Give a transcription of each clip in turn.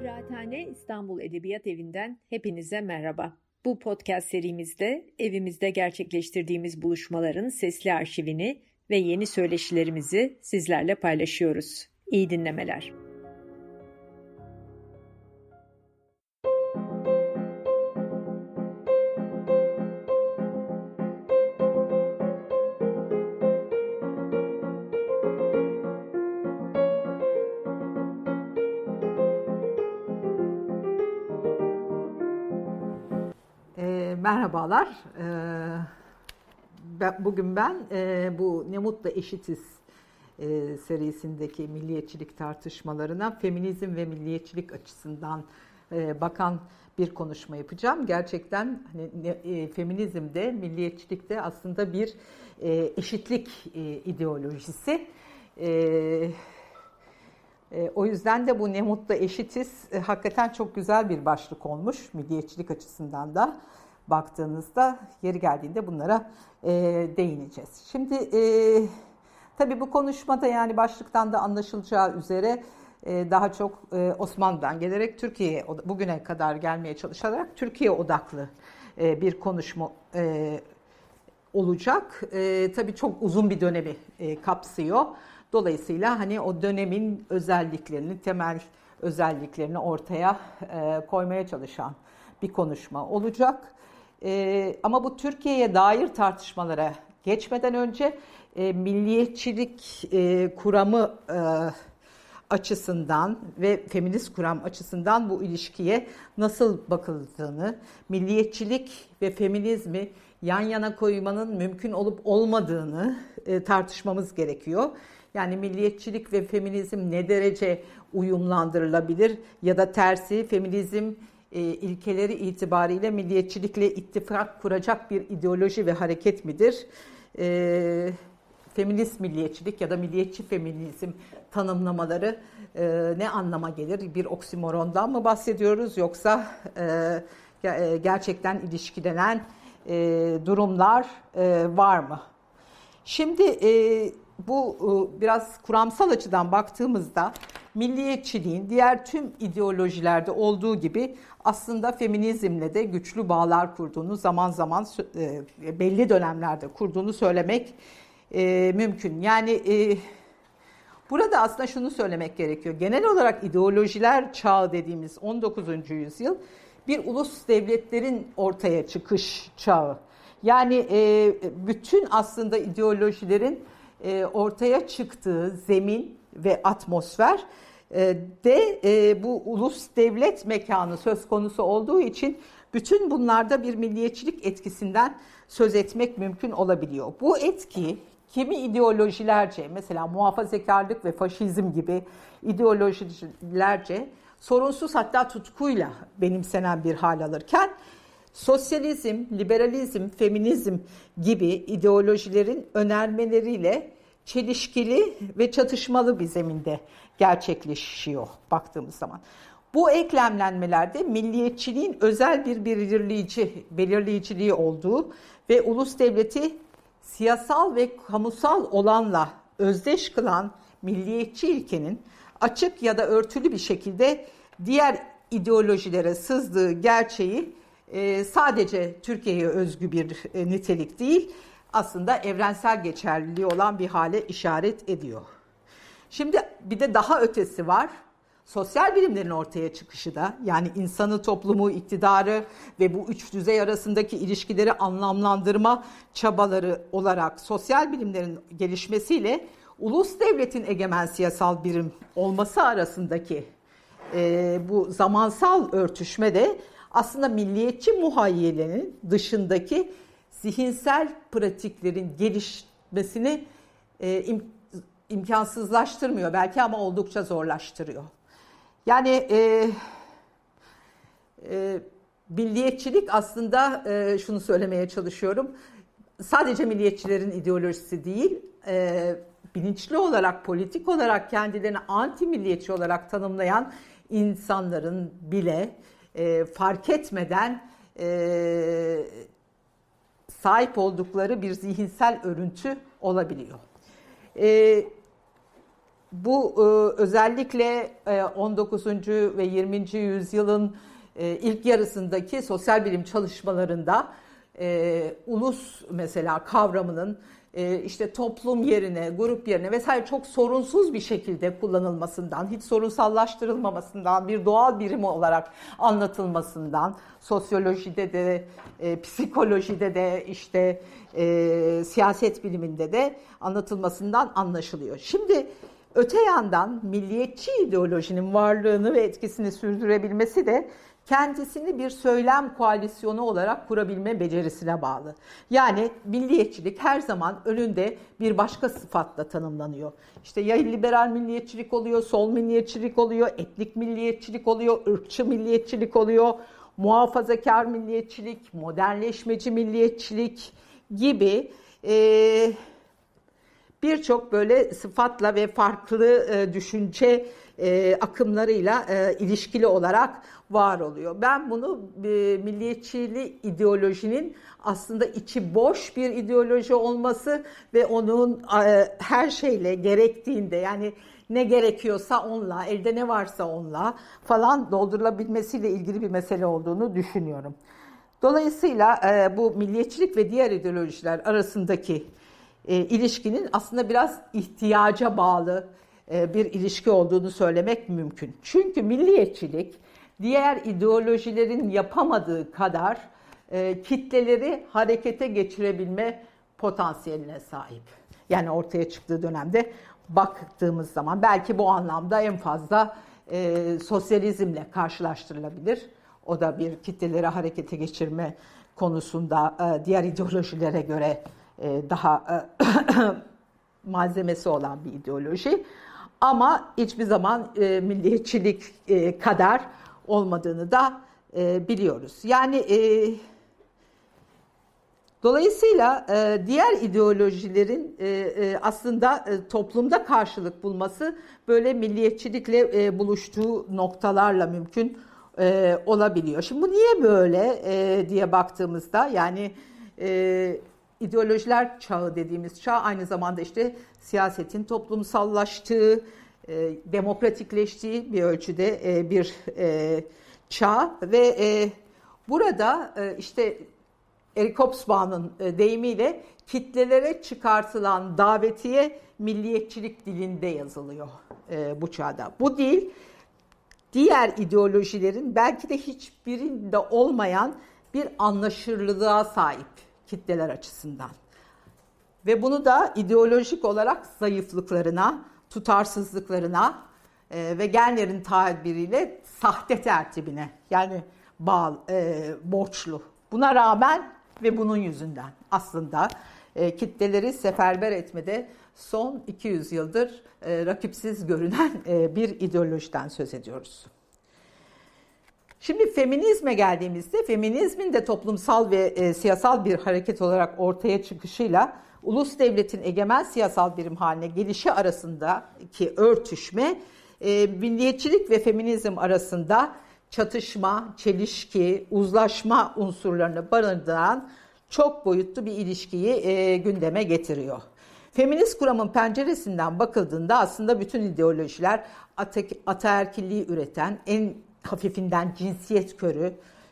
Kıraathane İstanbul Edebiyat Evi'nden hepinize merhaba. Bu podcast serimizde evimizde gerçekleştirdiğimiz buluşmaların sesli arşivini ve yeni söyleşilerimizi sizlerle paylaşıyoruz. İyi dinlemeler. Merhabalar. Bugün ben bu Ne Mutlu Eşitiz serisindeki milliyetçilik tartışmalarına feminizm ve milliyetçilik açısından bakan bir konuşma yapacağım. Gerçekten feminizm de milliyetçilik de aslında bir eşitlik ideolojisi. O yüzden de bu Ne Mutlu Eşitiz hakikaten çok güzel bir başlık olmuş milliyetçilik açısından da. Baktığınızda yeri geldiğinde bunlara değineceğiz. Şimdi tabii bu konuşmada yani başlıktan da anlaşılacağı üzere daha çok Osmanlı'dan gelerek Türkiye'ye bugüne kadar gelmeye çalışarak Türkiye odaklı bir konuşma olacak. Tabii çok uzun bir dönemi kapsıyor. Dolayısıyla hani o dönemin özelliklerini, temel özelliklerini ortaya koymaya çalışan bir konuşma olacak. Ama bu Türkiye'ye dair tartışmalara geçmeden önce milliyetçilik kuramı açısından ve feminist kuram açısından bu ilişkiye nasıl bakıldığını, milliyetçilik ve feminizmi yan yana koymanın mümkün olup olmadığını tartışmamız gerekiyor. Yani milliyetçilik ve feminizm ne derece uyumlandırılabilir ya da tersi feminizm ilkeleri itibariyle milliyetçilikle ittifak kuracak bir ideoloji ve hareket midir? Feminist milliyetçilik ya da milliyetçi feminizm tanımlamaları ne anlama gelir? Bir oksimorondan mı bahsediyoruz yoksa gerçekten ilişkilenen durumlar var mı? Şimdi bu biraz kuramsal açıdan baktığımızda milliyetçiliğin diğer tüm ideolojilerde olduğu gibi aslında feminizmle de güçlü bağlar kurduğunu, zaman zaman belli dönemlerde kurduğunu söylemek mümkün. Yani burada aslında şunu söylemek gerekiyor. Genel olarak ideolojiler çağı dediğimiz 19. yüzyıl bir ulus devletlerin ortaya çıkış çağı. Yani bütün aslında ideolojilerin ortaya çıktığı zemin ve atmosfer de bu ulus devlet mekanı söz konusu olduğu için bütün bunlarda bir milliyetçilik etkisinden söz etmek mümkün olabiliyor. Bu etki kimi ideolojilerce, mesela muhafazakarlık ve faşizm gibi ideolojilerce sorunsuz hatta tutkuyla benimsenen bir hal alırken sosyalizm, liberalizm, feminizm gibi ideolojilerin önermeleriyle çelişkili ve çatışmalı bir zeminde gerçekleşiyor baktığımız zaman. Bu eklemlenmelerde milliyetçiliğin özel bir belirleyiciliği olduğu ve ulus devleti siyasal ve kamusal olanla özdeş kılan milliyetçi ilkenin açık ya da örtülü bir şekilde diğer ideolojilere sızdığı gerçeği sadece Türkiye'ye özgü bir nitelik değil, aslında evrensel geçerliliği olan bir hale işaret ediyor. Şimdi bir de daha ötesi var. Sosyal bilimlerin ortaya çıkışı da, yani insanı, toplumu, iktidarı ve bu üç düzey arasındaki ilişkileri anlamlandırma çabaları olarak sosyal bilimlerin gelişmesiyle ulus devletin egemen siyasal birim olması arasındaki bu zamansal örtüşme de aslında milliyetçi muhayyelenin dışındaki zihinsel pratiklerin gelişmesini imkansızlaştırmıyor belki ama oldukça zorlaştırıyor. Yani milliyetçilik aslında şunu söylemeye çalışıyorum. Sadece milliyetçilerin ideolojisi değil, bilinçli olarak, politik olarak kendilerini anti milliyetçi olarak tanımlayan insanların bile fark etmeden sahip oldukları bir zihinsel örüntü olabiliyor. Bu özellikle 19. ve 20. yüzyılın ilk yarısındaki sosyal bilim çalışmalarında ulus mesela kavramının işte toplum yerine, grup yerine vesaire çok sorunsuz bir şekilde kullanılmasından, hiç sorunsallaştırılmamasından, bir doğal birim olarak anlatılmasından, sosyolojide de, psikolojide de, işte siyaset biliminde de anlatılmasından anlaşılıyor. Şimdi öte yandan milliyetçi ideolojinin varlığını ve etkisini sürdürebilmesi de kendisini bir söylem koalisyonu olarak kurabilme becerisine bağlı. Yani milliyetçilik her zaman önünde bir başka sıfatla tanımlanıyor. İşte ya liberal milliyetçilik oluyor, sol milliyetçilik oluyor, etnik milliyetçilik oluyor, ırkçı milliyetçilik oluyor, muhafazakar milliyetçilik, modernleşmeci milliyetçilik gibi birçok böyle sıfatla ve farklı düşünce akımlarıyla ilişkili olarak var oluyor. Ben bunu milliyetçili ideolojinin aslında içi boş bir ideoloji olması ve onun her şeyle gerektiğinde, yani ne gerekiyorsa onunla, elde ne varsa onunla falan doldurulabilmesiyle ilgili bir mesele olduğunu düşünüyorum. Dolayısıyla bu milliyetçilik ve diğer ideolojiler arasındaki ilişkinin aslında biraz ihtiyaca bağlı bir ilişki olduğunu söylemek mümkün. Çünkü milliyetçilik diğer ideolojilerin yapamadığı kadar kitleleri harekete geçirebilme potansiyeline sahip. Yani ortaya çıktığı dönemde baktığımız zaman belki bu anlamda en fazla sosyalizmle karşılaştırılabilir. O da bir kitleleri harekete geçirme konusunda diğer ideolojilere göre daha malzemesi olan bir ideoloji. Ama hiçbir zaman milliyetçilik kadar olmadığını da biliyoruz. Yani dolayısıyla diğer ideolojilerin aslında toplumda karşılık bulması böyle milliyetçilikle buluştuğu noktalarla mümkün olabiliyor. Şimdi bu niye böyle diye baktığımızda, yani ideolojiler çağı dediğimiz çağ aynı zamanda işte siyasetin toplumsallaştığı, demokratikleştiği bir ölçüde bir çağ ve burada işte Eric Hobsbawm'ın deyimiyle kitlelere çıkartılan davetiye milliyetçilik dilinde yazılıyor bu çağda. Bu dil diğer ideolojilerin belki de hiçbirinde olmayan bir anlaşılırlığa sahip kitleler açısından. Ve bunu da ideolojik olarak zayıflıklarına, tutarsızlıklarına ve Gellner'in tabiriyle sahte tertibine, yani borçlu. Buna rağmen ve bunun yüzünden aslında kitleleri seferber etmede son 200 yıldır rakipsiz görünen bir ideolojiden söz ediyoruz. Şimdi feminizme geldiğimizde, feminizmin de toplumsal ve siyasal bir hareket olarak ortaya çıkışıyla ulus devletin egemen siyasal birim haline gelişi arasındaki örtüşme, milliyetçilik ve feminizm arasında çatışma, çelişki, uzlaşma unsurlarını barındıran çok boyutlu bir ilişkiyi gündeme getiriyor. Feminist kuramın penceresinden bakıldığında aslında bütün ideolojiler ataerkilliği üreten, en hafifinden cinsiyet körü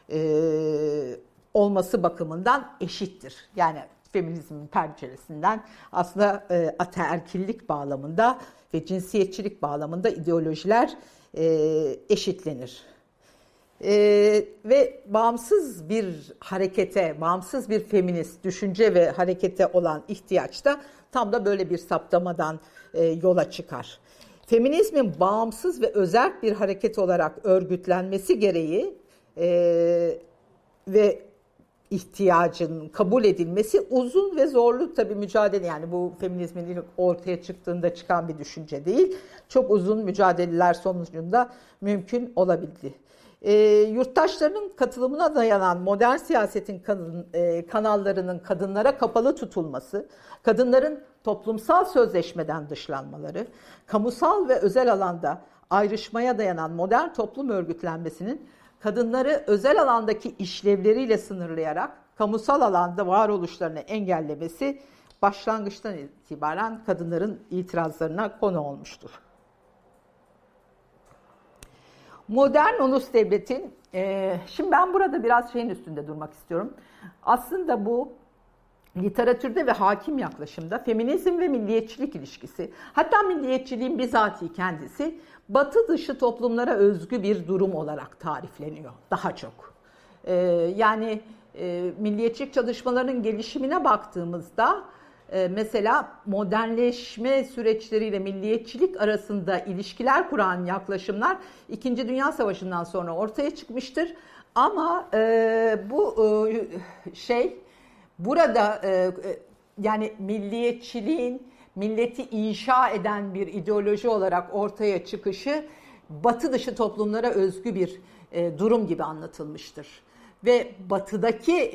olması bakımından eşittir. Yani feminizmin penceresinden aslında ataerkillik bağlamında ve cinsiyetçilik bağlamında ideolojiler eşitlenir. Ve bağımsız bir harekete, bağımsız bir feminist düşünce ve harekete olan ihtiyaç da tam da böyle bir saptamadan yola çıkar. Feminizmin bağımsız ve özerk bir hareket olarak örgütlenmesi gereği ve ihtiyacın kabul edilmesi uzun ve zorlu tabii mücadele, yani bu feminizmin ilk ortaya çıktığında çıkan bir düşünce değil. Çok uzun mücadeleler sonucunda mümkün olabildi. Yurttaşlarının katılımına dayanan modern siyasetin kanallarının kadınlara kapalı tutulması, kadınların toplumsal sözleşmeden dışlanmaları, kamusal ve özel alanda ayrışmaya dayanan modern toplum örgütlenmesinin kadınları özel alandaki işlevleriyle sınırlayarak kamusal alanda varoluşlarını engellemesi başlangıçtan itibaren kadınların itirazlarına konu olmuştur. Modern ulus devletin, şimdi ben burada biraz şeyin üstünde durmak istiyorum. Aslında bu literatürde ve hakim yaklaşımda feminizm ve milliyetçilik ilişkisi, hatta milliyetçiliğin bizatihi kendisi batı dışı toplumlara özgü bir durum olarak tarifleniyor daha çok. Yani milliyetçilik çalışmalarının gelişimine baktığımızda mesela modernleşme süreçleriyle milliyetçilik arasında ilişkiler kuran yaklaşımlar İkinci Dünya Savaşı'ndan sonra ortaya çıkmıştır. Ama bu burada yani milliyetçiliğin milleti inşa eden bir ideoloji olarak ortaya çıkışı batı dışı toplumlara özgü bir durum gibi anlatılmıştır. Ve batıdaki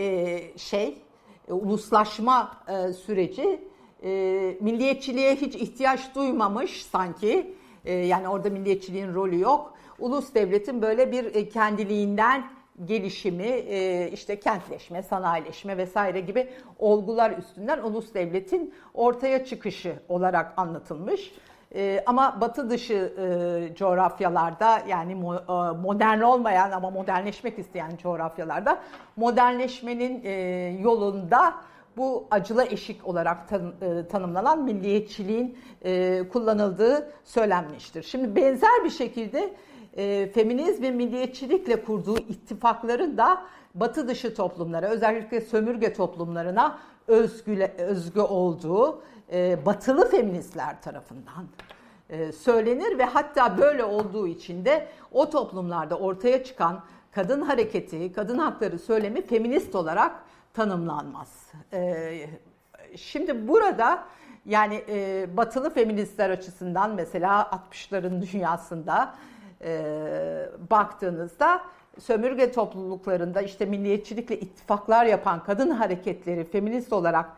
uluslaşma süreci milliyetçiliğe hiç ihtiyaç duymamış sanki. Yani orada milliyetçiliğin rolü yok. Ulus devletin böyle bir kendiliğinden gelişimi, işte kentleşme, sanayileşme vesaire gibi olgular üstünden ulus devletin ortaya çıkışı olarak anlatılmış. Ama batı dışı coğrafyalarda, yani modern olmayan ama modernleşmek isteyen coğrafyalarda modernleşmenin yolunda bu acılı eşik olarak tanımlanan milliyetçiliğin kullanıldığı söylenmiştir. Şimdi benzer bir şekilde feminizm ve milliyetçilikle kurduğu ittifakların da batı dışı toplumlara, özellikle sömürge toplumlarına özgü olduğu batılı feministler tarafından söylenir ve hatta böyle olduğu için de o toplumlarda ortaya çıkan kadın hareketi, kadın hakları söylemi feminist olarak tanımlanmaz. Şimdi burada yani batılı feministler açısından mesela 60'ların dünyasında baktığınızda sömürge topluluklarında işte milliyetçilikle ittifaklar yapan kadın hareketleri feminist olarak,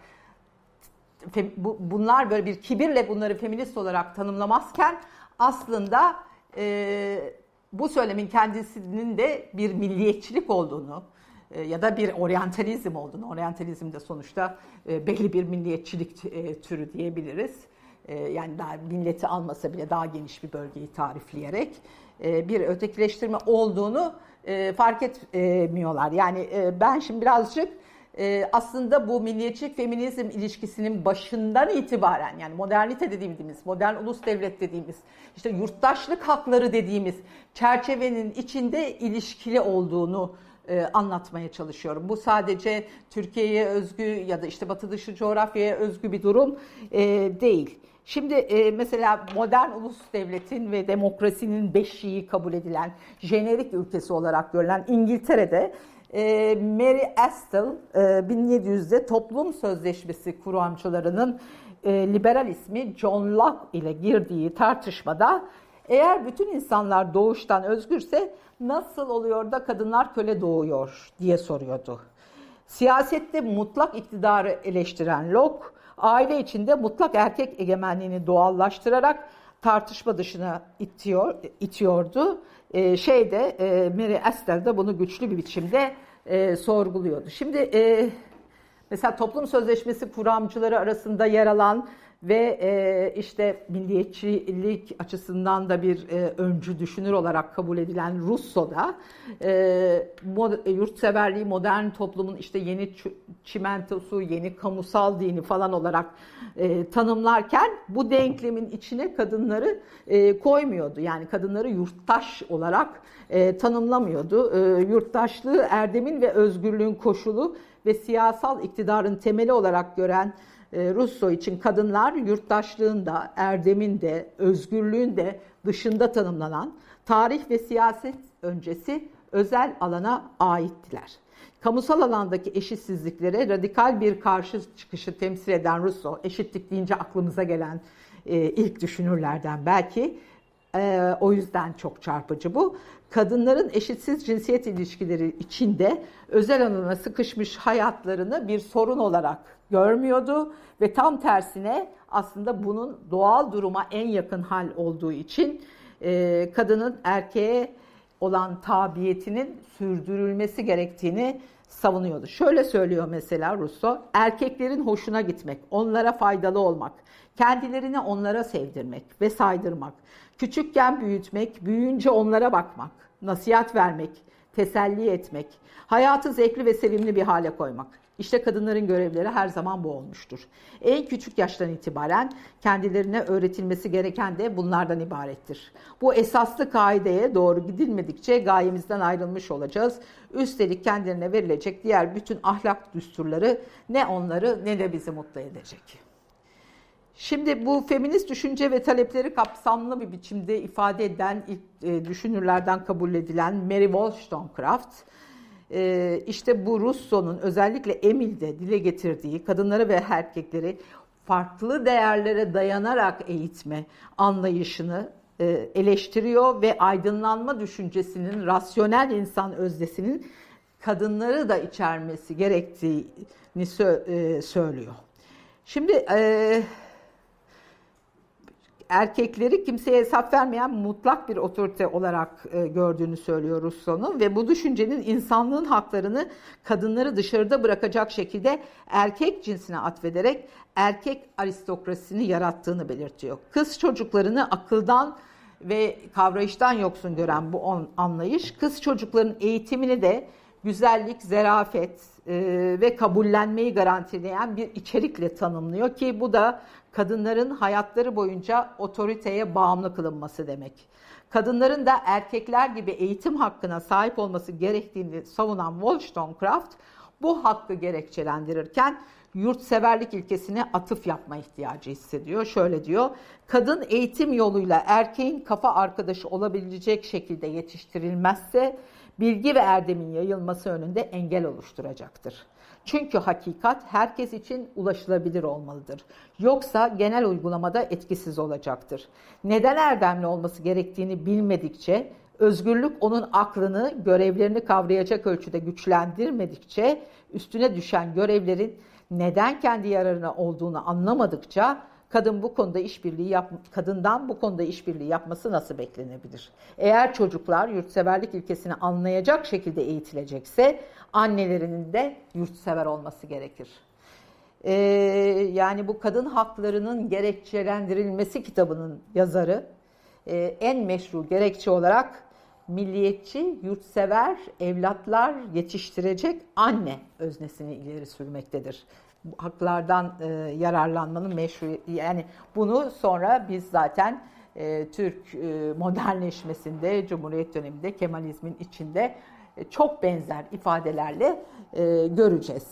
bunlar böyle bir kibirle bunları feminist olarak tanımlamazken aslında bu söylemin kendisinin de bir milliyetçilik olduğunu ya da bir oryantalizm olduğunu, oryantalizm de sonuçta belli bir milliyetçilik türü diyebiliriz. Yani daha milleti almasa bile daha geniş bir bölgeyi tarifleyerek bir ötekileştirme olduğunu fark etmiyorlar. Yani ben şimdi birazcık aslında bu milliyetçilik feminizm ilişkisinin başından itibaren, yani modernite dediğimiz, modern ulus devlet dediğimiz, işte yurttaşlık hakları dediğimiz çerçevenin içinde ilişkili olduğunu anlatmaya çalışıyorum. Bu sadece Türkiye'ye özgü ya da işte batı dışı coğrafyaya özgü bir durum değil. Şimdi mesela modern ulus devletin ve demokrasinin beşiği kabul edilen jenerik ülkesi olarak görülen İngiltere'de Mary Astell 1700'de toplum sözleşmesi kuramcılarının liberal ismi John Locke ile girdiği tartışmada eğer bütün insanlar doğuştan özgürse nasıl oluyor da kadınlar köle doğuyor diye soruyordu. Siyasette mutlak iktidarı eleştiren Locke, aile içinde mutlak erkek egemenliğini doğallaştırarak tartışma dışına itiyordu. Mary Astell de bunu güçlü bir biçimde sorguluyordu. Şimdi mesela toplum sözleşmesi kuramcıları arasında yer alan ve işte milliyetçilik açısından da bir öncü düşünür olarak kabul edilen Rousseau da yurtseverliği modern toplumun işte yeni çimentosu, yeni kamusal dini falan olarak tanımlarken bu denklemin içine kadınları koymuyordu. Yani kadınları yurttaş olarak tanımlamıyordu. Yurttaşlığı erdemin ve özgürlüğün koşulu ve siyasal iktidarın temeli olarak gören Rousseau için kadınlar yurttaşlığın da, erdemin de, özgürlüğün de dışında tanımlanan tarih ve siyaset öncesi özel alana aittiler. Kamusal alandaki eşitsizliklere radikal bir karşı çıkışı temsil eden Rousseau, eşitlik deyince aklımıza gelen ilk düşünürlerden belki, o yüzden çok çarpıcı bu. Kadınların eşitsiz cinsiyet ilişkileri içinde özel alana sıkışmış hayatlarını bir sorun olarak görmüyordu ve tam tersine aslında bunun doğal duruma en yakın hal olduğu için kadının erkeğe olan tabiyetinin sürdürülmesi gerektiğini savunuyordu. Şöyle söylüyor mesela Rousseau, erkeklerin hoşuna gitmek, onlara faydalı olmak, kendilerini onlara sevdirmek ve saydırmak, küçükken büyütmek, büyüyünce onlara bakmak, nasihat vermek, teselli etmek, hayatı zevkli ve sevimli bir hale koymak. İşte kadınların görevleri her zaman bu olmuştur. En küçük yaştan itibaren kendilerine öğretilmesi gereken de bunlardan ibarettir. Bu esaslı kaideye doğru gidilmedikçe gayemizden ayrılmış olacağız. Üstelik kendilerine verilecek diğer bütün ahlak düsturları ne onları ne de bizi mutlu edecek. Şimdi bu feminist düşünce ve talepleri kapsamlı bir biçimde ifade eden ilk düşünürlerden kabul edilen Mary Wollstonecraft, işte bu Rousseau'nun özellikle Emile'de dile getirdiği kadınları ve erkekleri farklı değerlere dayanarak eğitme anlayışını eleştiriyor ve aydınlanma düşüncesinin, rasyonel insan öznesinin kadınları da içermesi gerektiğini söylüyor. Şimdi erkekleri kimseye hesap vermeyen mutlak bir otorite olarak gördüğünü söylüyor Rousseau'nun ve bu düşüncenin insanlığın haklarını kadınları dışarıda bırakacak şekilde erkek cinsine atfederek erkek aristokrasisini yarattığını belirtiyor. Kız çocuklarını akıldan ve kavrayıştan yoksun gören bu anlayış, kız çocukların eğitimini de güzellik, zarafet ve kabullenmeyi garantileyen bir içerikle tanımlıyor ki bu da kadınların hayatları boyunca otoriteye bağımlı kılınması demek. Kadınların da erkekler gibi eğitim hakkına sahip olması gerektiğini savunan Wollstonecraft bu hakkı gerekçelendirirken yurtseverlik ilkesine atıf yapma ihtiyacı hissediyor. Şöyle diyor, kadın eğitim yoluyla erkeğin kafa arkadaşı olabilecek şekilde yetiştirilmezse bilgi ve erdemin yayılması önünde engel oluşturacaktır. Çünkü hakikat herkes için ulaşılabilir olmalıdır. Yoksa genel uygulamada etkisiz olacaktır. Neden erdemli olması gerektiğini bilmedikçe, özgürlük onun aklını, görevlerini kavrayacak ölçüde güçlendirmedikçe, üstüne düşen görevlerin neden kendi yararına olduğunu anlamadıkça, kadından bu konuda işbirliği yapması nasıl beklenebilir? Eğer çocuklar yurtseverlik ilkesini anlayacak şekilde eğitilecekse annelerinin de yurtsever olması gerekir. Yani bu kadın haklarının gerekçelendirilmesi kitabının yazarı en meşru gerekçe olarak milliyetçi, yurtsever evlatlar yetiştirecek anne öznesini ileri sürmektedir. Haklardan yararlanmanın meşru, yani bunu sonra biz zaten Türk modernleşmesinde, Cumhuriyet döneminde, Kemalizmin içinde çok benzer ifadelerle göreceğiz.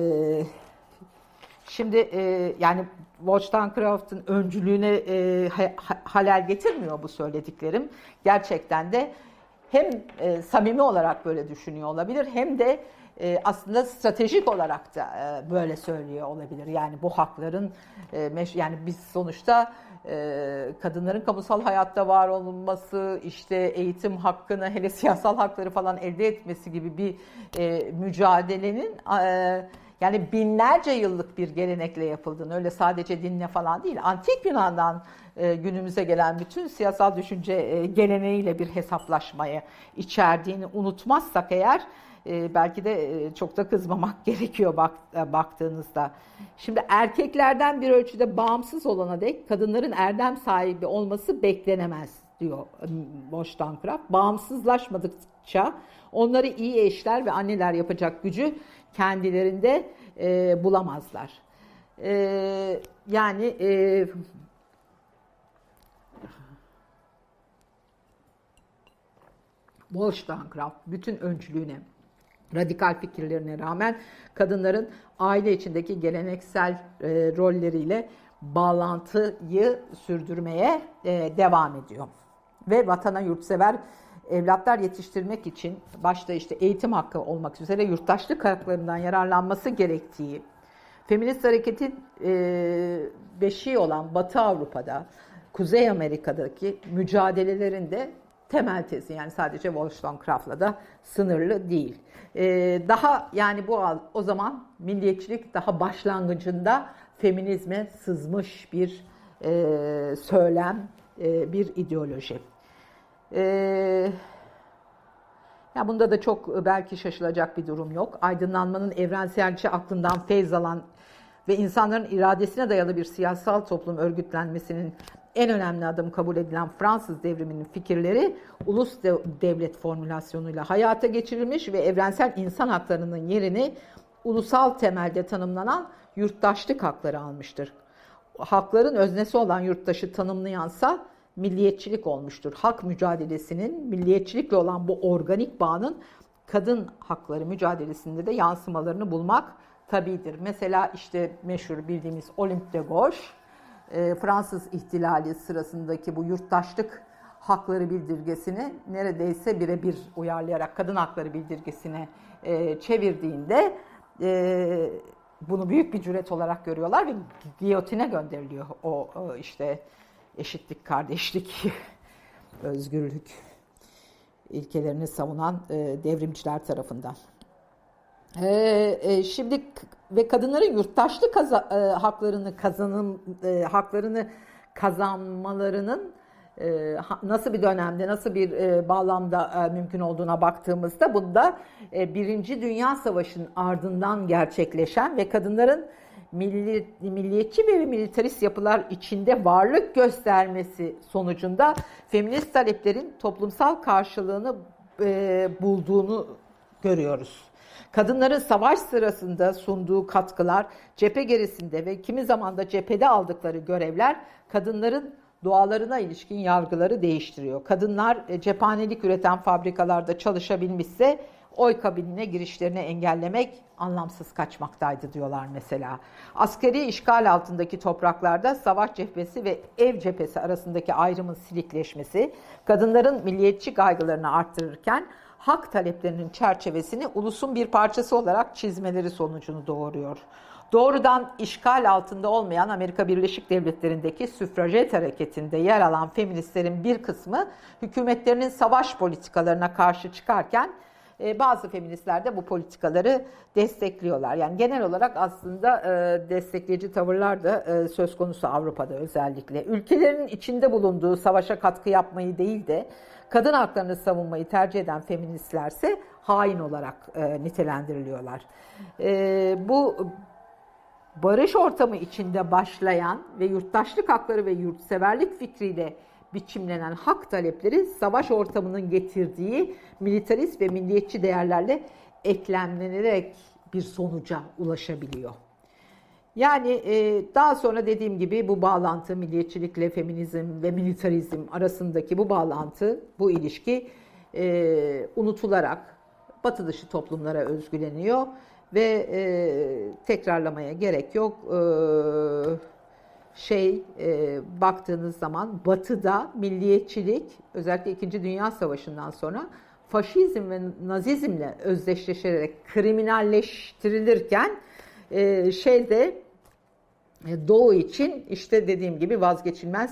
Şimdi yani Wollstonecraft'ın öncülüğüne halel getirmiyor bu söylediklerim. Gerçekten de hem samimi olarak böyle düşünüyor olabilir hem de aslında stratejik olarak da böyle söylüyor olabilir. Yani bu hakların, yani biz sonuçta kadınların kamusal hayatta var olması, işte eğitim hakkını, hele siyasal hakları falan elde etmesi gibi bir mücadelenin yani binlerce yıllık bir gelenekle yapıldığını, öyle sadece dinle falan değil, Antik Yunan'dan günümüze gelen bütün siyasal düşünce geleneğiyle bir hesaplaşmaya içerdiğini unutmazsak eğer, belki de çok da kızmamak gerekiyor baktığınızda. Şimdi erkeklerden bir ölçüde bağımsız olana dek kadınların erdem sahibi olması beklenemez diyor Wollstonecraft. Bağımsızlaşmadıkça onları iyi eşler ve anneler yapacak gücü kendilerinde bulamazlar. Yani Wollstonecraft bütün öncülüğüne, radikal fikirlerine rağmen kadınların aile içindeki geleneksel rolleriyle bağlantıyı sürdürmeye devam ediyor. Ve vatana yurtsever evlatlar yetiştirmek için başta işte eğitim hakkı olmak üzere yurttaşlık haklarından yararlanması gerektiği, feminist hareketin beşiği olan Batı Avrupa'da, Kuzey Amerika'daki mücadelelerinde temel tezi, yani sadece Wollstonecraft'la da sınırlı değil. Daha yani o zaman milliyetçilik daha başlangıcında feminizme sızmış bir söylem, bir ideoloji. Ya bunda da çok belki şaşılacak bir durum yok. Aydınlanmanın evrenselci aklından feyz alan ve insanların iradesine dayalı bir siyasal toplum örgütlenmesinin en önemli adımı kabul edilen Fransız devriminin fikirleri ulus devlet formülasyonuyla hayata geçirilmiş ve evrensel insan haklarının yerini ulusal temelde tanımlanan yurttaşlık hakları almıştır. Hakların öznesi olan yurttaşı tanımlayansa milliyetçilik olmuştur. Hak mücadelesinin milliyetçilikle olan bu organik bağının kadın hakları mücadelesinde de yansımalarını bulmak tabidir. Mesela işte meşhur bildiğimiz Olympe de Gouges, Fransız ihtilali sırasındaki bu yurttaşlık hakları bildirgesini neredeyse birebir uyarlayarak kadın hakları bildirgesine çevirdiğinde bunu büyük bir cüret olarak görüyorlar ve giyotine gönderiliyor o işte eşitlik, kardeşlik, özgürlük ilkelerini savunan devrimciler tarafından. Şimdi ve kadınların yurttaşlık haklarını kazanmalarının nasıl bir dönemde, nasıl bir bağlamda mümkün olduğuna baktığımızda bunda Birinci Dünya Savaşı'nın ardından gerçekleşen ve kadınların milliyetçi ve militarist yapılar içinde varlık göstermesi sonucunda feminist taleplerin toplumsal karşılığını bulduğunu görüyoruz. Kadınların savaş sırasında sunduğu katkılar, cephe gerisinde ve kimi zaman da cephede aldıkları görevler kadınların doğalarına ilişkin yargıları değiştiriyor. Kadınlar cephanelik üreten fabrikalarda çalışabilmişse oy kabinine girişlerini engellemek anlamsız kaçmaktaydı diyorlar mesela. Askeri işgal altındaki topraklarda savaş cephesi ve ev cephesi arasındaki ayrımın silikleşmesi kadınların milliyetçi kaygılarını arttırırken hak taleplerinin çerçevesini ulusun bir parçası olarak çizmeleri sonucunu doğuruyor. Doğrudan işgal altında olmayan Amerika Birleşik Devletleri'ndeki süfrajet hareketinde yer alan feministlerin bir kısmı hükümetlerinin savaş politikalarına karşı çıkarken bazı feministler de bu politikaları destekliyorlar. Yani genel olarak aslında destekleyici tavırlar da söz konusu Avrupa'da özellikle. Ülkelerin içinde bulunduğu savaşa katkı yapmayı değil de kadın haklarını savunmayı tercih eden feministlerse hain olarak nitelendiriliyorlar. Bu barış ortamı içinde başlayan ve yurttaşlık hakları ve yurtseverlik fikriyle biçimlenen hak talepleri savaş ortamının getirdiği militarist ve milliyetçi değerlerle eklemlenerek bir sonuca ulaşabiliyor. Yani daha sonra dediğim gibi bu bağlantı milliyetçilikle feminizm ve militarizm arasındaki bu bağlantı, bu ilişki unutularak batı dışı toplumlara özgüleniyor ve tekrarlamaya gerek yok. Baktığınız zaman batıda milliyetçilik özellikle 2. Dünya Savaşı'ndan sonra faşizm ve nazizmle özdeşleşerek kriminalleştirilirken Doğu için işte dediğim gibi vazgeçilmez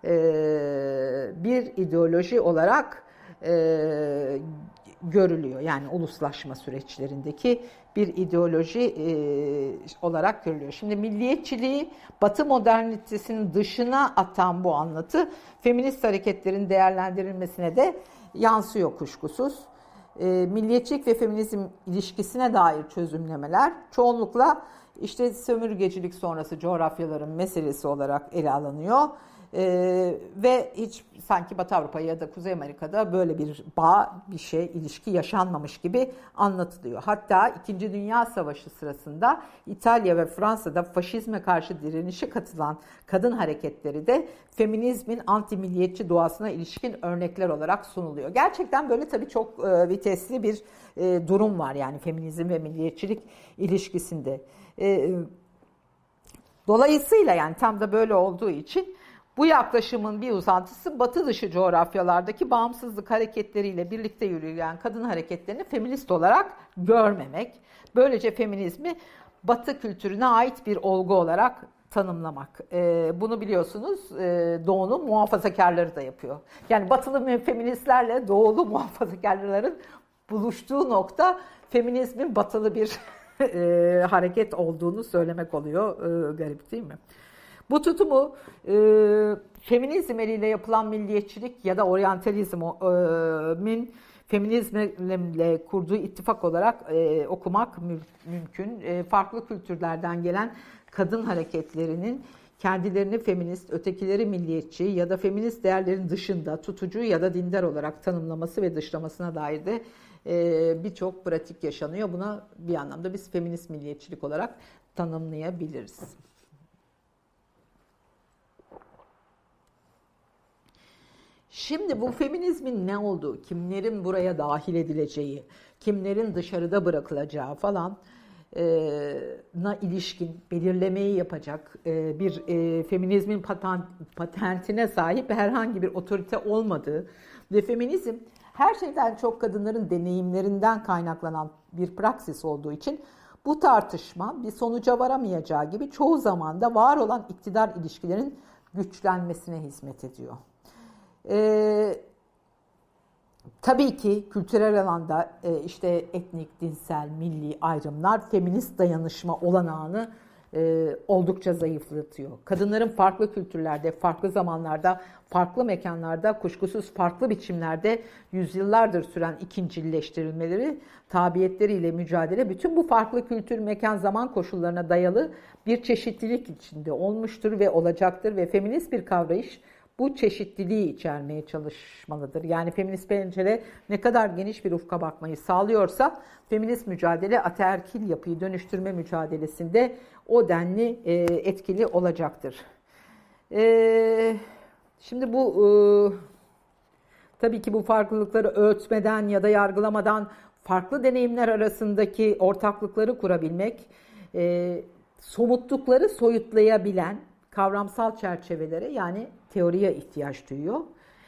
bir ideoloji olarak görülüyor. Yani uluslaşma süreçlerindeki bir ideoloji olarak görülüyor. Şimdi milliyetçiliği Batı modernitesinin dışına atan bu anlatı feminist hareketlerin değerlendirilmesine de yansıyor kuşkusuz. Milliyetçilik ve feminizm ilişkisine dair çözümlemeler çoğunlukla işte sömürgecilik sonrası coğrafyaların meselesi olarak ele alınıyor. Ve hiç sanki Batı Avrupa ya da Kuzey Amerika'da böyle bir bağ, ilişki yaşanmamış gibi anlatılıyor. Hatta 2. Dünya Savaşı sırasında İtalya ve Fransa'da faşizme karşı direnişe katılan kadın hareketleri de feminizmin anti-milliyetçi doğasına ilişkin örnekler olarak sunuluyor. Gerçekten böyle tabii çok vitesli bir durum var yani feminizm ve milliyetçilik ilişkisinde. Dolayısıyla yani tam da böyle olduğu için bu yaklaşımın bir uzantısı batı dışı coğrafyalardaki bağımsızlık hareketleriyle birlikte yürüyen kadın hareketlerini feminist olarak görmemek. Böylece feminizmi batı kültürüne ait bir olgu olarak tanımlamak. Bunu biliyorsunuz Doğu'nun muhafazakarları da yapıyor. Yani batılı feministlerle Doğulu muhafazakarların buluştuğu nokta feminizmin batılı bir hareket olduğunu söylemek oluyor. Garip değil mi? Bu tutumu feminizm eliyle yapılan milliyetçilik ya da oryantalizmin feminizmle kurduğu ittifak olarak okumak mümkün. Farklı kültürlerden gelen kadın hareketlerinin kendilerini feminist, ötekileri milliyetçi ya da feminist değerlerin dışında tutucu ya da dindar olarak tanımlaması ve dışlamasına dair de birçok pratik yaşanıyor. Buna bir anlamda biz feminist milliyetçilik olarak tanımlayabiliriz. Şimdi bu feminizmin ne olduğu, kimlerin buraya dahil edileceği, kimlerin dışarıda bırakılacağı falan na ilişkin belirlemeyi yapacak bir feminizmin patentine sahip herhangi bir otorite olmadığı ve feminizm her şeyden çok kadınların deneyimlerinden kaynaklanan bir praksis olduğu için bu tartışma bir sonuca varamayacağı gibi çoğu zaman da var olan iktidar ilişkilerin güçlenmesine hizmet ediyor. Tabii ki kültürel alanda işte etnik, dinsel, milli ayrımlar feminist dayanışma olanağını oldukça zayıflatıyor. Kadınların farklı kültürlerde, farklı zamanlarda, farklı mekanlarda, kuşkusuz farklı biçimlerde yüzyıllardır süren ikincilleştirilmeleri, tabiyetleriyle mücadele bütün bu farklı kültür, mekan, zaman koşullarına dayalı bir çeşitlilik içinde olmuştur ve olacaktır ve feminist bir kavrayış bu çeşitliliği içermeye çalışmalıdır. Yani feminist pencere ne kadar geniş bir ufka bakmayı sağlıyorsa, feminist mücadele ataerkil yapıyı dönüştürme mücadelesinde o denli etkili olacaktır. Şimdi bu tabii ki bu farklılıkları örtmeden ya da yargılamadan farklı deneyimler arasındaki ortaklıkları kurabilmek, somutlukları soyutlayabilen kavramsal çerçevelere yani teoriye ihtiyaç duyuyor.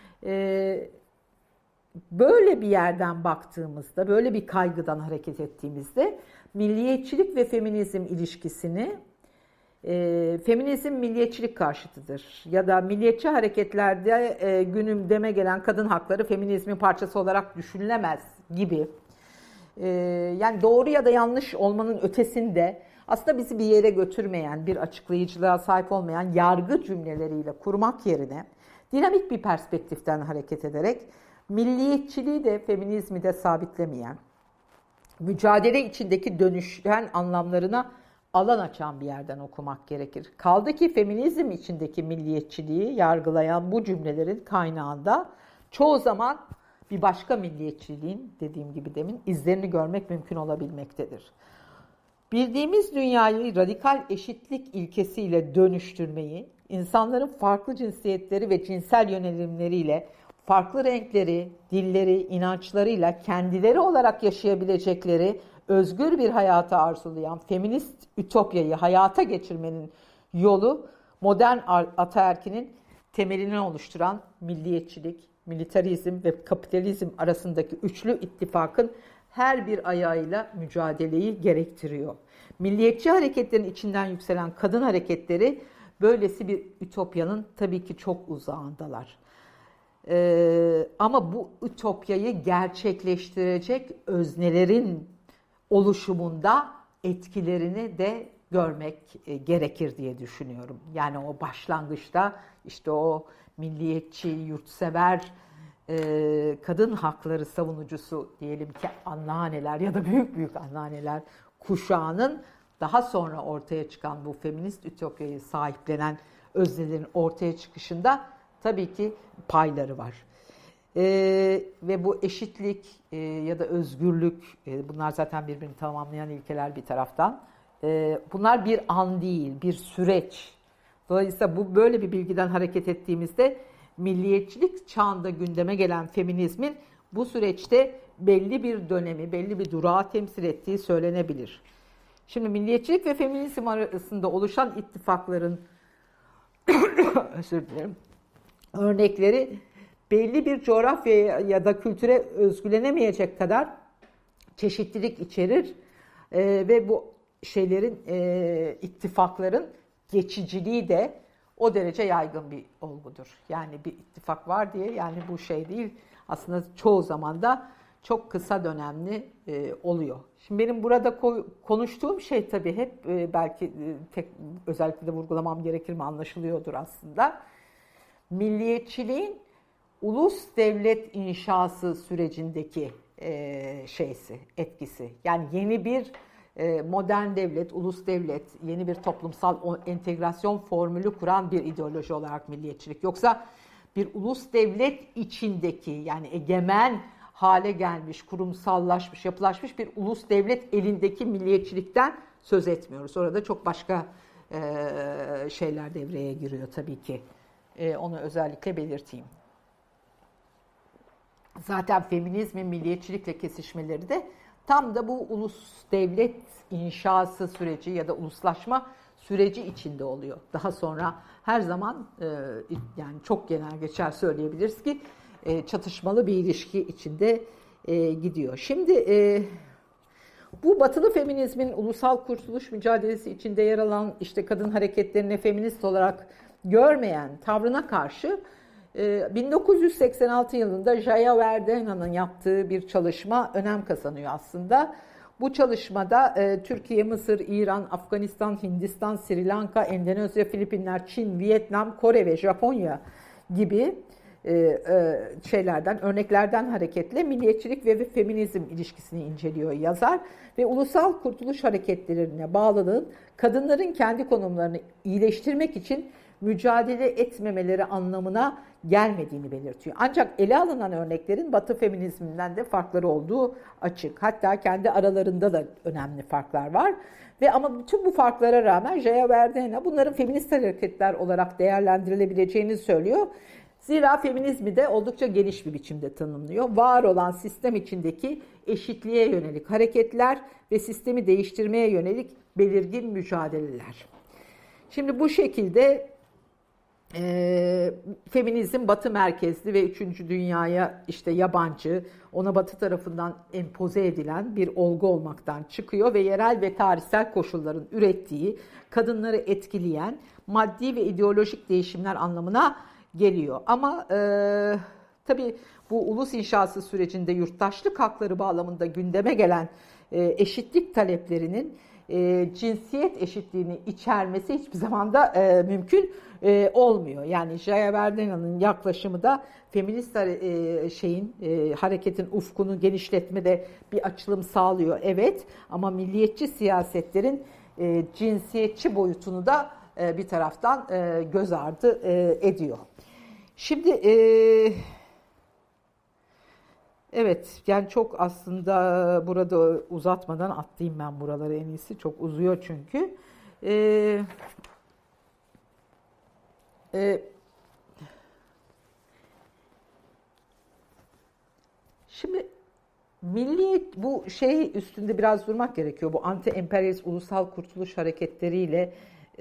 Böyle bir yerden baktığımızda, böyle bir kaygıdan hareket ettiğimizde milliyetçilik ve feminizm ilişkisini feminizm milliyetçilik karşıtıdır ya da milliyetçi hareketlerde gündeme gelen kadın hakları feminizmin parçası olarak düşünülemez gibi. Yani doğru ya da yanlış olmanın ötesinde aslında bizi bir yere götürmeyen, bir açıklayıcılığa sahip olmayan yargı cümleleriyle kurmak yerine dinamik bir perspektiften hareket ederek milliyetçiliği de feminizmi de sabitlemeyen, mücadele içindeki dönüşen anlamlarına alan açan bir yerden okumak gerekir. Kaldı ki feminizm içindeki milliyetçiliği yargılayan bu cümlelerin kaynağında çoğu zaman bir başka milliyetçiliğin, dediğim gibi demin, izlerini görmek mümkün olabilmektedir. Bildiğimiz dünyayı radikal eşitlik ilkesiyle dönüştürmeyi, insanların farklı cinsiyetleri ve cinsel yönelimleriyle, farklı renkleri, dilleri, inançlarıyla kendileri olarak yaşayabilecekleri özgür bir hayata arzulayan feminist ütopyayı hayata geçirmenin yolu, modern ataerkinin temelini oluşturan milliyetçilik, militarizm ve kapitalizm arasındaki üçlü ittifakın her bir ayağıyla mücadeleyi gerektiriyor. Milliyetçi hareketlerin içinden yükselen kadın hareketleri böylesi bir ütopyanın tabii ki çok uzağındalar. Ama bu ütopyayı gerçekleştirecek öznelerin oluşumunda etkilerini de görmek gerekir diye düşünüyorum. Yani o başlangıçta işte o milliyetçi, yurtsever, kadın hakları savunucusu diyelim ki anneanneler ya da büyük büyük anneanneler kuşağının daha sonra ortaya çıkan bu feminist ütopyayı sahiplenen öznelerin ortaya çıkışında tabii ki payları var. Ve bu eşitlik ya da özgürlük, bunlar zaten birbirini tamamlayan ilkeler bir taraftan. Bunlar bir an değil, bir süreç. Dolayısıyla bu böyle bir bilgiden hareket ettiğimizde milliyetçilik çağında gündeme gelen feminizmin bu süreçte belli bir dönemi, belli bir durağı temsil ettiği söylenebilir. Şimdi milliyetçilik ve feminizm arasında oluşan ittifakların özür dilerim, örnekleri belli bir coğrafyaya ya da kültüre özgülenemeyecek kadar çeşitlilik içerir ve bu şeylerin, ittifakların geçiciliği de o derece yaygın bir olgudur. Yani bir ittifak var diye yani bu şey değil, aslında çoğu zaman da çok kısa dönemli oluyor. Şimdi benim burada konuştuğum şey tabii hep belki tek özellikle de vurgulamam gerekir mi anlaşılıyordur aslında. Milliyetçiliğin ulus devlet inşası sürecindeki etkisi. Yani yeni bir modern devlet, ulus devlet, yeni bir toplumsal entegrasyon formülü kuran bir ideoloji olarak milliyetçilik. Yoksa bir ulus devlet içindeki, yani egemen hale gelmiş, kurumsallaşmış, yapılaşmış bir ulus devlet elindeki milliyetçilikten söz etmiyoruz. Orada çok başka şeyler devreye giriyor tabii ki. Onu özellikle belirteyim. Zaten feminizmin milliyetçilikle kesişmeleri de tam da bu ulus devlet inşası süreci ya da uluslaşma süreci içinde oluyor. Daha sonra her zaman yani çok genel geçer söyleyebiliriz ki çatışmalı bir ilişki içinde gidiyor. Şimdi bu batılı feminizmin ulusal kurtuluş mücadelesi içinde yer alan işte kadın hareketlerini feminist olarak görmeyen tavrına karşı 1986 yılında Jaya Verdena'nın yaptığı bir çalışma önem kazanıyor aslında. Bu çalışmada Türkiye, Mısır, İran, Afganistan, Hindistan, Sri Lanka, Endonezya, Filipinler, Çin, Vietnam, Kore ve Japonya gibi örneklerden hareketle milliyetçilik ve feminizm ilişkisini inceliyor yazar ve ulusal kurtuluş hareketlerine bağlılığın kadınların kendi konumlarını iyileştirmek için mücadele etmemeleri anlamına gelmediğini belirtiyor. Ancak ele alınan örneklerin Batı feminizminden de farkları olduğu açık. Hatta kendi aralarında da önemli farklar var. Ama bütün bu farklara rağmen Jaya Verdena bunların feminist hareketler olarak değerlendirilebileceğini söylüyor. Zira feminizmi de oldukça geniş bir biçimde tanımlıyor. Var olan sistem içindeki eşitliğe yönelik hareketler ve sistemi değiştirmeye yönelik belirgin mücadeleler. Şimdi bu şekilde feminizm Batı merkezli ve 3. dünyaya işte yabancı, ona Batı tarafından empoze edilen bir olgu olmaktan çıkıyor ve yerel ve tarihsel koşulların ürettiği, kadınları etkileyen maddi ve ideolojik değişimler anlamına geliyor. Ama tabii bu ulus inşası sürecinde yurttaşlık hakları bağlamında gündeme gelen eşitlik taleplerinin cinsiyet eşitliğini içermesi hiçbir zaman da mümkün olmuyor. Yani Jaya Verdena'nın yaklaşımı da feminist hareketin ufkunu genişletmede bir açılım sağlıyor. Evet, ama milliyetçi siyasetlerin cinsiyetçi boyutunu da bir taraftan göz ardı ediyor. Şimdi evet, yani çok aslında burada uzatmadan atlayayım ben buraları en iyisi. Çok uzuyor çünkü. Şimdi milliyet, bu üstünde biraz durmak gerekiyor. Bu anti-emperyalist ulusal kurtuluş hareketleriyle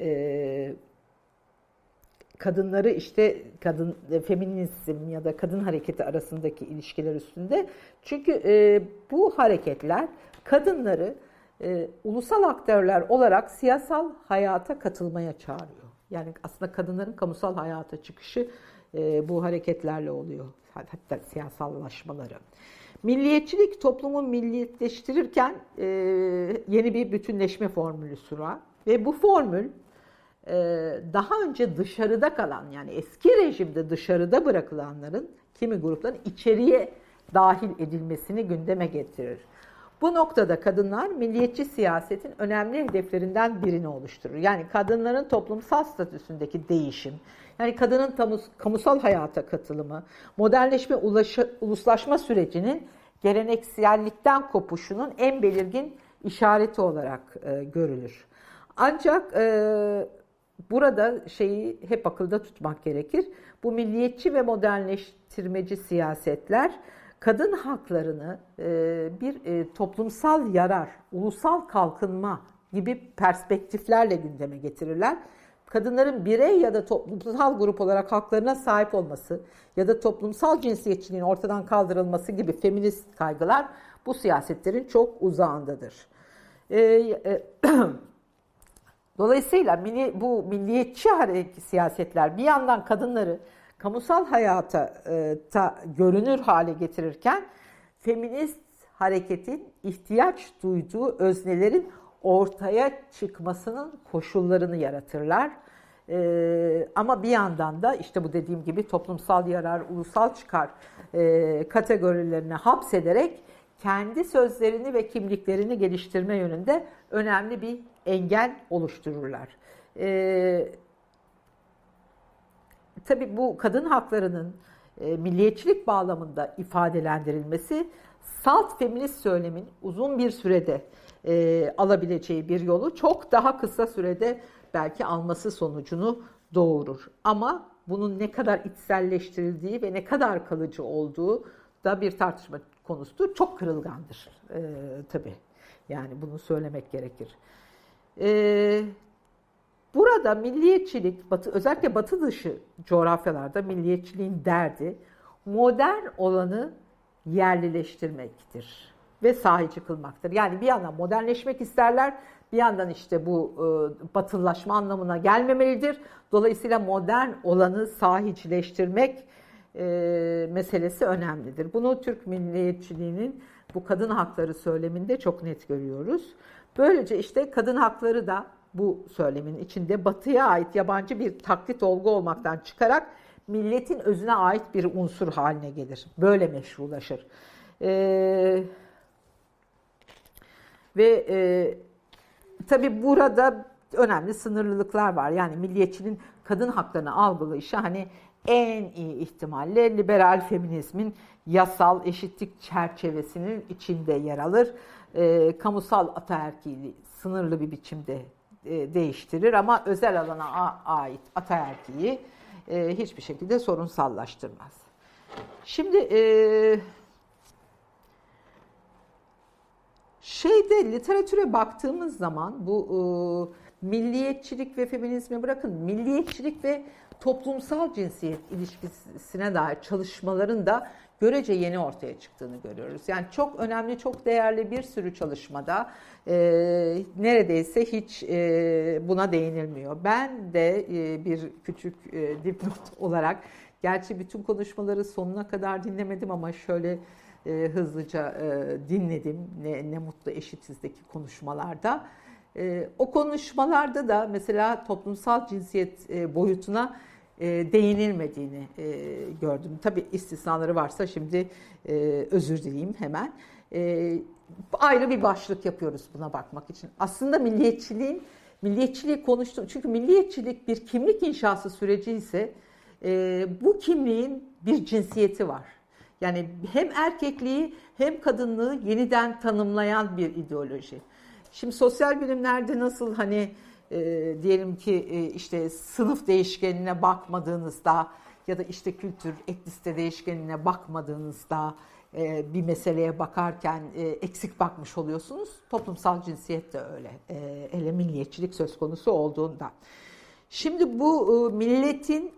kadınları işte feminizm ya da kadın hareketi arasındaki ilişkiler üstünde. Çünkü bu hareketler kadınları ulusal aktörler olarak siyasal hayata katılmaya çağırıyor. Yani aslında kadınların kamusal hayata çıkışı bu hareketlerle oluyor. Hatta siyasallaşmaları. Milliyetçilik toplumu milliyetleştirirken yeni bir bütünleşme formülü sunar. Ve bu formül daha önce dışarıda kalan, yani eski rejimde dışarıda bırakılanların, kimi grupların içeriye dahil edilmesini gündeme getirir. Bu noktada kadınlar milliyetçi siyasetin önemli hedeflerinden birini oluşturur. Yani kadınların toplumsal statüsündeki değişim, yani kadının kamusal hayata katılımı, modernleşme, uluslaşma sürecinin geleneksellikten kopuşunun en belirgin işareti olarak görülür. Ancak burada hep akılda tutmak gerekir. Bu milliyetçi ve modernleştirmeci siyasetler kadın haklarını bir toplumsal yarar, ulusal kalkınma gibi perspektiflerle gündeme getirirler. Kadınların birey ya da toplumsal grup olarak haklarına sahip olması ya da toplumsal cinsiyetçiliğin ortadan kaldırılması gibi feminist kaygılar bu siyasetlerin çok uzağındadır. Dolayısıyla bu milliyetçi siyasetler bir yandan kadınları kamusal hayata görünür hale getirirken feminist hareketin ihtiyaç duyduğu öznelerin ortaya çıkmasının koşullarını yaratırlar. Ama bir yandan da işte bu dediğim gibi toplumsal yarar, ulusal çıkar kategorilerine hapsederek kendi sözlerini ve kimliklerini geliştirme yönünde önemli bir engel oluştururlar. Tabii bu kadın haklarının milliyetçilik bağlamında ifadelendirilmesi salt feminist söylemin uzun bir sürede alabileceği bir yolu çok daha kısa sürede belki alması sonucunu doğurur. Ama bunun ne kadar içselleştirildiği ve ne kadar kalıcı olduğu da bir tartışma konusudur. Çok kırılgandır tabii. Yani bunu söylemek gerekir. Burada milliyetçilik, özellikle batı dışı coğrafyalarda milliyetçiliğin derdi modern olanı yerlileştirmektir ve sahici kılmaktır. Yani bir yandan modernleşmek isterler, bir yandan işte bu batılılaşma anlamına gelmemelidir. Dolayısıyla modern olanı sahicileştirmek meselesi önemlidir. Bunu Türk milliyetçiliğinin bu kadın hakları söyleminde çok net görüyoruz. Böylece işte kadın hakları da bu söylemin içinde batıya ait yabancı bir taklit olgu olmaktan çıkarak milletin özüne ait bir unsur haline gelir. Böyle meşrulaşır. Tabii burada önemli sınırlılıklar var. Yani milliyetçinin kadın haklarını algılayışı hani en iyi ihtimalle liberal feminizmin yasal eşitlik çerçevesinin içinde yer alır. Kamusal ataerkiliği sınırlı bir biçimde değiştirir ama özel alana ait ataerkiyi hiçbir şekilde sorunsallaştırmaz. Şimdi literatüre baktığımız zaman bu milliyetçilik ve feminizmi bırakın, milliyetçilik ve toplumsal cinsiyet ilişkisine dair çalışmaların da görece yeni ortaya çıktığını görüyoruz. Yani çok önemli, çok değerli bir sürü çalışmada neredeyse hiç buna değinilmiyor. Ben de bir küçük dipnot olarak, gerçi bütün konuşmaları sonuna kadar dinlemedim ama şöyle hızlıca dinledim ne mutlu eşitsiz'deki konuşmalarda. O konuşmalarda da mesela toplumsal cinsiyet boyutuna değinilmediğini gördüm. Tabii istisnaları varsa şimdi özür dileyim hemen. Ayrı bir başlık yapıyoruz buna bakmak için. Aslında milliyetçiliği konuştum. Çünkü milliyetçilik bir kimlik inşası süreci ise bu kimliğin bir cinsiyeti var. Yani hem erkekliği hem kadınlığı yeniden tanımlayan bir ideoloji. Şimdi sosyal bilimlerde nasıl hani diyelim ki işte sınıf değişkenine bakmadığınızda ya da işte kültür, etnisite değişkenine bakmadığınızda bir meseleye bakarken eksik bakmış oluyorsunuz. Toplumsal cinsiyet de öyle. Hele milliyetçilik söz konusu olduğunda. Şimdi bu milletin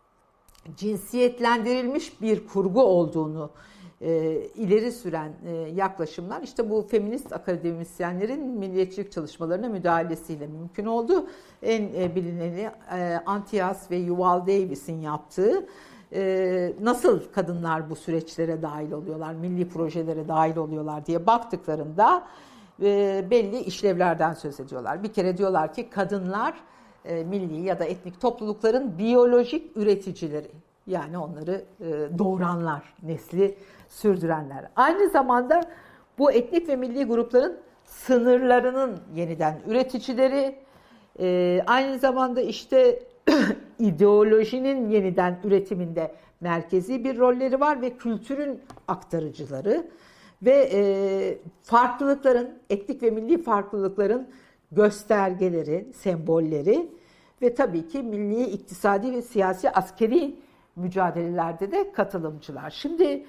cinsiyetlendirilmiş bir kurgu olduğunu ileri süren yaklaşımlar işte bu feminist akademisyenlerin milliyetçilik çalışmalarına müdahalesiyle mümkün oldu. En bilineni Antias ve Yuval Davis'in yaptığı nasıl kadınlar bu süreçlere dahil oluyorlar, milli projelere dahil oluyorlar diye baktıklarında belli işlevlerden söz ediyorlar. Bir kere diyorlar ki kadınlar milli ya da etnik toplulukların biyolojik üreticileri. Yani onları doğuranlar, nesli sürdürenler. Aynı zamanda bu etnik ve milli grupların sınırlarının yeniden üreticileri, aynı zamanda işte ideolojinin yeniden üretiminde merkezi bir rolleri var ve kültürün aktarıcıları ve farklılıkların, etnik ve milli farklılıkların göstergeleri, sembolleri ve tabii ki milli, iktisadi ve siyasi, askeri mücadelelerde de katılımcılar. Şimdi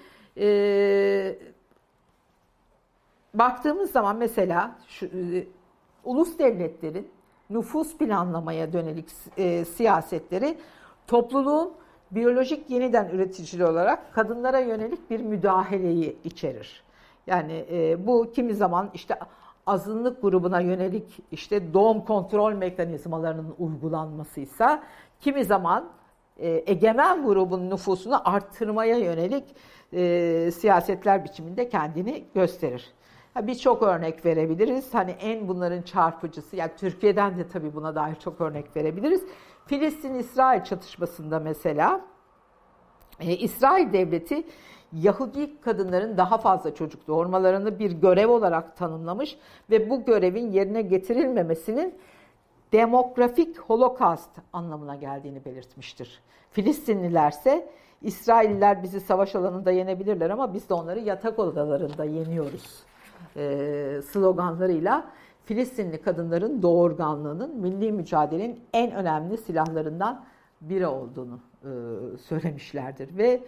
baktığımız zaman mesela ulus devletlerin nüfus planlamaya dönelik siyasetleri topluluğun biyolojik yeniden üreticiliği olarak kadınlara yönelik bir müdahaleyi içerir. Yani bu kimi zaman işte azınlık grubuna yönelik işte doğum kontrol mekanizmalarının uygulanmasıysa, kimi zaman egemen grubun nüfusunu arttırmaya yönelik siyasetler biçiminde kendini gösterir. Birçok örnek verebiliriz. Hani en bunların çarpıcısı, yani Türkiye'den de tabii buna dair çok örnek verebiliriz. Filistin-İsrail çatışmasında mesela İsrail devleti Yahudi kadınların daha fazla çocuk doğurmalarını bir görev olarak tanımlamış ve bu görevin yerine getirilmemesinin demografik holokaust anlamına geldiğini belirtmiştir. Filistinlilerse İsrailliler bizi savaş alanında yenebilirler ama biz de onları yatak odalarında yeniyoruz sloganlarıyla Filistinli kadınların doğurganlığının milli mücadelenin en önemli silahlarından biri olduğunu söylemişlerdir. Ve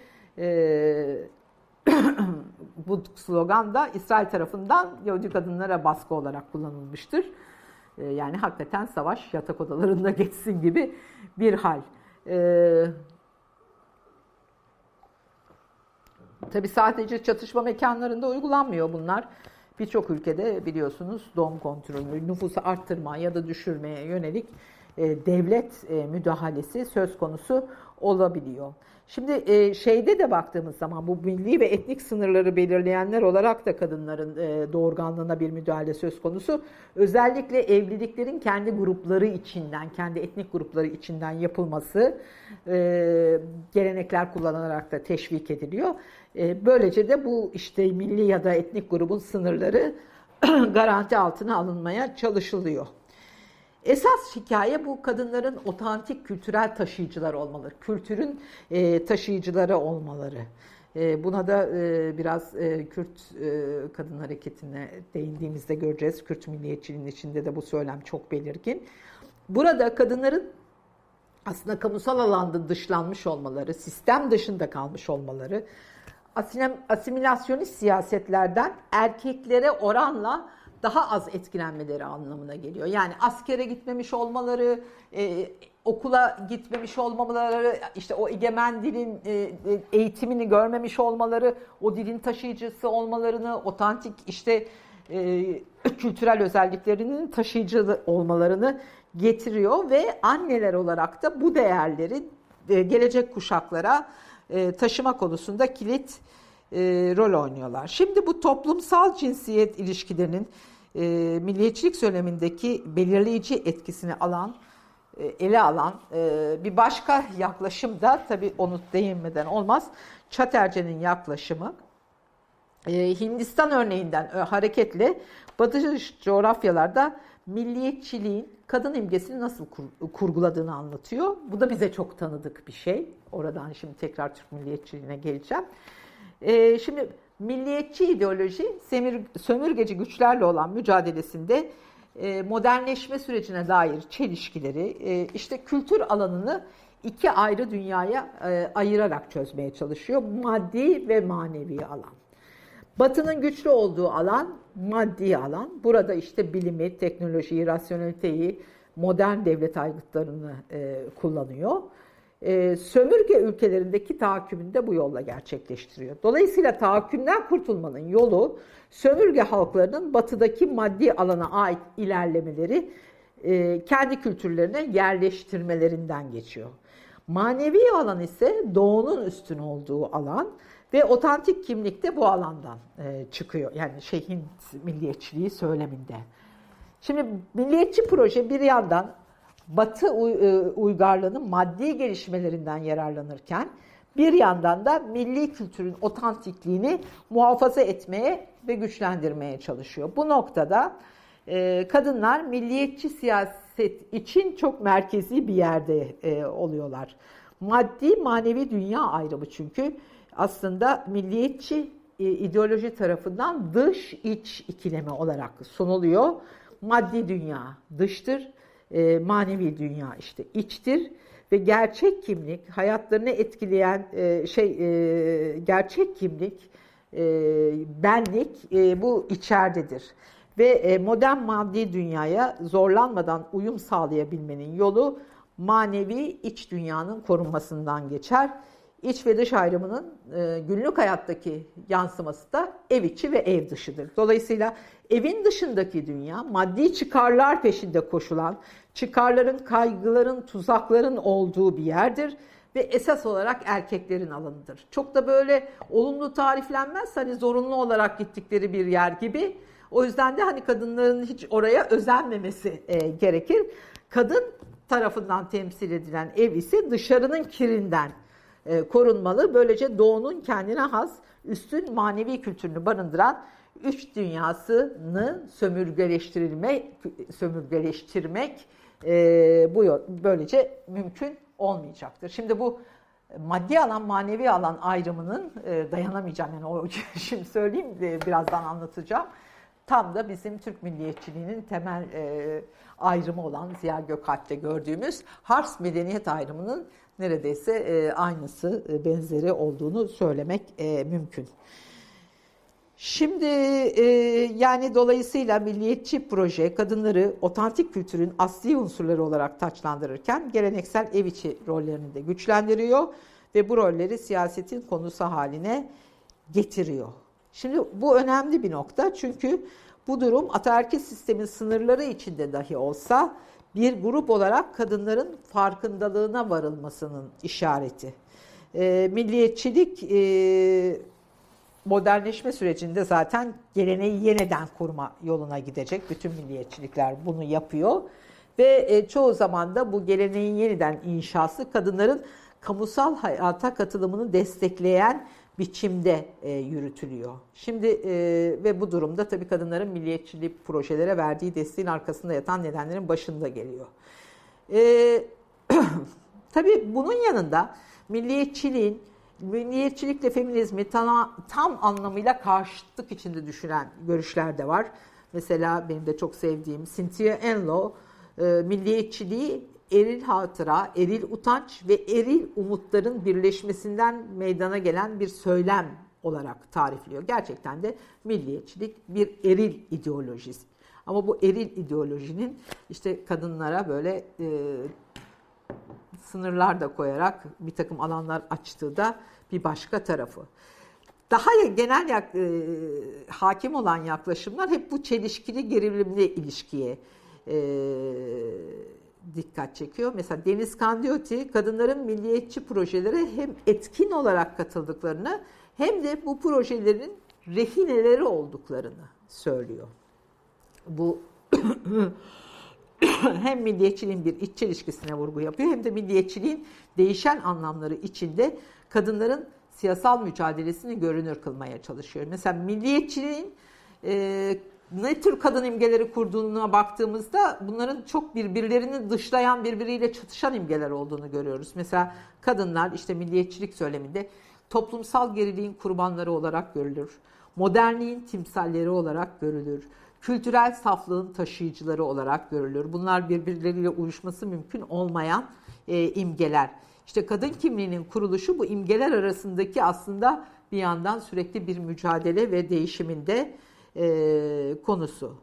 bu slogan da İsrail tarafından Yahudi kadınlara baskı olarak kullanılmıştır. Yani hakikaten savaş yatak odalarında geçsin gibi bir hal. Tabii sadece çatışma mekanlarında uygulanmıyor bunlar. Birçok ülkede biliyorsunuz doğum kontrolü, nüfusu arttırma ya da düşürmeye yönelik devlet müdahalesi söz konusu olabiliyor. Şimdi şeyde de baktığımız zaman bu milli ve etnik sınırları belirleyenler olarak da kadınların doğurganlığına bir müdahale söz konusu. Özellikle evliliklerin kendi grupları içinden, kendi etnik grupları içinden yapılması gelenekler kullanılarak da teşvik ediliyor. Böylece de bu işte milli ya da etnik grubun sınırları garanti altına alınmaya çalışılıyor. Esas hikaye bu kadınların otantik kültürel taşıyıcılar olmaları, kültürün taşıyıcıları olmaları. Buna da biraz Kürt kadın hareketine değindiğimizde göreceğiz. Kürt milliyetçiliğinin içinde de bu söylem çok belirgin. Burada kadınların aslında kamusal alanda dışlanmış olmaları, sistem dışında kalmış olmaları, asimilasyonist siyasetlerden erkeklere oranla daha az etkilenmeleri anlamına geliyor. Yani askere gitmemiş olmaları, okula gitmemiş olmaları, işte o egemen dilin eğitimini görmemiş olmaları, o dilin taşıyıcısı olmalarını, otantik işte kültürel özelliklerinin taşıyıcı olmalarını getiriyor ve anneler olarak da bu değerleri gelecek kuşaklara taşıma konusunda kilit rol oynuyorlar. Şimdi bu toplumsal cinsiyet ilişkilerinin milliyetçilik söylemindeki belirleyici etkisini ele alan bir başka yaklaşım da tabii onu değinmeden olmaz. Chatterjee'nin yaklaşımı. Hindistan örneğinden hareketle Batı coğrafyalarda milliyetçiliğin kadın imgesini nasıl kurguladığını anlatıyor. Bu da bize çok tanıdık bir şey. Oradan şimdi tekrar Türk milliyetçiliğine geleceğim. Şimdi milliyetçi ideoloji sömürgeci güçlerle olan mücadelesinde modernleşme sürecine dair çelişkileri, işte kültür alanını iki ayrı dünyaya ayırarak çözmeye çalışıyor. Maddi ve manevi alan. Batı'nın güçlü olduğu alan maddi alan. Burada işte bilimi, teknolojiyi, rasyoneliteyi, modern devlet aygıtlarını kullanıyor. Sömürge ülkelerindeki tahakkümünü de bu yolla gerçekleştiriyor. Dolayısıyla tahakkümden kurtulmanın yolu sömürge halklarının batıdaki maddi alana ait ilerlemeleri kendi kültürlerine yerleştirmelerinden geçiyor. Manevi alan ise doğunun üstün olduğu alan ve otantik kimlik de bu alandan çıkıyor. Yani Hint milliyetçiliği söyleminde. Şimdi milliyetçi proje bir yandan Batı uygarlığının maddi gelişmelerinden yararlanırken bir yandan da milli kültürün otantikliğini muhafaza etmeye ve güçlendirmeye çalışıyor. Bu noktada kadınlar milliyetçi siyaset için çok merkezi bir yerde oluyorlar. Maddi manevi dünya ayrımı çünkü aslında milliyetçi ideoloji tarafından dış iç ikileme olarak sunuluyor. Maddi dünya dıştır. Manevi dünya işte içtir ve gerçek kimlik, hayatlarını etkileyen gerçek kimlik, benlik bu içeridedir. Ve modern maddi dünyaya zorlanmadan uyum sağlayabilmenin yolu manevi iç dünyanın korunmasından geçer. İç ve dış ayrımının günlük hayattaki yansıması da ev içi ve ev dışıdır. Dolayısıyla evin dışındaki dünya maddi çıkarlar peşinde koşulan, çıkarların, kaygıların, tuzakların olduğu bir yerdir ve esas olarak erkeklerin alanıdır. Çok da böyle olumlu tariflenmez, hani zorunlu olarak gittikleri bir yer gibi. O yüzden de hani kadınların hiç oraya özenmemesi gerekir. Kadın tarafından temsil edilen ev ise dışarının kirinden korunmalı. Böylece doğunun kendine has üstün manevi kültürünü barındıran üç dünyasını sömürgeleştirmek böylece mümkün olmayacaktır. Şimdi bu maddi alan, manevi alan ayrımının dayanamayacağım. Yani o şimdi söyleyeyim, birazdan anlatacağım. Tam da bizim Türk milliyetçiliğinin temel ayrımı olan Ziya Gökalp'te gördüğümüz Hars medeniyet ayrımının neredeyse aynısı, benzeri olduğunu söylemek mümkün. Şimdi yani dolayısıyla milliyetçi proje kadınları otantik kültürün asli unsurları olarak taçlandırırken geleneksel ev içi rollerini de güçlendiriyor ve bu rolleri siyasetin konusu haline getiriyor. Şimdi bu önemli bir nokta, çünkü bu durum ataerkil sistemin sınırları içinde dahi olsa bir grup olarak kadınların farkındalığına varılmasının işareti. Milliyetçilik modernleşme sürecinde zaten geleneği yeniden kurma yoluna gidecek. Bütün milliyetçilikler bunu yapıyor ve çoğu zaman da bu geleneğin yeniden inşası kadınların kamusal hayata katılımını destekleyen biçimde yürütülüyor. Şimdi ve bu durumda tabii kadınların milliyetçilik projelere verdiği desteğin arkasında yatan nedenlerin başında geliyor. Tabii bunun yanında milliyetçilikle feminizmi tam anlamıyla karşıtlık içinde düşünen görüşler de var. Mesela benim de çok sevdiğim Cynthia Enloe, milliyetçiliği eril hatıra, eril utanç ve eril umutların birleşmesinden meydana gelen bir söylem olarak tarifliyor. Gerçekten de milliyetçilik bir eril ideolojisi. Ama bu eril ideolojinin işte kadınlara böyle sınırlar da koyarak bir takım alanlar açtığı da bir başka tarafı. Daha genel hakim olan yaklaşımlar hep bu çelişkili gerilimli ilişkiye dikkat çekiyor. Mesela Deniz Candioti kadınların milliyetçi projelere hem etkin olarak katıldıklarını hem de bu projelerin rehineleri olduklarını söylüyor. Bu hem milliyetçiliğin bir iç çelişkisine vurgu yapıyor hem de milliyetçiliğin değişen anlamları içinde kadınların siyasal mücadelesini görünür kılmaya çalışıyor. Mesela milliyetçiliğin ne tür kadın imgeleri kurduğuna baktığımızda bunların çok birbirlerini dışlayan, birbiriyle çatışan imgeler olduğunu görüyoruz. Mesela kadınlar işte milliyetçilik söyleminde toplumsal geriliğin kurbanları olarak görülür, modernliğin timsalleri olarak görülür, kültürel saflığın taşıyıcıları olarak görülür. Bunlar birbirleriyle uyuşması mümkün olmayan imgeler. İşte kadın kimliğinin kuruluşu bu imgeler arasındaki aslında bir yandan sürekli bir mücadele ve değişiminde konusu.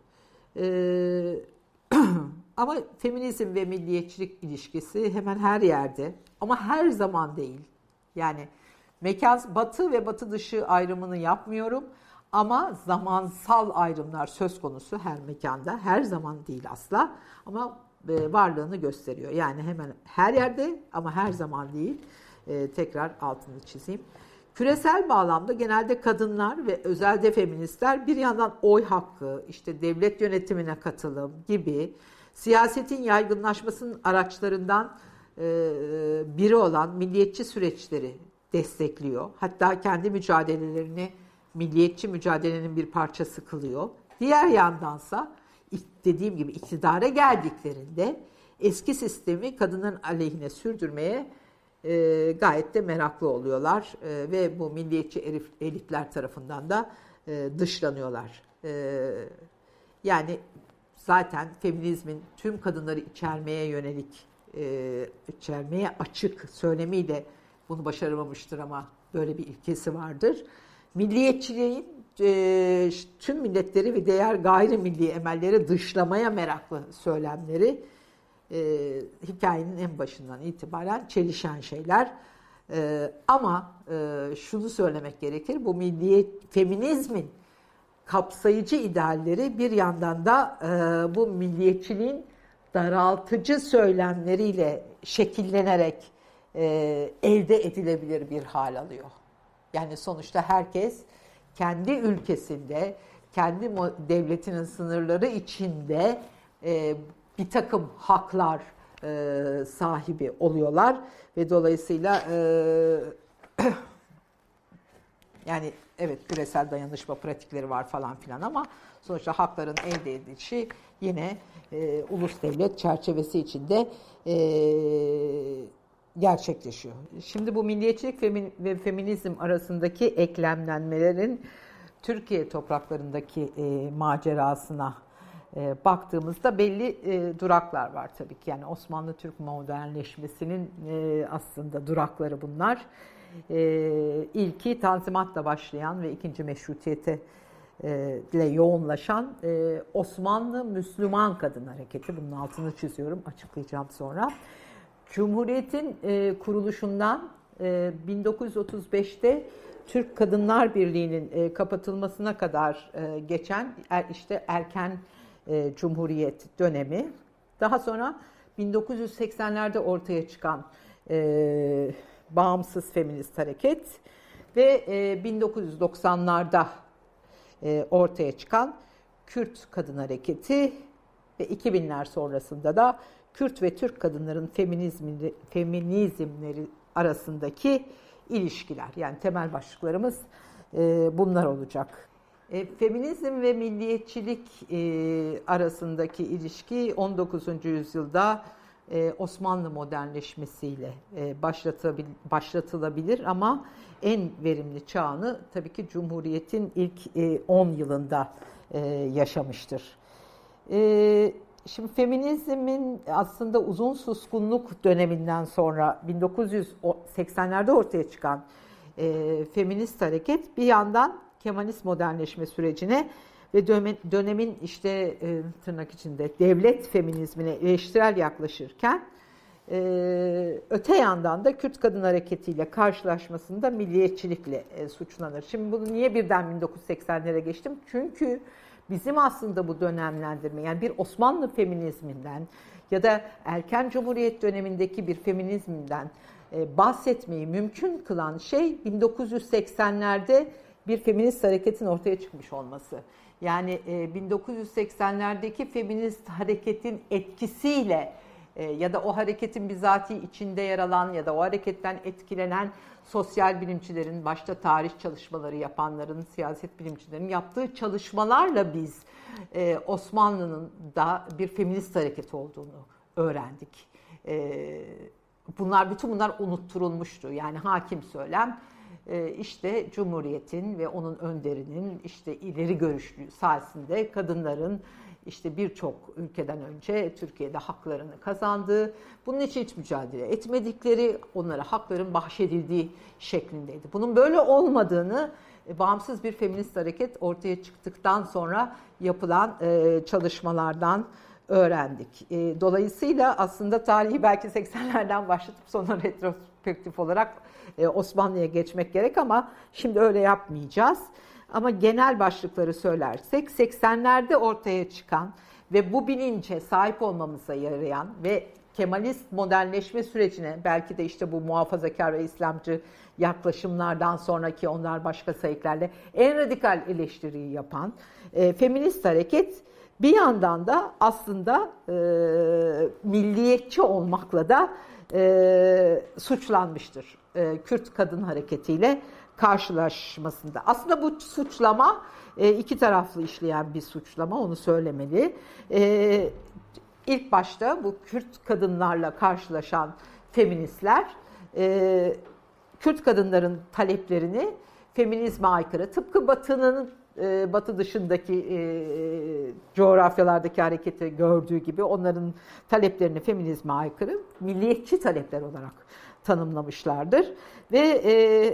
Ama feminizm ve milliyetçilik ilişkisi hemen her yerde ama her zaman değil. Yani mekan batı ve batı dışı ayrımını yapmıyorum ama zamansal ayrımlar söz konusu her mekanda, her zaman değil asla ama varlığını gösteriyor. Yani hemen her yerde ama her zaman değil. Tekrar altını çizeyim. Küresel bağlamda genelde kadınlar ve özelde feministler bir yandan oy hakkı, işte devlet yönetimine katılım gibi siyasetin yaygınlaşmasının araçlarından biri olan milliyetçi süreçleri destekliyor. Hatta kendi mücadelelerini milliyetçi mücadelenin bir parçası kılıyor. Diğer yandansa dediğim gibi iktidara geldiklerinde eski sistemi kadının aleyhine sürdürmeye gayet de meraklı oluyorlar ve bu milliyetçi elitler tarafından da dışlanıyorlar. Yani zaten feminizmin tüm kadınları içermeye yönelik, içermeye açık söylemiyle bunu başaramamıştır ama böyle bir ilkesi vardır. Milliyetçiliğin tüm milletleri ve diğer gayrimilli emelleri dışlamaya meraklı söylemleri hikayenin en başından itibaren çelişen şeyler. Ama şunu söylemek gerekir, bu feminizmin kapsayıcı idealleri bir yandan da bu milliyetçiliğin daraltıcı söylemleriyle şekillenerek elde edilebilir bir hal alıyor. Yani sonuçta herkes kendi ülkesinde, kendi devletinin sınırları içinde bir takım haklar sahibi oluyorlar ve dolayısıyla yani evet küresel dayanışma pratikleri var falan filan ama sonuçta hakların elde edilişi yine ulus devlet çerçevesi içinde gerçekleşiyor. Şimdi bu milliyetçilik ve feminizm arasındaki eklemlenmelerin Türkiye topraklarındaki macerasına baktığımızda belli duraklar var tabii ki. Yani Osmanlı Türk modernleşmesinin aslında durakları bunlar. İlki Tanzimat'la başlayan ve ikinci Meşrutiyete ile yoğunlaşan Osmanlı Müslüman Kadın Hareketi. Bunun altını çiziyorum, açıklayacağım sonra. Cumhuriyet'in kuruluşundan 1935'te Türk Kadınlar Birliği'nin kapatılmasına kadar geçen işte erken Cumhuriyet dönemi. Daha sonra 1980'lerde ortaya çıkan bağımsız feminist hareket ve 1990'larda ortaya çıkan Kürt Kadın Hareketi ve 2000'ler sonrasında da Kürt ve Türk kadınların feminizmleri arasındaki ilişkiler. Yani temel başlıklarımız bunlar olacak. Feminizm ve milliyetçilik arasındaki ilişki 19. yüzyılda Osmanlı modernleşmesiyle başlatılabilir ama en verimli çağını tabii ki Cumhuriyet'in ilk 10 yılında yaşamıştır. Şimdi feminizmin aslında uzun suskunluk döneminden sonra 1980'lerde ortaya çıkan feminist hareket bir yandan Kemalist modernleşme sürecine ve dönemin işte tırnak içinde devlet feminizmine eleştirel yaklaşırken öte yandan da Kürt Kadın Hareketi'yle karşılaşmasında milliyetçilikle suçlanır. Şimdi bunu niye birden 1980'lere geçtim? Çünkü bizim aslında bu dönemlendirme yani bir Osmanlı feminizminden ya da erken Cumhuriyet dönemindeki bir feminizmden bahsetmeyi mümkün kılan şey 1980'lerde bir feminist hareketin ortaya çıkmış olması. Yani 1980'lerdeki feminist hareketin etkisiyle ya da o hareketin bizatihi içinde yer alan ya da o hareketten etkilenen sosyal bilimcilerin, başta tarih çalışmaları yapanların, siyaset bilimcilerin yaptığı çalışmalarla biz Osmanlı'nın da bir feminist hareket olduğunu öğrendik. Bütün bunlar unutturulmuştu. Yani hakim söylem işte Cumhuriyet'in ve onun önderinin işte ileri görüşlülüğü sayesinde kadınların işte birçok ülkeden önce Türkiye'de haklarını kazandığı, bunun için hiç mücadele etmedikleri, onlara hakların bahşedildiği şeklindeydi. Bunun böyle olmadığını bağımsız bir feminist hareket ortaya çıktıktan sonra yapılan çalışmalardan öğrendik. Dolayısıyla aslında tarihi belki 80'lerden başlatıp sonra retrospektif olarak Osmanlı'ya geçmek gerek ama şimdi öyle yapmayacağız. Ama genel başlıkları söylersek 80'lerde ortaya çıkan ve bu bilince sahip olmamıza yarayan ve Kemalist modernleşme sürecine belki de işte bu muhafazakar ve İslamcı yaklaşımlardan sonraki onlar başka sayıklarla en radikal eleştiriyi yapan feminist hareket bir yandan da aslında milliyetçi olmakla da suçlanmıştır. Kürt Kadın Hareketi'yle karşılaşmasında. Aslında bu suçlama iki taraflı işleyen bir suçlama, onu söylemeli. İlk başta bu Kürt kadınlarla karşılaşan feministler Kürt kadınların taleplerini feminizme aykırı, tıpkı Batı dışındaki coğrafyalardaki hareketi gördüğü gibi onların taleplerini feminizme aykırı, milliyetçi talepler olarak tanımlamışlardır. Ve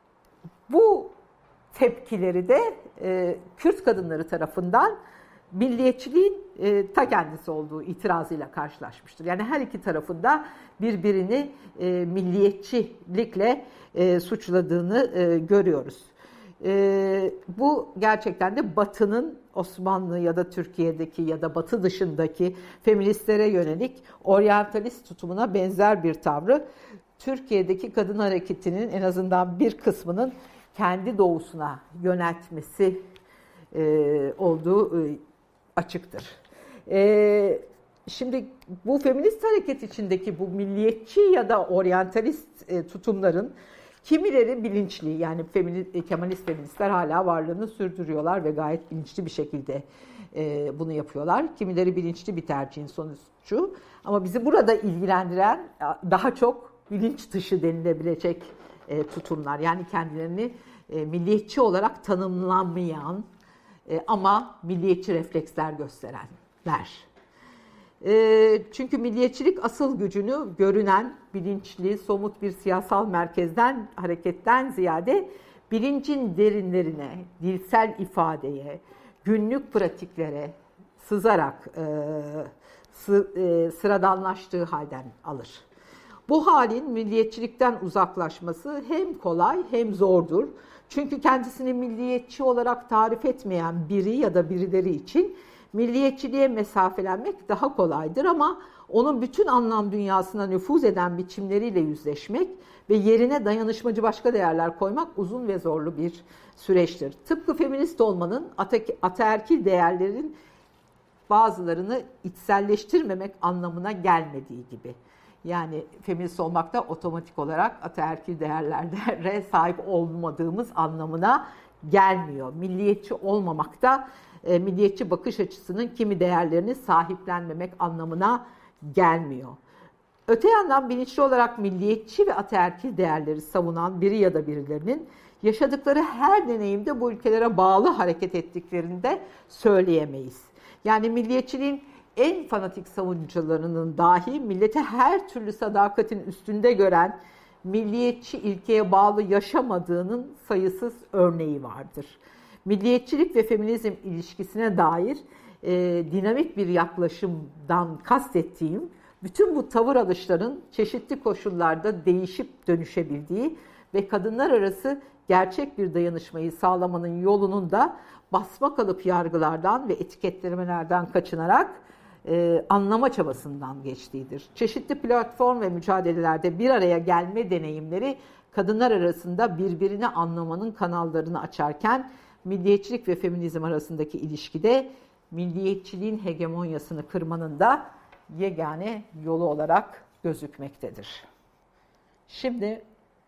bu tepkileri de Kürt kadınları tarafından milliyetçiliğin ta kendisi olduğu itirazıyla karşılaşmıştır. Yani her iki tarafında birbirini milliyetçilikle suçladığını görüyoruz. Bu gerçekten de Batı'nın Osmanlı ya da Türkiye'deki ya da Batı dışındaki feministlere yönelik oryantalist tutumuna benzer bir tavrı Türkiye'deki kadın hareketinin en azından bir kısmının kendi doğusuna yöneltmesi olduğu açıktır. Şimdi bu feminist hareket içindeki bu milliyetçi ya da oryantalist tutumların kimileri bilinçli, yani Kemalist feministler hala varlığını sürdürüyorlar ve gayet bilinçli bir şekilde bunu yapıyorlar. Kimileri bilinçli bir tercihin sonucu, ama bizi burada ilgilendiren daha çok bilinç dışı denilebilecek tutumlar. Yani kendilerini milliyetçi olarak tanımlanmayan ama milliyetçi refleksler gösterenler. Çünkü milliyetçilik asıl gücünü görünen, bilinçli, somut bir siyasal merkezden, hareketten ziyade bilincin derinlerine, dilsel ifadeye, günlük pratiklere sızarak sıradanlaştığı halden alır. Bu halin milliyetçilikten uzaklaşması hem kolay hem zordur. Çünkü kendisini milliyetçi olarak tarif etmeyen biri ya da birileri için milliyetçiliğe mesafelenmek daha kolaydır, ama onun bütün anlam dünyasına nüfuz eden biçimleriyle yüzleşmek ve yerine dayanışmacı başka değerler koymak uzun ve zorlu bir süreçtir. Tıpkı feminist olmanın ataerkil değerlerin bazılarını içselleştirmemek anlamına gelmediği gibi. Yani feminist olmak da otomatik olarak ataerkil değerlere sahip olmadığımız anlamına gelmiyor. Milliyetçi olmamak da milliyetçi bakış açısının kimi değerlerini sahiplenmemek anlamına gelmiyor. Öte yandan bilinçli olarak milliyetçi ve ataerkil değerleri savunan biri ya da birilerinin yaşadıkları her deneyimde bu ülkelere bağlı hareket ettiklerini de söyleyemeyiz. Yani milliyetçiliğin en fanatik savunucularının dahi millete her türlü sadakatin üstünde gören milliyetçi ilkeye bağlı yaşamadığının sayısız örneği vardır. Milliyetçilik ve feminizm ilişkisine dair dinamik bir yaklaşımdan kastettiğim, bütün bu tavır alışların çeşitli koşullarda değişip dönüşebildiği ve kadınlar arası gerçek bir dayanışmayı sağlamanın yolunun da basma kalıp yargılardan ve etiketlemelerden kaçınarak anlama çabasından geçtiğidir. Çeşitli platform ve mücadelelerde bir araya gelme deneyimleri kadınlar arasında birbirini anlamanın kanallarını açarken, milliyetçilik ve feminizm arasındaki ilişkide milliyetçiliğin hegemonyasını kırmanın da yegane yolu olarak gözükmektedir. Şimdi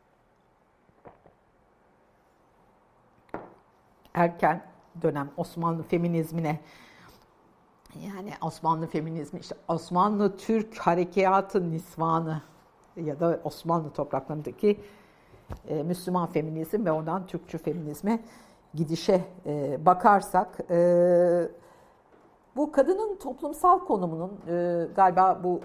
erken dönem Osmanlı feminizmine, yani Osmanlı feminizmi, işte Osmanlı Türk Harekatı Nisvanı ya da Osmanlı topraklarındaki Müslüman feminizm ve oradan Türkçü feminizme gidişe bakarsak, bu kadının toplumsal konumunun galiba bu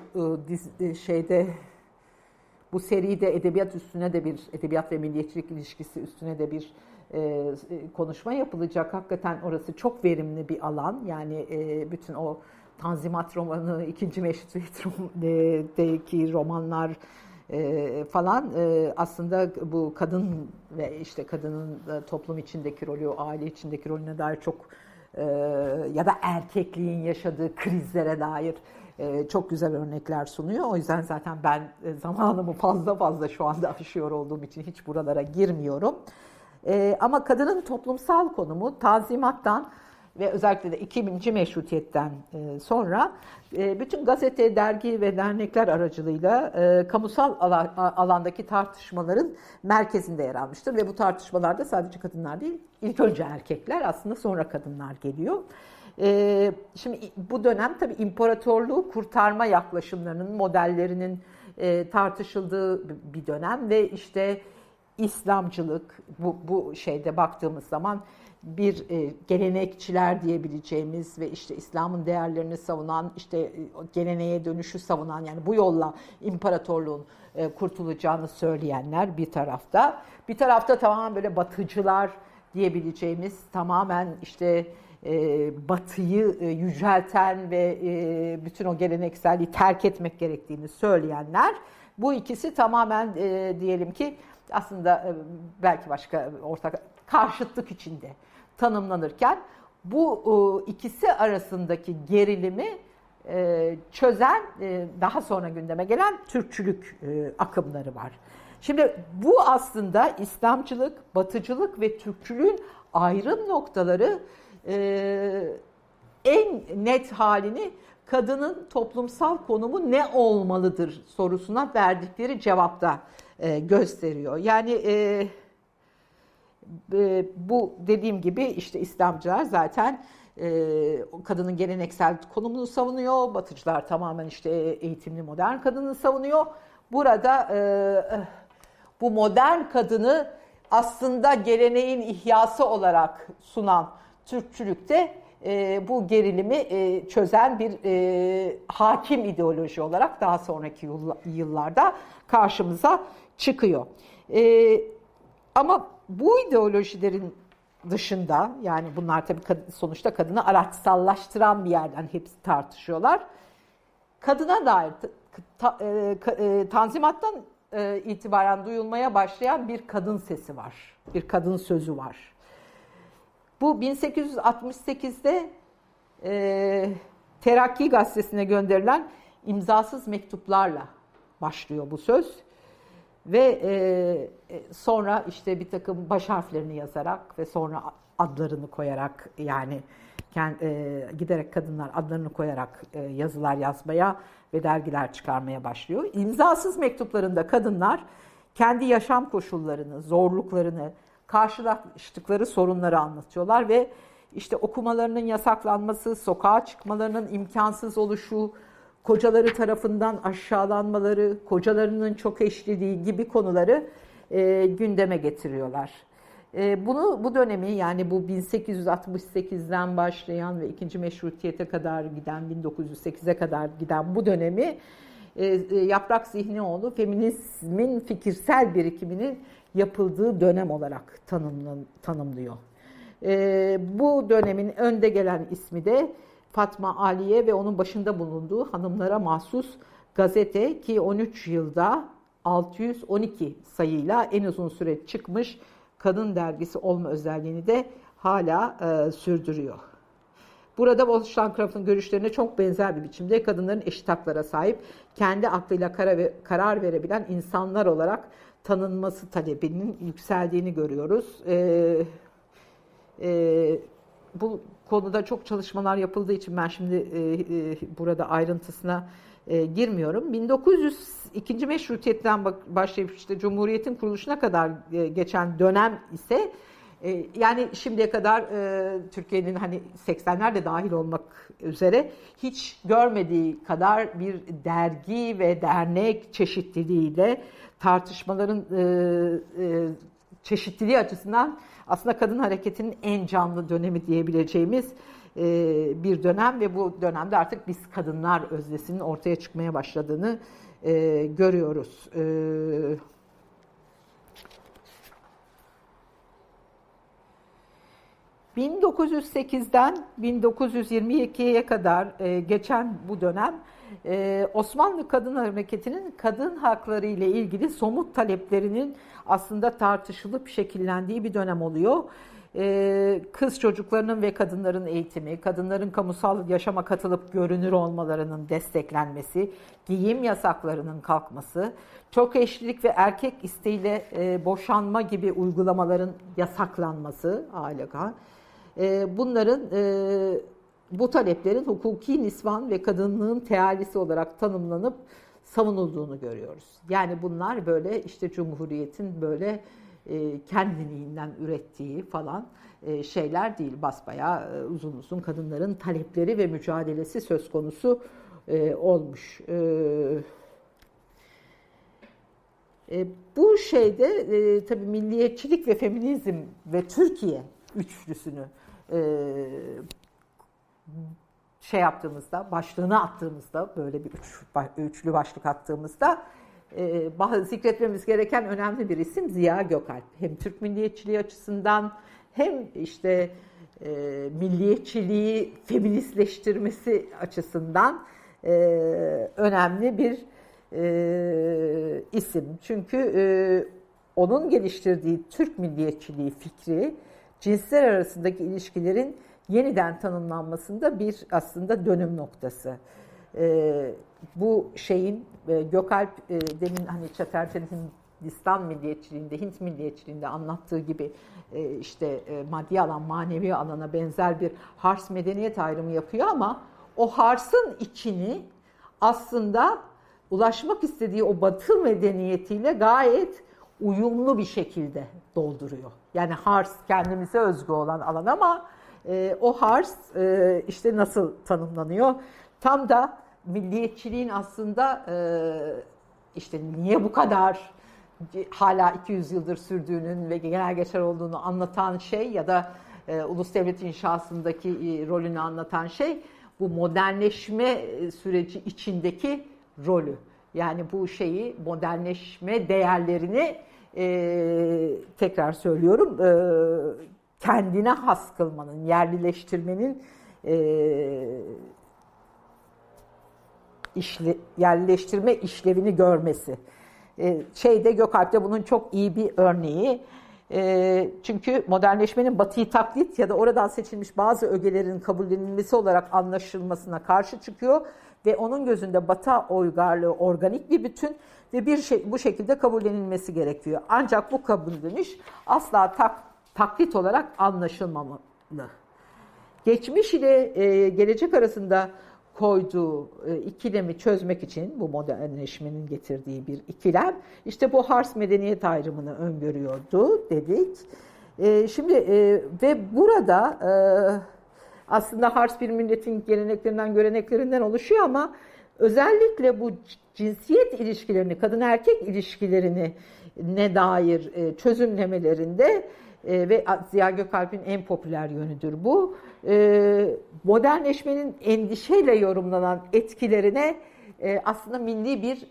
bu seride edebiyat ve milliyetçilik ilişkisi üstüne de bir konuşma yapılacak. Hakikaten orası çok verimli bir alan. Yani bütün o Tanzimat romanı, 2. Meşrutiyet'teki romanlar falan aslında bu kadın ve işte kadının toplum içindeki rolü, aile içindeki rolüne dair çok ya da erkekliğin yaşadığı krizlere dair çok güzel örnekler sunuyor. O yüzden zaten ben zamanımı fazla şu anda aşıyor olduğum için hiç buralara girmiyorum. Ama kadının toplumsal konumu Tanzimat'tan ve özellikle de 2. Meşrutiyet'ten sonra bütün gazete, dergi ve dernekler aracılığıyla kamusal alandaki tartışmaların merkezinde yer almıştır. Ve bu tartışmalarda sadece kadınlar değil, ilk önce erkekler, aslında sonra kadınlar geliyor. Şimdi bu dönem tabii imparatorluğu kurtarma yaklaşımlarının, modellerinin tartışıldığı bir dönem ve işte İslamcılık, bu şeyde baktığımız zaman bir gelenekçiler diyebileceğimiz ve işte İslam'ın değerlerini savunan, işte geleneğe dönüşü savunan, yani bu yolla imparatorluğun kurtulacağını söyleyenler bir tarafta. Bir tarafta tamamen böyle batıcılar diyebileceğimiz, tamamen işte batıyı yücelten ve bütün o gelenekselliği terk etmek gerektiğini söyleyenler. Bu ikisi tamamen diyelim ki aslında belki başka ortak karşıtlık içinde tanımlanırken, bu ikisi arasındaki gerilimi çözen, daha sonra gündeme gelen Türkçülük akımları var. Şimdi bu aslında İslamcılık, Batıcılık ve Türkçülüğün ayrım noktaları en net halini kadının toplumsal konumu ne olmalıdır sorusuna verdikleri cevapta gösteriyor. Yani bu dediğim gibi işte İslamcılar zaten kadının geleneksel konumunu savunuyor. Batıcılar tamamen işte eğitimli modern kadını savunuyor. Burada bu modern kadını aslında geleneğin ihyası olarak sunan Türkçülükte bu gerilimi çözen bir hakim ideoloji olarak daha sonraki yıllarda karşımıza çıkıyor. Ama bu ideolojilerin dışında, yani bunlar tabii sonuçta kadını araçsallaştıran bir yerden hepsi tartışıyorlar. Kadına dair Tanzimat'tan itibaren duyulmaya başlayan bir kadın sesi var, bir kadın sözü var. Bu 1868'de Terakki Gazetesi'ne gönderilen imzasız mektuplarla başlıyor bu söz. Ve sonra işte bir takım baş harflerini yazarak ve sonra adlarını koyarak, yani giderek kadınlar adlarını koyarak yazılar yazmaya ve dergiler çıkarmaya başlıyor. İmzasız mektuplarında kadınlar kendi yaşam koşullarını, zorluklarını, karşılaştıkları sorunları anlatıyorlar ve işte okumalarının yasaklanması, sokağa çıkmalarının imkansız oluşu, kocaları tarafından aşağılanmaları, kocalarının çok eşliliği gibi konuları gündeme getiriyorlar. Bu dönemi, yani bu 1868'den başlayan ve ikinci meşrutiyete kadar giden, 1908'e kadar giden bu dönemi Yaprak Zihnioğlu feminizmin fikirsel birikiminin yapıldığı dönem olarak tanımlıyor. Bu dönemin önde gelen ismi de Fatma Aliye ve onun başında bulunduğu hanımlara mahsus gazete, ki 13 yılda 612 sayıyla en uzun süre çıkmış kadın dergisi olma özelliğini de hala sürdürüyor. Burada Wollstonecraft'ın görüşlerine çok benzer bir biçimde kadınların eşit haklara sahip, kendi aklıyla karar verebilen insanlar olarak tanınması talebinin yükseldiğini görüyoruz. Bu konuda çok çalışmalar yapıldığı için ben şimdi burada ayrıntısına girmiyorum. 1902. Meşrutiyetten başlayıp işte Cumhuriyet'in kuruluşuna kadar geçen dönem ise yani şimdiye kadar Türkiye'nin hani 80'lerde dahil olmak üzere hiç görmediği kadar bir dergi ve dernek çeşitliliğiyle tartışmaların çeşitliliği açısından aslında kadın hareketinin en canlı dönemi diyebileceğimiz bir dönem ve bu dönemde artık biz kadınlar öznesinin ortaya çıkmaya başladığını görüyoruz. ...1908'den 1922'ye kadar geçen bu dönem... Osmanlı Kadın Hareketi'nin kadın hakları ile ilgili somut taleplerinin aslında tartışılıp şekillendiği bir dönem oluyor. Kız çocuklarının ve kadınların eğitimi, kadınların kamusal yaşama katılıp görünür olmalarının desteklenmesi, giyim yasaklarının kalkması, çok eşlilik ve erkek isteğiyle boşanma gibi uygulamaların yasaklanması hala. Bunların bu taleplerin hukuki nisvan ve kadınlığın tealisi olarak tanımlanıp savunulduğunu görüyoruz. Yani bunlar böyle işte Cumhuriyet'in böyle kendiliğinden ürettiği falan şeyler değil. Basbayağı uzun uzun kadınların talepleri ve mücadelesi söz konusu olmuş. Bu şeyde tabii milliyetçilik ve feminizm ve Türkiye üçlüsünü şey yaptığımızda, başlığını attığımızda, böyle bir üçlü başlık attığımızda zikretmemiz gereken önemli bir isim Ziya Gökalp. Hem Türk milliyetçiliği açısından hem işte milliyetçiliği feministleştirmesi açısından önemli bir isim. Çünkü onun geliştirdiği Türk milliyetçiliği fikri cinsler arasındaki ilişkilerin yeniden tanımlanmasında bir aslında dönüm noktası. Bu şeyin Gökalp demin hani Çaterten'in Hindistan milliyetçiliğinde, Hint milliyetçiliğinde anlattığı gibi maddi alan, manevi alana benzer bir Hars medeniyet ayrımı yapıyor ama o Hars'ın içini aslında ulaşmak istediği o Batı medeniyetiyle gayet uyumlu bir şekilde dolduruyor. Yani Hars kendimize özgü olan alan ama o Hars nasıl tanımlanıyor? Tam da milliyetçiliğin aslında niye bu kadar hala 200 yıldır sürdüğünün ve genel geçer olduğunu anlatan şey ya da ulus devlet inşasındaki rolünü anlatan şey bu modernleşme süreci içindeki rolü. Yani bu modernleşme değerlerini tekrar söylüyorum kendine has kılmanın, yerlileştirmenin yerleştirme işlevini görmesi. Gökalp'te bunun çok iyi bir örneği. Çünkü modernleşmenin Batı'yı taklit ya da oradan seçilmiş bazı ögelerin kabullenilmesi olarak anlaşılmasına karşı çıkıyor ve onun gözünde Batı uygarlığı organik bir bütün ve bu şekilde kabullenilmesi gerekiyor. Ancak bu kabulleniş asla taklit olarak anlaşılmamalı. Geçmiş ile gelecek arasında koyduğu ikilemi çözmek için bu modernleşmenin getirdiği bir ikilem bu Hars medeniyet ayrımını öngörüyordu dedik. Ve burada aslında Hars bir milletin geleneklerinden, göreneklerinden oluşuyor ama özellikle bu cinsiyet ilişkilerini, kadın erkek ilişkilerini ne dair çözümlemelerinde ve Ziya Gökalp'in en popüler yönüdür bu. Modernleşmenin endişeyle yorumlanan etkilerine aslında milli bir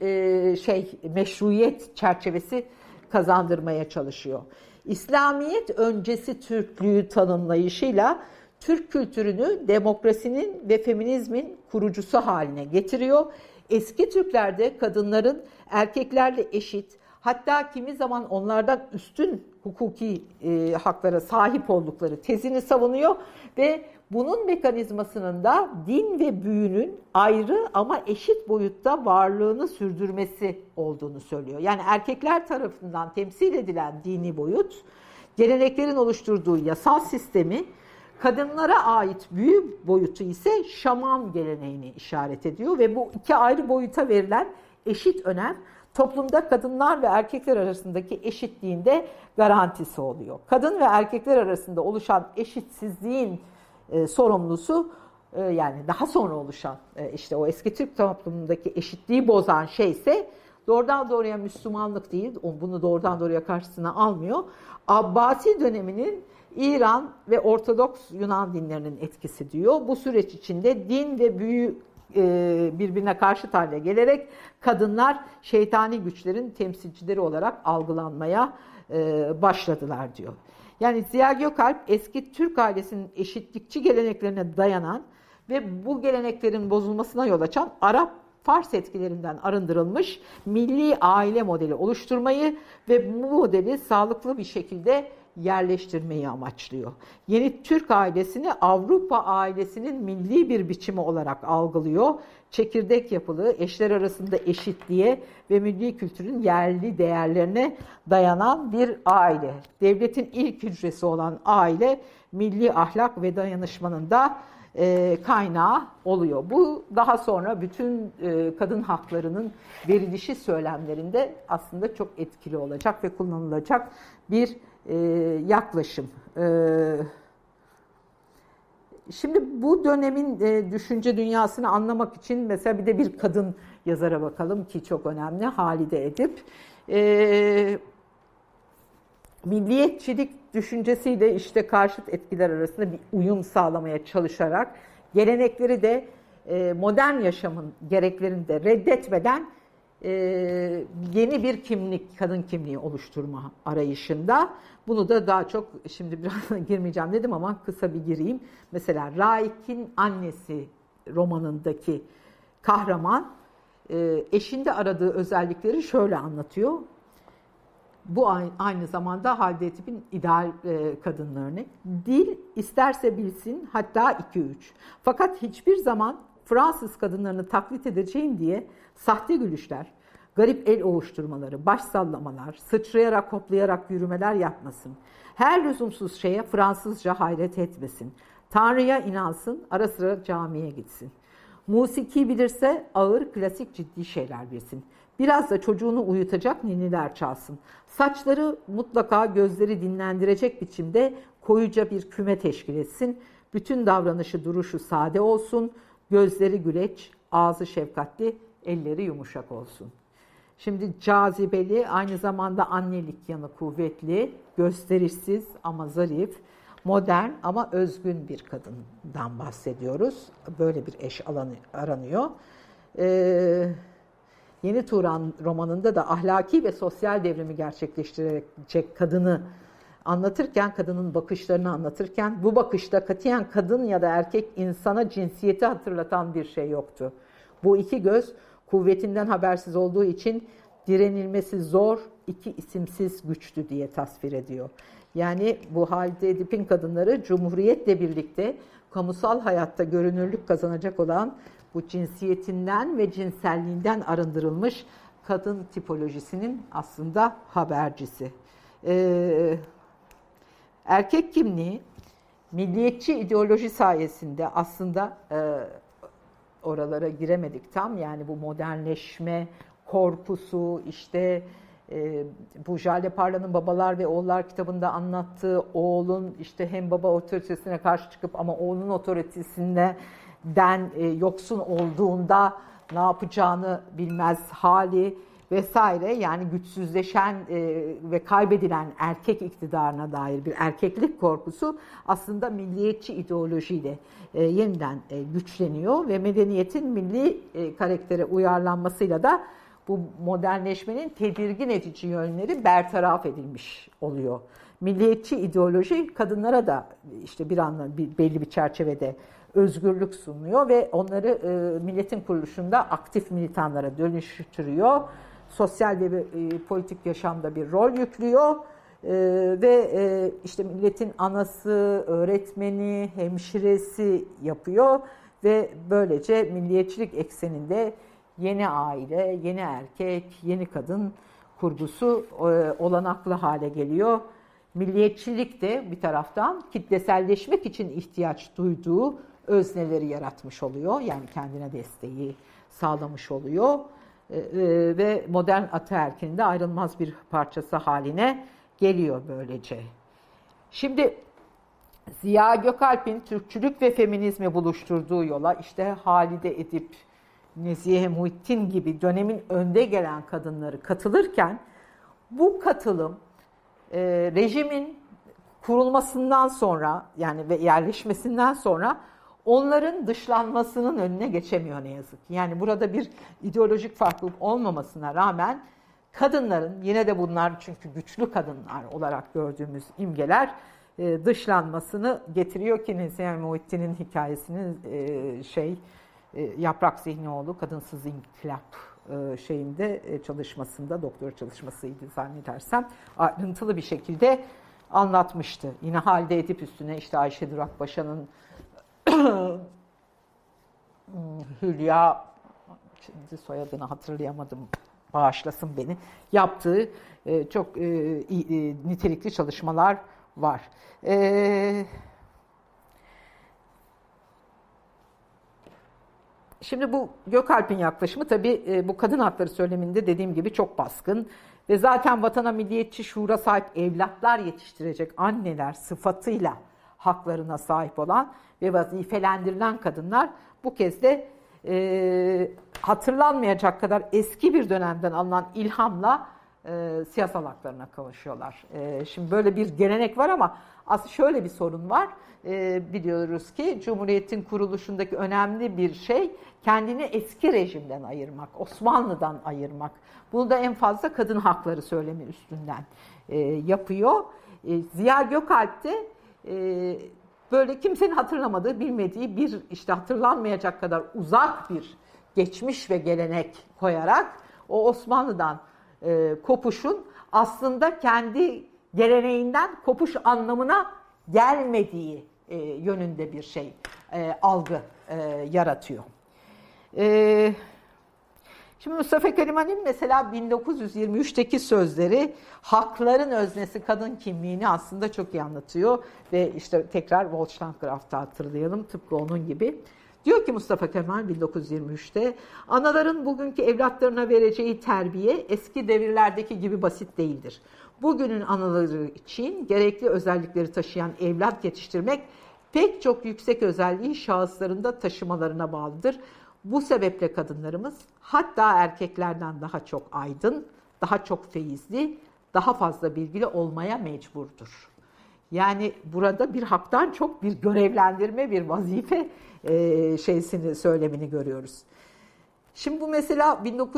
meşruiyet çerçevesi kazandırmaya çalışıyor. İslamiyet öncesi Türklüğü tanımlayışıyla Türk kültürünü demokrasinin ve feminizmin kurucusu haline getiriyor. Eski Türklerde kadınların erkeklerle eşit, hatta kimi zaman onlardan üstün hukuki haklara sahip oldukları tezini savunuyor ve bunun mekanizmasının da din ve büyünün ayrı ama eşit boyutta varlığını sürdürmesi olduğunu söylüyor. Yani erkekler tarafından temsil edilen dini boyut, geleneklerin oluşturduğu yasal sistemi, kadınlara ait büyü boyutu ise şaman geleneğini işaret ediyor ve bu iki ayrı boyuta verilen eşit önem toplumda kadınlar ve erkekler arasındaki eşitliğin de garantisi oluyor. Kadın ve erkekler arasında oluşan eşitsizliğin sorumlusu yani daha sonra oluşan o eski Türk toplumundaki eşitliği bozan şey ise doğrudan doğruya Müslümanlık değil, bunu doğrudan doğruya karşısına almıyor. Abbasi döneminin İran ve Ortodoks Yunan dinlerinin etkisi diyor. Bu süreç içinde din ve büyü birbirine karşıt hale gelerek kadınlar şeytani güçlerin temsilcileri olarak algılanmaya başladılar diyor. Yani Ziya Gökalp eski Türk ailesinin eşitlikçi geleneklerine dayanan ve bu geleneklerin bozulmasına yol açan Arap-Fars etkilerinden arındırılmış milli aile modeli oluşturmayı ve bu modeli sağlıklı bir şekilde yerleştirmeyi amaçlıyor. Yeni Türk ailesini Avrupa ailesinin milli bir biçimi olarak algılıyor. Çekirdek yapılı, eşler arasında eşitliğe ve milli kültürün yerli değerlerine dayanan bir aile. Devletin ilk hücresi olan aile, milli ahlak ve dayanışmanın da kaynağı oluyor. Bu daha sonra bütün kadın haklarının verilişi söylemlerinde aslında çok etkili olacak ve kullanılacak bir yaklaşım. Şimdi bu dönemin düşünce dünyasını anlamak için mesela bir de bir kadın yazara bakalım ki çok önemli, Halide Edip. Milliyetçilik düşüncesiyle karşıt etkiler arasında bir uyum sağlamaya çalışarak gelenekleri de modern yaşamın gereklerini de reddetmeden yeni bir kimlik, kadın kimliği oluşturma arayışında. Bunu da daha çok, şimdi biraz girmeyeceğim dedim ama kısa bir gireyim. Mesela Raik'in Annesi romanındaki kahraman eşinde aradığı özellikleri şöyle anlatıyor. Bu aynı zamanda Halide Edip'in ideal kadın örnek. Dil isterse bilsin, hatta 2-3. Fakat hiçbir zaman Fransız kadınlarını taklit edeceğim diye sahte gülüşler, garip el ovuşturmaları, baş sallamalar, sıçrayarak hoplayarak yürümeler yapmasın. Her lüzumsuz şeye Fransızca hayret etmesin. Tanrı'ya inansın, ara sıra camiye gitsin. Musiki bilirse ağır, klasik, ciddi şeyler bilsin. Biraz da çocuğunu uyutacak ninniler çalsın. Saçları mutlaka gözleri dinlendirecek biçimde koyuca bir küme teşkil etsin. Bütün davranışı, duruşu sade olsun. Gözleri güleç, ağzı şefkatli, elleri yumuşak olsun. Şimdi cazibeli, aynı zamanda annelik yanı kuvvetli, gösterişsiz ama zarif, modern ama özgün bir kadından bahsediyoruz. Böyle bir eş aranıyor. Yeni Turan romanında da ahlaki ve sosyal devrimi gerçekleştirecek kadını anlatırken, kadının bakışlarını anlatırken, bu bakışta katiyen kadın ya da erkek insana cinsiyeti hatırlatan bir şey yoktu. Bu iki göz kuvvetinden habersiz olduğu için direnilmesi zor, iki isimsiz güçtü diye tasvir ediyor. Yani bu Halide Edip'in kadınları Cumhuriyet'le birlikte kamusal hayatta görünürlük kazanacak olan bu cinsiyetinden ve cinselliğinden arındırılmış kadın tipolojisinin aslında habercisi. Erkek kimliği milliyetçi ideoloji sayesinde aslında oralara giremedik tam, yani bu modernleşme korkusu, işte bu Jale Parla'nın Babalar ve Oğullar kitabında anlattığı oğlun işte hem baba otoritesine karşı çıkıp ama oğlunun otoritesinden yoksun olduğunda ne yapacağını bilmez hali vesaire, yani güçsüzleşen ve kaybedilen erkek iktidarına dair bir erkeklik korkusu aslında milliyetçi ideolojiyle yeniden güçleniyor ve medeniyetin milli karaktere uyarlanmasıyla da bu modernleşmenin tedirgin edici yönleri bertaraf edilmiş oluyor. Milliyetçi ideoloji kadınlara da işte belli bir çerçevede özgürlük sunuyor ve onları milletin kuruluşunda aktif militanlara dönüştürüyor. Sosyal ve politik yaşamda bir rol yüklüyor ve işte milletin anası, öğretmeni, hemşiresi yapıyor ve böylece milliyetçilik ekseninde yeni aile, yeni erkek, yeni kadın kurgusu olanaklı hale geliyor. Milliyetçilik de bir taraftan kitleselleşmek için ihtiyaç duyduğu özneleri yaratmış oluyor. Yani kendine desteği sağlamış oluyor. Ve modern ataerkinin de ayrılmaz bir parçası haline geliyor böylece. Şimdi Ziya Gökalp'in Türkçülük ve feminizmi buluşturduğu yola işte Halide Edip, Nezihe Muhittin gibi dönemin önde gelen kadınları katılırken bu katılım rejimin kurulmasından sonra, yani ve yerleşmesinden sonra onların dışlanmasının önüne geçemiyor ne yazık ki. Yani burada bir ideolojik farklılık olmamasına rağmen kadınların, yine de bunlar çünkü güçlü kadınlar olarak gördüğümüz imgeler, dışlanmasını getiriyor ki Nezihe Muhittin'in hikayesinin Yaprak Zihnioğlu Kadınsız İnkılap çalışmasında, doktora çalışmasıydı zannedersem, ayrıntılı bir şekilde anlatmıştı. Yine Halide Edip üstüne işte Ayşe Durak Paşa'nın Hülya, şimdi soyadını hatırlayamadım, bağışlasın beni, yaptığı çok nitelikli çalışmalar var. Şimdi bu Gökalp'in yaklaşımı tabii bu kadın hakları söyleminde dediğim gibi çok baskın ve zaten vatana milliyetçi şuura sahip evlatlar yetiştirecek anneler sıfatıyla haklarına sahip olan ve vazifelendirilen kadınlar bu kez de hatırlanmayacak kadar eski bir dönemden alınan ilhamla siyasal haklarına kavuşuyorlar. Şimdi böyle bir gelenek var ama aslında şöyle bir sorun var. Biliyoruz ki Cumhuriyet'in kuruluşundaki önemli bir şey kendini eski rejimden ayırmak, Osmanlı'dan ayırmak. Bunu da en fazla kadın hakları söylemi üstünden yapıyor. Ziya Gökalp de böyle kimsenin hatırlamadığı, bilmediği bir işte hatırlanmayacak kadar uzak bir geçmiş ve gelenek koyarak o Osmanlı'dan kopuşun aslında kendi geleneğinden kopuş anlamına gelmediği yönünde bir algı yaratıyor. Şimdi Mustafa Kemal'in mesela 1923'teki sözleri hakların öznesi kadın kimliğini aslında çok iyi anlatıyor. Ve işte tekrar Wollstonecraft'ı hatırlayalım tıpkı onun gibi. Diyor ki Mustafa Kemal 1923'te, anaların bugünkü evlatlarına vereceği terbiye eski devirlerdeki gibi basit değildir. Bugünün anaları için gerekli özellikleri taşıyan evlat yetiştirmek pek çok yüksek özelliği şahıslarında taşımalarına bağlıdır. Bu sebeple kadınlarımız hatta erkeklerden daha çok aydın, daha çok feyizli, daha fazla bilgili olmaya mecburdur. Yani burada bir haktan çok bir görevlendirme, bir vazife söylemini görüyoruz. Şimdi bu mesela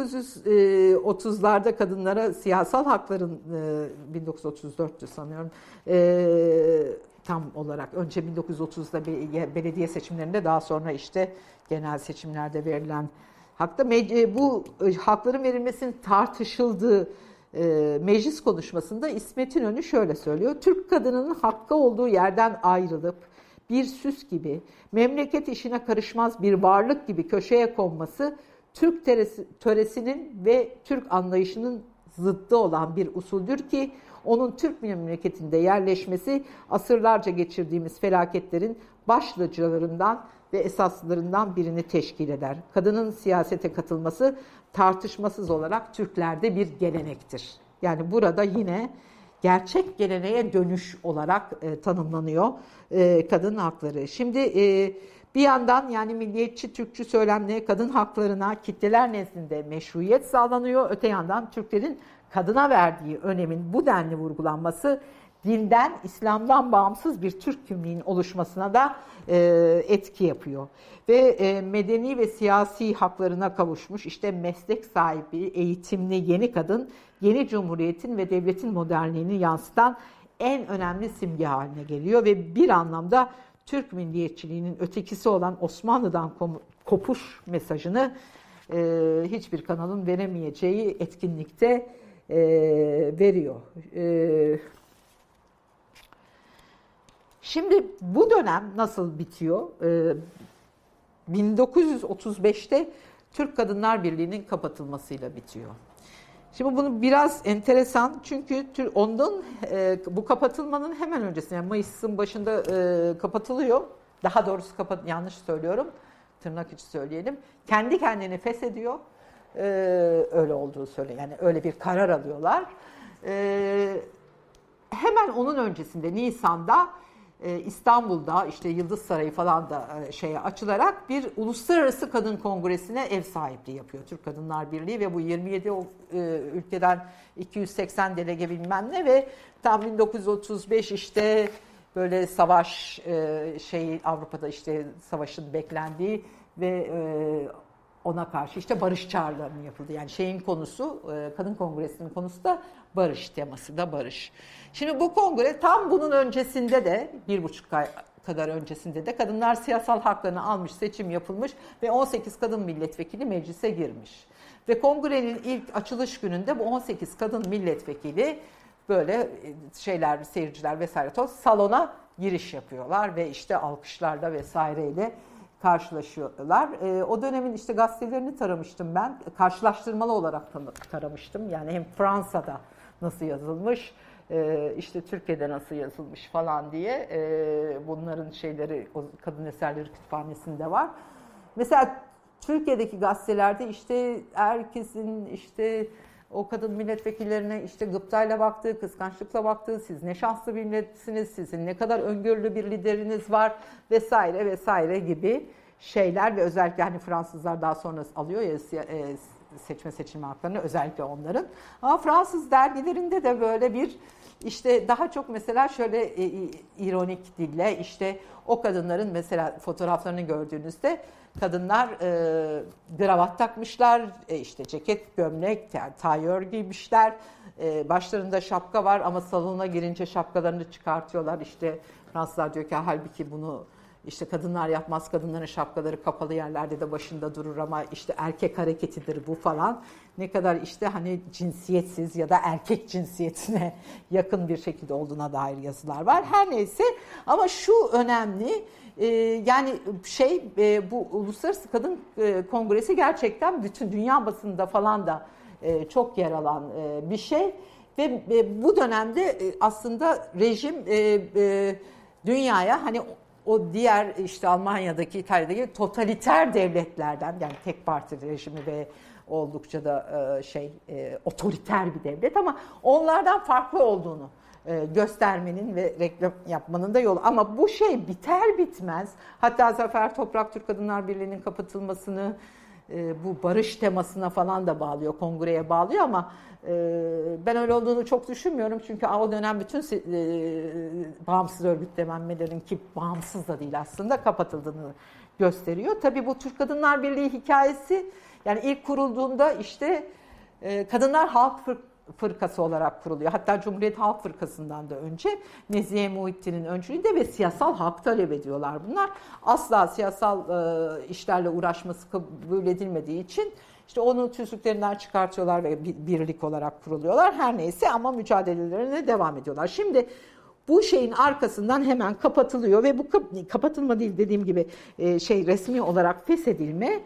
1930'larda kadınlara siyasal hakların, 1934'tü sanıyorum, tam olarak önce 1930'da belediye seçimlerinde, daha sonra işte genel seçimlerde verilen hakta bu hakların verilmesinin tartışıldığı meclis konuşmasında İsmet İnönü şöyle söylüyor: Türk kadınının hakkı olduğu yerden ayrılıp bir süs gibi, memleket işine karışmaz bir varlık gibi köşeye konması Türk töresinin ve Türk anlayışının zıddı olan bir usuldür ki onun Türk memleketinde yerleşmesi asırlarca geçirdiğimiz felaketlerin başlıcalarından ve esaslarından birini teşkil eder. Kadının siyasete katılması tartışmasız olarak Türklerde bir gelenektir. Yani burada yine gerçek geleneğe dönüş olarak tanımlanıyor kadın hakları. Şimdi bir yandan yani milliyetçi, Türkçü söylemle kadın haklarına kitleler nezdinde meşruiyet sağlanıyor. Öte yandan Türklerin kadına verdiği önemin bu denli vurgulanması dinden, İslam'dan bağımsız bir Türk kimliğinin oluşmasına da etki yapıyor. Ve medeni ve siyasi haklarına kavuşmuş, işte meslek sahibi, eğitimli yeni kadın, yeni cumhuriyetin ve devletin modernliğini yansıtan en önemli simge haline geliyor ve bir anlamda Türk milliyetçiliğinin ötekisi olan Osmanlı'dan kopuş mesajını hiçbir kanalın veremeyeceği etkinlikte veriyor. Şimdi bu dönem nasıl bitiyor? 1935'te Türk Kadınlar Birliği'nin kapatılmasıyla bitiyor. Şimdi bunu biraz enteresan çünkü ondan bu kapatılmanın hemen öncesinde, yani Mayıs'ın başında kapatılıyor. Daha doğrusu yanlış söylüyorum, tırnak içi söyleyelim. Kendi kendini feshediyor. Öyle olduğu söyle, yani öyle bir karar alıyorlar. Hemen onun öncesinde Nisan'da İstanbul'da işte Yıldız Sarayı falan da açılarak bir Uluslararası Kadın Kongresi'ne ev sahipliği yapıyor Türk Kadınlar Birliği ve bu 27 ülkeden 280 delege bilmem ne ve tam 1935 işte böyle savaş Avrupa'da işte savaşın beklendiği ve ona karşı işte barış çağrılarının yapıldığı, yani konusu, Kadın Kongresi'nin konusu da barış, teması da barış. Şimdi bu kongre tam bunun öncesinde de 1,5 ay kadar öncesinde de kadınlar siyasal haklarını almış, seçim yapılmış ve 18 kadın milletvekili meclise girmiş. Ve kongrenin ilk açılış gününde bu 18 kadın milletvekili böyle seyirciler vesaire salona giriş yapıyorlar ve işte alkışlarla vesaireyle karşılaşıyorlar. O dönemin işte gazetelerini taramıştım ben. Karşılaştırmalı olarak taramıştım. Yani hem Fransa'da nasıl yazılmış, işte Türkiye'de nasıl yazılmış falan diye bunların o kadın eserleri kütüphanesinde var. Mesela Türkiye'deki gazetelerde işte herkesin işte o kadın milletvekillerine işte gıptayla baktığı, kıskançlıkla baktığı, siz ne şanslı bir milletsiniz, sizin ne kadar öngörülü bir lideriniz var vesaire vesaire gibi şeyler ve özellikle hani Fransızlar daha sonra alıyor ya seçilme haklarını, özellikle onların. Ama Fransız dergilerinde de böyle bir işte daha çok mesela şöyle ironik dille işte o kadınların mesela fotoğraflarını gördüğünüzde kadınlar kravat takmışlar, işte ceket, gömlek, yani tayör giymişler, başlarında şapka var ama salona girince şapkalarını çıkartıyorlar. İşte Fransızlar diyor ki halbuki bunu İşte kadınlar yapmaz, kadınların şapkaları kapalı yerlerde de başında durur ama işte erkek hareketidir bu falan. Ne kadar işte hani cinsiyetsiz ya da erkek cinsiyetine yakın bir şekilde olduğuna dair yazılar var. Her neyse, ama şu önemli, yani bu Uluslararası Kadın Kongresi gerçekten bütün dünya basınında falan da çok yer alan bir şey. Ve bu dönemde aslında rejim dünyaya hani o diğer işte Almanya'daki, İtalya'daki totaliter devletlerden, yani tek parti rejimi ve oldukça da otoriter bir devlet ama onlardan farklı olduğunu göstermenin ve reklam yapmanın da yolu. Ama bu şey biter bitmez, hatta Zafer Toprak Türk Kadınlar Birliği'nin kapatılmasını bu barış temasına falan da bağlıyor, kongreye bağlıyor ama ben öyle olduğunu çok düşünmüyorum. Çünkü o dönem bütün bağımsız örgütlenmelerin, ki bağımsız da değil aslında, kapatıldığını gösteriyor. Tabii bu Türk Kadınlar Birliği hikayesi, yani ilk kurulduğunda işte Kadınlar Halk Fırkası olarak kuruluyor. Hatta Cumhuriyet Halk Fırkası'ndan da önce Nezihe Muhittin'in öncülüğünde ve siyasal hak talep ediyorlar bunlar. Asla siyasal işlerle uğraşması kabul edilmediği için işte onu tüzüklerinden çıkartıyorlar ve birlik olarak kuruluyorlar. Her neyse, ama mücadelelerine devam ediyorlar. Şimdi bu şeyin arkasından hemen kapatılıyor ve bu kapatılma değil, dediğim gibi resmi olarak feshedilme,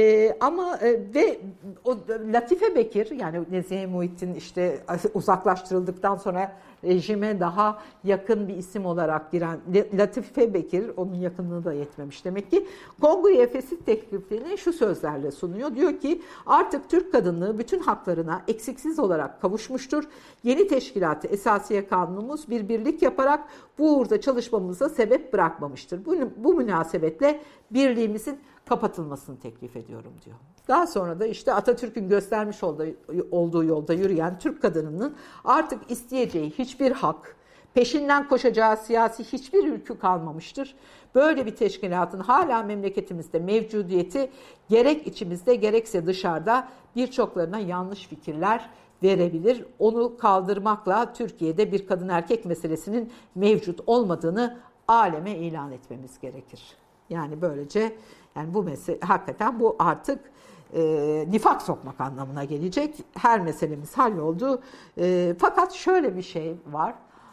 ama ve o Latife Bekir, yani Nezihe Muhittin işte uzaklaştırıldıktan sonra rejime daha yakın bir isim olarak giren Latife Bekir, onun yakınlığı da yetmemiş demek ki, kongreye fesih teklifini şu sözlerle sunuyor. Diyor ki artık Türk kadınlığı bütün haklarına eksiksiz olarak kavuşmuştur. Yeni teşkilatı Esasiye Kanunumuz bir birlik yaparak bu uğurda çalışmamıza sebep bırakmamıştır. Bu münasebetle birliğimizin kapatılmasını teklif ediyorum diyor. Daha sonra da işte Atatürk'ün göstermiş olduğu yolda yürüyen Türk kadınının artık isteyeceği hiçbir hak, peşinden koşacağı siyasi hiçbir ülkü kalmamıştır. Böyle bir teşkilatın hala memleketimizde mevcudiyeti gerek içimizde gerekse dışarıda birçoklarına yanlış fikirler verebilir. Onu kaldırmakla Türkiye'de bir kadın erkek meselesinin mevcut olmadığını aleme ilan etmemiz gerekir. Yani böylece, yani bu mesele hakikaten bu artık nifak sokmak anlamına gelecek. Her meselemiz halloldu. Fakat şöyle bir şey var.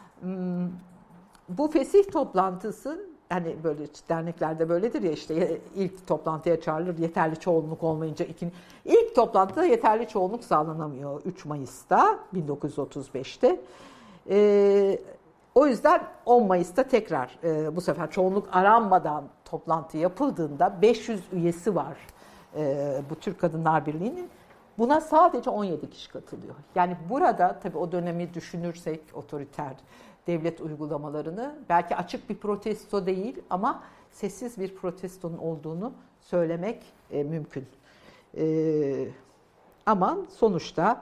Bu fesih toplantısı, hani böyle derneklerde böyledir ya, işte ilk toplantıya çağrılır, yeterli çoğunluk olmayınca ilk toplantıda yeterli çoğunluk sağlanamıyor 3 Mayıs'ta 1935'te. O yüzden 10 Mayıs'ta tekrar bu sefer çoğunluk aranmadan toplantı yapıldığında 500 üyesi var bu Türk Kadınlar Birliği'nin. Buna sadece 17 kişi katılıyor. Yani burada tabii o dönemi düşünürsek, otoriter devlet uygulamalarını, belki açık bir protesto değil ama sessiz bir protestonun olduğunu söylemek mümkün. Ama sonuçta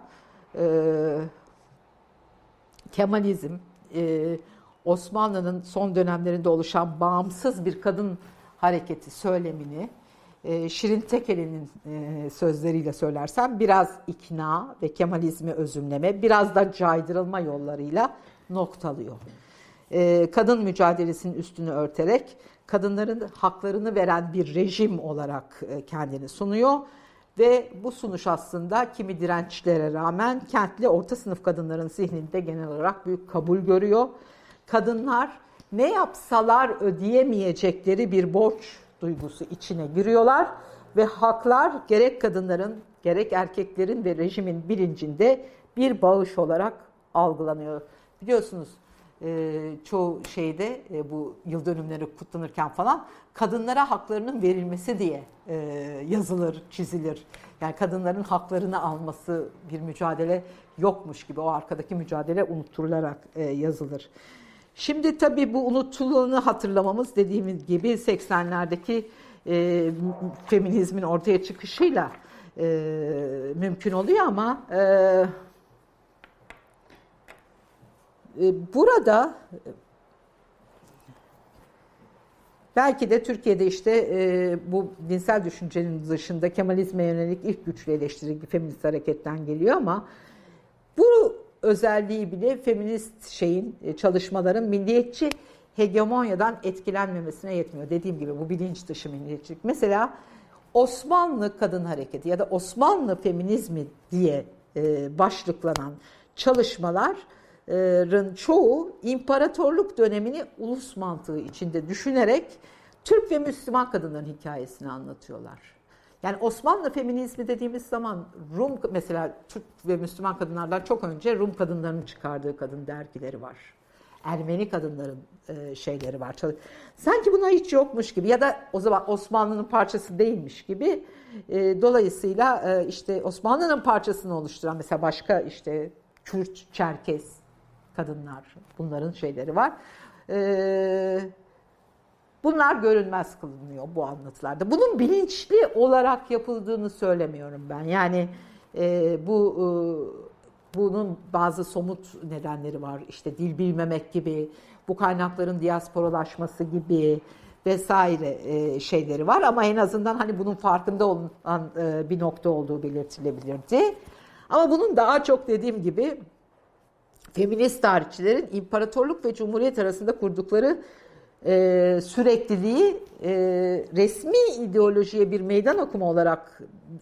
Kemalizm, Osmanlı'nın son dönemlerinde oluşan bağımsız bir kadın hareketi söylemini, Şirin Tekeli'nin sözleriyle söylersem biraz ikna ve Kemalizmi özümleme, biraz da caydırılma yollarıyla noktalıyor. Kadın mücadelesinin üstünü örterek kadınların haklarını veren bir rejim olarak kendini sunuyor. Ve bu sunuş aslında kimi dirençlere rağmen kentli orta sınıf kadınların zihninde genel olarak büyük kabul görüyor. Kadınlar ne yapsalar ödeyemeyecekleri bir borç duygusu içine giriyorlar ve haklar gerek kadınların gerek erkeklerin ve rejimin bilincinde bir bağış olarak algılanıyor. Biliyorsunuz çoğu şeyde bu yıl dönümleri kutlanırken falan kadınlara haklarının verilmesi diye yazılır, çizilir. Yani kadınların haklarını alması bir mücadele yokmuş gibi, o arkadaki mücadele unutturularak yazılır. Şimdi tabii bu unutulduğunu hatırlamamız, dediğimiz gibi 80'lerdeki feminizmin ortaya çıkışıyla mümkün oluyor ama burada belki de Türkiye'de işte bu dinsel düşüncenin dışında Kemalizme yönelik ilk güçlü eleştiri feminist hareketten geliyor ama bu özelliği bile feminist çalışmaların milliyetçi hegemonyadan etkilenmemesine yetmiyor. Dediğim gibi bu bilinç dışı milliyetçilik. Mesela Osmanlı Kadın Hareketi ya da Osmanlı Feminizmi diye başlıklanan çalışmaların çoğu imparatorluk dönemini ulus mantığı içinde düşünerek Türk ve Müslüman kadınların hikayesini anlatıyorlar. Yani Osmanlı feminizmi dediğimiz zaman Rum, mesela Türk ve Müslüman kadınlardan çok önce Rum kadınlarının çıkardığı kadın dergileri var. Ermeni kadınların şeyleri var. Sanki buna hiç yokmuş gibi ya da o zaman Osmanlı'nın parçası değilmiş gibi. Dolayısıyla işte Osmanlı'nın parçasını oluşturan mesela başka işte Kürt, Çerkez kadınlar, bunların şeyleri var. Bunlar görünmez kılınıyor bu anlatılarda. Bunun bilinçli olarak yapıldığını söylemiyorum ben. Yani bunun bazı somut nedenleri var. İşte dil bilmemek gibi, bu kaynakların diasporalaşması gibi vesaire şeyleri var. Ama en azından hani bunun farkında olan bir nokta olduğu belirtilebilirdi. Ama bunun daha çok dediğim gibi feminist tarihçilerin imparatorluk ve cumhuriyet arasında kurdukları sürekliliği resmi ideolojiye bir meydan okuma olarak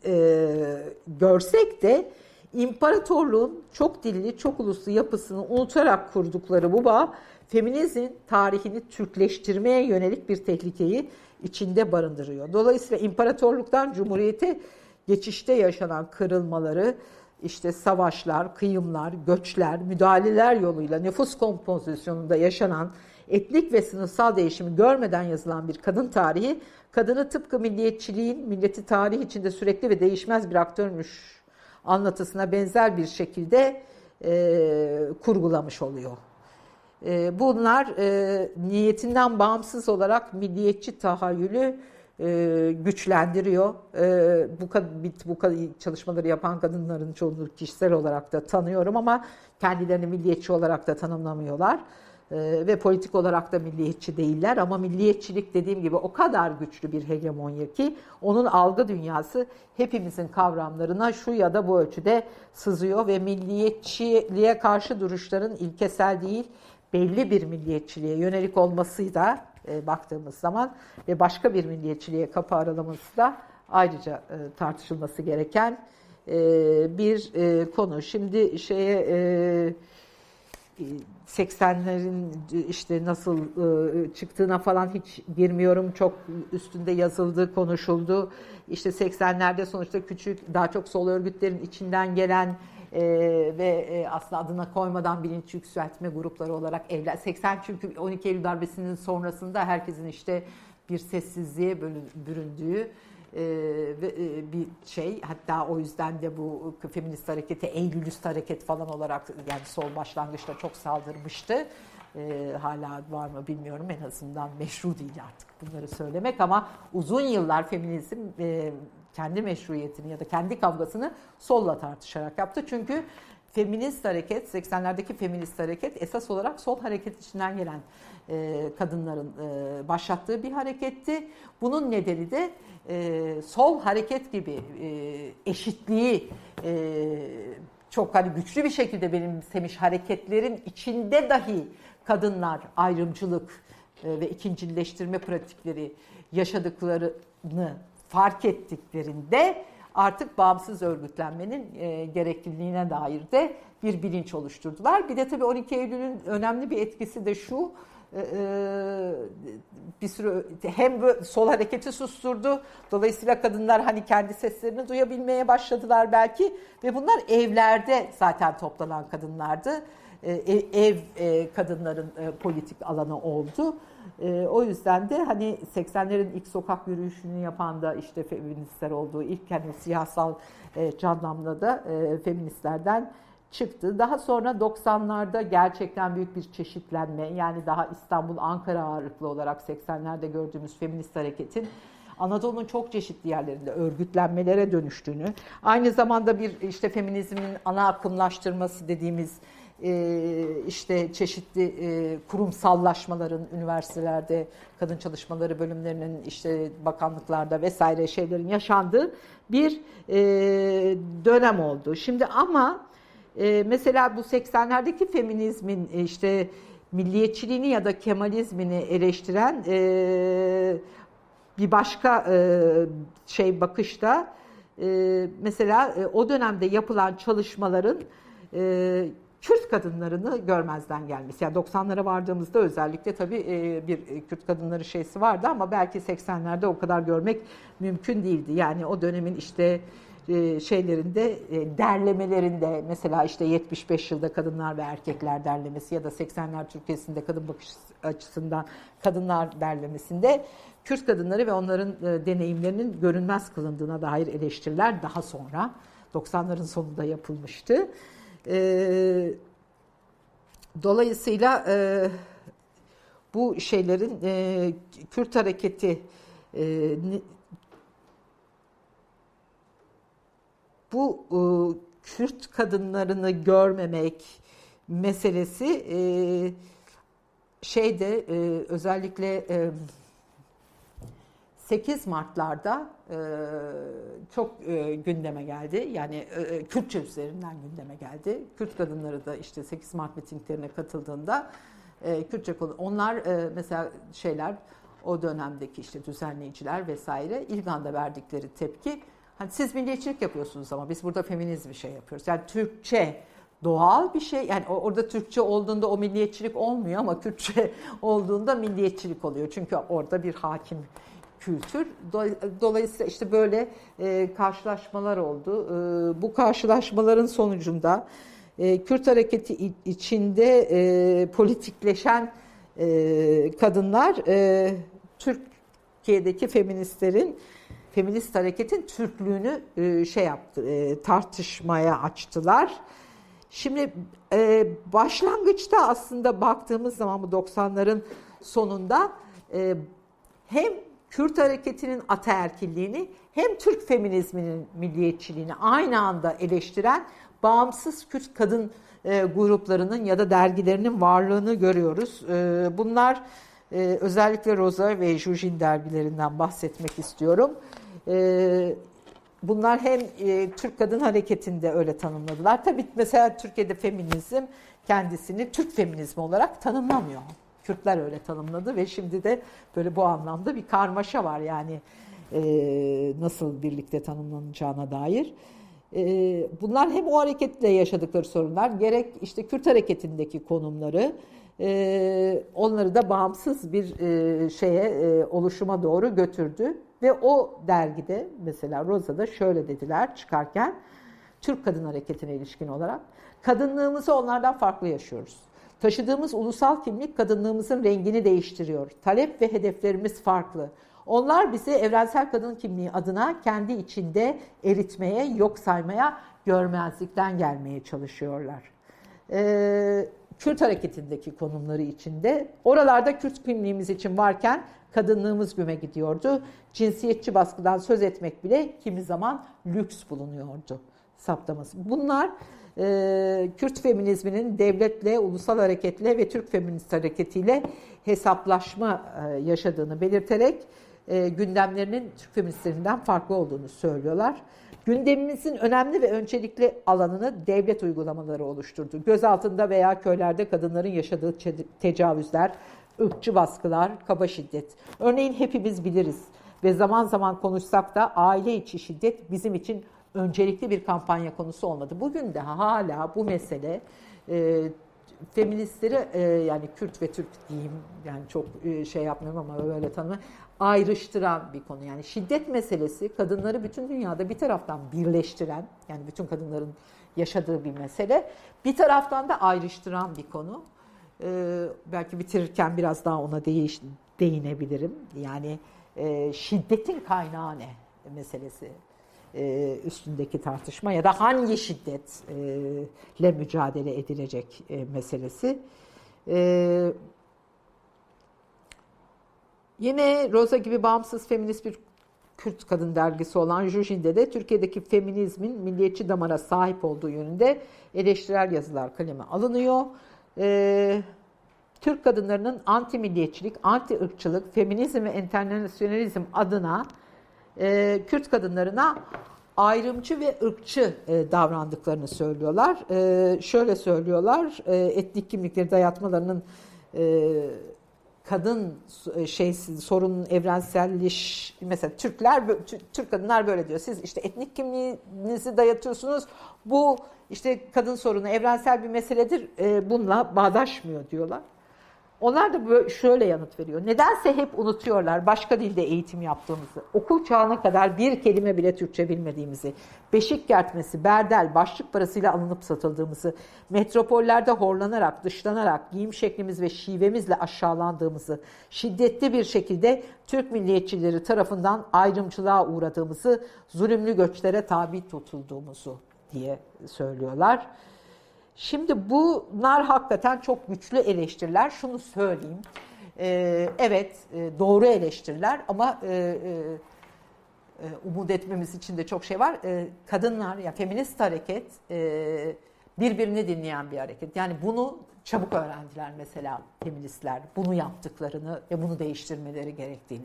görsek de imparatorluğun çok dilli, çok uluslu yapısını unutarak kurdukları bu bağ feminizmin tarihini Türkleştirmeye yönelik bir tehlikeyi içinde barındırıyor. Dolayısıyla imparatorluktan cumhuriyete geçişte yaşanan kırılmaları, işte savaşlar, kıyımlar, göçler, müdahaleler yoluyla nüfus kompozisyonunda yaşanan etnik ve sınıfsal değişimi görmeden yazılan bir kadın tarihi, kadını tıpkı milliyetçiliğin milleti tarih içinde sürekli ve değişmez bir aktörmüş anlatısına benzer bir şekilde kurgulamış oluyor. Bunlar niyetinden bağımsız olarak milliyetçi tahayyülü güçlendiriyor. Bu çalışmaları yapan kadınların çoğunu kişisel olarak da tanıyorum ama kendilerini milliyetçi olarak da tanımlamıyorlar. Ve politik olarak da milliyetçi değiller ama milliyetçilik dediğim gibi o kadar güçlü bir hegemonya ki onun algı dünyası hepimizin kavramlarına şu ya da bu ölçüde sızıyor ve milliyetçiliğe karşı duruşların ilkesel değil, belli bir milliyetçiliğe yönelik olması da baktığımız zaman ve başka bir milliyetçiliğe kapı aralaması da ayrıca tartışılması gereken bir konu. Şimdi 80'lerin işte nasıl çıktığına falan hiç girmiyorum. Çok üstünde yazıldı, konuşuldu. İşte 80'lerde sonuçta küçük, daha çok sol örgütlerin içinden gelen ve aslında adına koymadan bilinç yükseltme grupları olarak 80 çünkü 12 Eylül darbesinin sonrasında herkesin işte bir sessizliğe büründüğü bir şey, hatta o yüzden de bu feminist harekete Eylülist hareket falan olarak yani sol başlangıçta çok saldırmıştı. Hala var mı bilmiyorum, en azından meşru değil artık bunları söylemek ama uzun yıllar feminizm kendi meşruiyetini ya da kendi kavgasını solla tartışarak yaptı. Çünkü feminist hareket, 80'lerdeki feminist hareket esas olarak sol hareket içinden gelen kadınların başlattığı bir hareketti. Bunun nedeni de sol hareket gibi eşitliği çok hani güçlü bir şekilde benimsemiş hareketlerin içinde dahi kadınlar ayrımcılık ve ikincileştirme pratikleri yaşadıklarını fark ettiklerinde artık bağımsız örgütlenmenin gerekliliğine dair de bir bilinç oluşturdular. Bir de tabii 12 Eylül'ün önemli bir etkisi de şu, bir sürü hem sol hareketi susturdu. Dolayısıyla kadınlar hani kendi seslerini duyabilmeye başladılar belki ve bunlar evlerde zaten toplanan kadınlardı. Ev kadınların politik alanı oldu. O yüzden de hani 80'lerin ilk sokak yürüyüşünü yapan da işte feministler olduğu, ilk hani siyasal canlanma da feministlerden çıktı. Daha sonra 90'larda gerçekten büyük bir çeşitlenme, yani daha İstanbul, Ankara ağırlıklı olarak 80'lerde gördüğümüz feminist hareketin Anadolu'nun çok çeşitli yerlerinde örgütlenmelere dönüştüğünü, aynı zamanda bir işte feminizmin ana akımlaştırması dediğimiz işte çeşitli kurumsallaşmaların üniversitelerde, kadın çalışmaları bölümlerinin işte bakanlıklarda vesaire şeylerin yaşandığı bir dönem oldu. Şimdi ama mesela bu 80'lerdeki feminizmin işte milliyetçiliğini ya da Kemalizmini eleştiren bir başka bakışta mesela o dönemde yapılan çalışmaların Kürt kadınlarını görmezden gelmesi. Yani 90'lara vardığımızda özellikle tabii bir Kürt kadınları şeysi vardı ama belki 80'lerde o kadar görmek mümkün değildi. Yani o dönemin işte şeylerinde, derlemelerinde mesela işte 75 yılda kadınlar ve erkekler derlemesi ya da 80'ler Türkiye'sinde kadın bakış açısından kadınlar derlemesinde Kürt kadınları ve onların deneyimlerinin görünmez kılındığına dair eleştiriler daha sonra 90'ların sonunda yapılmıştı. Dolayısıyla bu şeylerin Kürt hareketi bu Kürt kadınlarını görmemek meselesi özellikle 8 Mart'larda çok gündeme geldi. Yani Kürtçe üzerinden gündeme geldi. Kürt kadınları da işte 8 Mart mitinglerine katıldığında Kürtçe konu. Onlar mesela o dönemdeki işte düzenleyiciler vesaire ilk anda verdikleri tepki, hani siz milliyetçilik yapıyorsunuz ama biz burada feminizm bir şey yapıyoruz. Yani Türkçe doğal bir şey. Yani orada Türkçe olduğunda o milliyetçilik olmuyor ama Kürtçe olduğunda milliyetçilik oluyor. Çünkü orada bir hakim kültür. Dolayısıyla işte böyle karşılaşmalar oldu. Bu karşılaşmaların sonucunda Kürt hareketi içinde politikleşen kadınlar Türkiye'deki feminist hareketin Türklüğünü tartışmaya açtılar. Şimdi başlangıçta aslında baktığımız zaman bu 90'ların sonunda hem Kürt hareketinin ataerkilliğini hem Türk feminizminin milliyetçiliğini aynı anda eleştiren bağımsız Kürt kadın gruplarının ya da dergilerinin varlığını görüyoruz. Bunlar özellikle Roza ve Jujin dergilerinden bahsetmek istiyorum. Bunlar hem Türk kadın hareketinde öyle tanımladılar. Tabii mesela Türkiye'de feminizm kendisini Türk feminizmi olarak tanımlamıyor. Kürtler öyle tanımladı ve şimdi de böyle bu anlamda bir karmaşa var yani nasıl birlikte tanımlanacağına dair. Bunlar hem o hareketle yaşadıkları sorunlar, gerek işte Kürt hareketindeki konumları, onları da bağımsız bir oluşuma doğru götürdü. Ve o dergide mesela Roza'da şöyle dediler çıkarken, Türk kadın hareketine ilişkin olarak, kadınlığımızı onlardan farklı yaşıyoruz. Taşıdığımız ulusal kimlik kadınlığımızın rengini değiştiriyor. Talep ve hedeflerimiz farklı. Onlar bizi evrensel kadın kimliği adına kendi içinde eritmeye, yok saymaya, görmezlikten gelmeye çalışıyorlar. Kürt hareketindeki konumları içinde, oralarda Kürt kimliğimiz için varken kadınlığımız güme gidiyordu. Cinsiyetçi baskıdan söz etmek bile kimi zaman lüks bulunuyordu saptaması. Bunlar Kürt feminizminin devletle, ulusal hareketle ve Türk feminist hareketiyle hesaplaşma yaşadığını belirterek gündemlerinin Türk feministlerinden farklı olduğunu söylüyorlar. Gündemimizin önemli ve öncelikli alanını devlet uygulamaları oluşturdu. Gözaltında veya köylerde kadınların yaşadığı tecavüzler, ırkçı baskılar, kaba şiddet. Örneğin hepimiz biliriz ve zaman zaman konuşsak da aile içi şiddet bizim için öncelikli bir kampanya konusu olmadı. Bugün de hala bu mesele feministleri yani Kürt ve Türk diyeyim, yani çok yapmıyorum ama böyle tanımı ayrıştıran bir konu. Yani şiddet meselesi kadınları bütün dünyada bir taraftan birleştiren, yani bütün kadınların yaşadığı bir mesele, bir taraftan da ayrıştıran bir konu. Belki bitirirken biraz daha ona değinebilirim. Yani şiddetin kaynağı ne meselesi üstündeki tartışma ya da hangi şiddetle mücadele edilecek meselesi. Yine Roza gibi bağımsız feminist bir Kürt kadın dergisi olan Jujin'de de Türkiye'deki feminizmin milliyetçi damara sahip olduğu yönünde eleştirel yazılar kaleme alınıyor. Türk kadınlarının anti-milliyetçilik, anti-ırkçılık, feminizm ve enternasyonalizm adına Kürt kadınlarına ayrımcı ve ırkçı davrandıklarını söylüyorlar. Şöyle söylüyorlar, etnik kimlikleri dayatmalarının kadın sorunun mesela Türk kadınlar böyle diyor. Siz işte etnik kimliğinizi dayatıyorsunuz. Bu işte kadın sorunu evrensel bir meseledir. Bununla bağdaşmıyor diyorlar. Onlar da böyle şöyle yanıt veriyor. Nedense hep unutuyorlar başka dilde eğitim yaptığımızı, okul çağına kadar bir kelime bile Türkçe bilmediğimizi, beşik kertmesi, berdel, başlık parasıyla alınıp satıldığımızı, metropollerde horlanarak, dışlanarak, giyim şeklimiz ve şivemizle aşağılandığımızı, şiddetli bir şekilde Türk milliyetçileri tarafından ayrımcılığa uğradığımızı, zulümlü göçlere tabi tutulduğumuzu diye söylüyorlar. Şimdi bunlar hakikaten çok güçlü eleştiriler. Şunu söyleyeyim, evet doğru eleştiriler ama umut etmemiz için de çok şey var. Kadınlar, ya feminist hareket birbirini dinleyen bir hareket. Yani bunu çabuk öğrendiler mesela feministler. Bunu yaptıklarını ve bunu değiştirmeleri gerektiğini.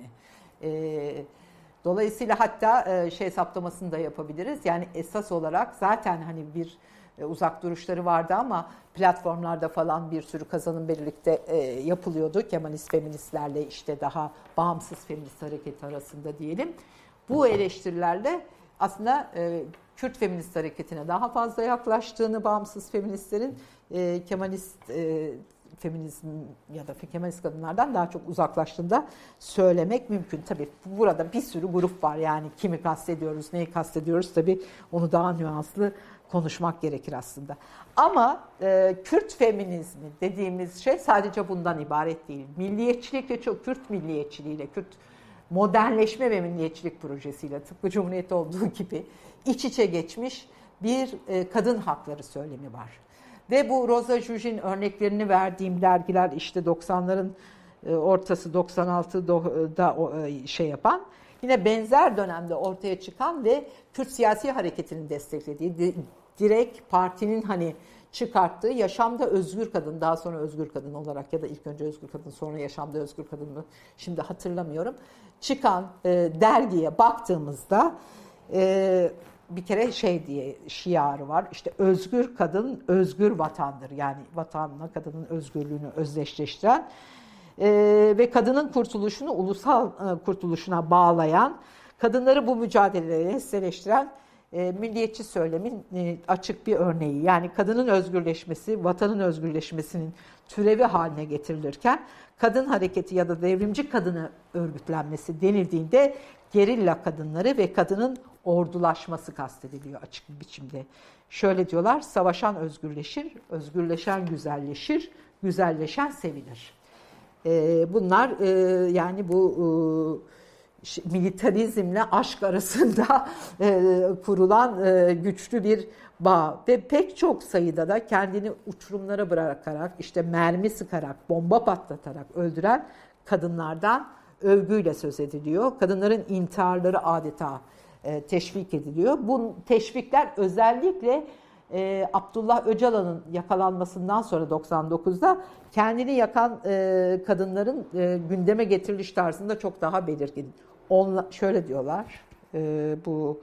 Dolayısıyla hatta saptamasını da yapabiliriz. Yani esas olarak zaten hani bir uzak duruşları vardı ama platformlarda falan bir sürü kazanım birlikte yapılıyordu. Kemalist feministlerle işte daha bağımsız feminist hareket arasında diyelim. Bu eleştirilerle aslında Kürt feminist hareketine daha fazla yaklaştığını bağımsız feministlerin Kemalist feminizm ya da Kemalist kadınlardan daha çok uzaklaştığını da söylemek mümkün. Tabii burada bir sürü grup var. Yani kimi kastediyoruz, neyi kastediyoruz tabii onu daha nüanslı konuşmak gerekir aslında. Ama Kürt feminizmi dediğimiz şey sadece bundan ibaret değil. Milliyetçilik ve Kürt milliyetçiliğiyle, Kürt modernleşme ve milliyetçilik projesiyle tıpkı Cumhuriyet olduğu gibi iç içe geçmiş bir kadın hakları söylemi var. Ve bu Rosa Jujin örneklerini verdiğim dergiler işte 90'ların ortası 96'da yapan, yine benzer dönemde ortaya çıkan ve Kürt siyasi hareketinin desteklediği, direkt partinin hani çıkarttığı Yaşamda Özgür Kadın, daha sonra Özgür Kadın olarak ya da ilk önce Özgür Kadın sonra Yaşamda Özgür Kadın mı şimdi hatırlamıyorum, çıkan dergiye baktığımızda bir kere diye şiarı var. İşte özgür kadın, özgür vatandır. Yani vatanla kadının özgürlüğünü özdeşleştiren ve kadının kurtuluşunu ulusal kurtuluşuna bağlayan, kadınları bu mücadelelere hisseleştiren milliyetçi söylemin açık bir örneği. Yani kadının özgürleşmesi, vatanın özgürleşmesinin türevi haline getirilirken kadın hareketi ya da devrimci kadını örgütlenmesi denildiğinde gerilla kadınları ve kadının ordulaşması kastediliyor açık bir biçimde. Şöyle diyorlar: savaşan özgürleşir, özgürleşen güzelleşir, güzelleşen sevilir. Bunlar yani bu militarizmle aşk arasında kurulan güçlü bir bağ ve pek çok sayıda da kendini uçurumlara bırakarak, işte mermi sıkarak, bomba patlatarak öldüren kadınlardan övgüyle söz ediliyor. Kadınların intiharları adeta teşvik ediliyor. Bu teşvikler özellikle Abdullah Öcalan'ın yakalanmasından sonra 99'da kendini yakan kadınların gündeme getiriliş tarzında çok daha belirgin. Şöyle diyorlar, bu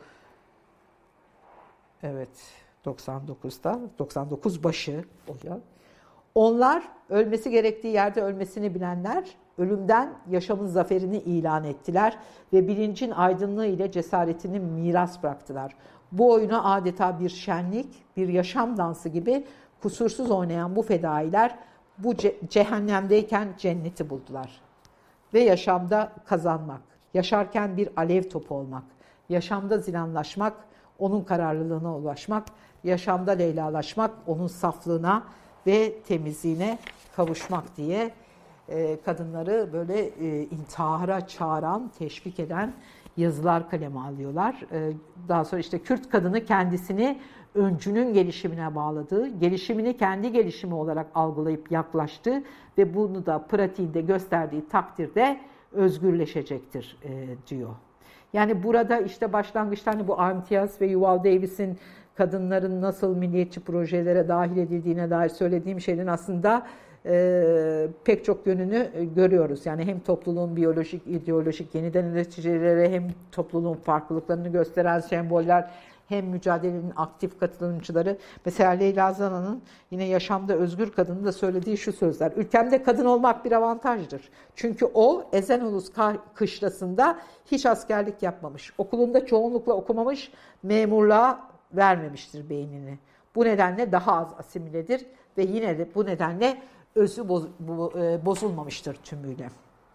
evet 99'da, 99 başı oluyor. Onlar ölmesi gerektiği yerde ölmesini bilenler, ölümden yaşamın zaferini ilan ettiler ve bilincin aydınlığı ile cesaretini miras bıraktılar. Bu oyunu adeta bir şenlik, bir yaşam dansı gibi kusursuz oynayan bu fedailer bu cehennemdeyken cenneti buldular. Ve yaşamda kazanmak, yaşarken bir alev topu olmak, yaşamda zilanlaşmak, onun kararlılığına ulaşmak, yaşamda leylalaşmak, onun saflığına ve temizliğine kavuşmak diye kadınları böyle intihara çağıran, teşvik eden yazılar kaleme alıyorlar. Daha sonra işte Kürt kadını kendisini öncünün gelişimine bağladığı, gelişimini kendi gelişimi olarak algılayıp yaklaştı ve bunu da pratiğinde gösterdiği takdirde özgürleşecektir diyor. Yani burada işte başlangıçta hani bu Armtiaz ve Yuval Davis'in kadınların nasıl milliyetçi projelere dahil edildiğine dair söylediğim şeyin aslında pek çok yönünü görüyoruz. Yani hem topluluğun biyolojik, ideolojik yeniden üreticilere hem topluluğun farklılıklarını gösteren semboller hem mücadelenin aktif katılımcıları. Mesela Leyla Zana'nın yine Yaşamda Özgür Kadın'ın da söylediği şu sözler. Ülkemde kadın olmak bir avantajdır. Çünkü o Ezenoluz kışlasında hiç askerlik yapmamış. Okulunda çoğunlukla okumamış, memurluğa vermemiştir beynini. Bu nedenle daha az asimiledir ve yine de bu nedenle özü bozulmamıştır tümüyle.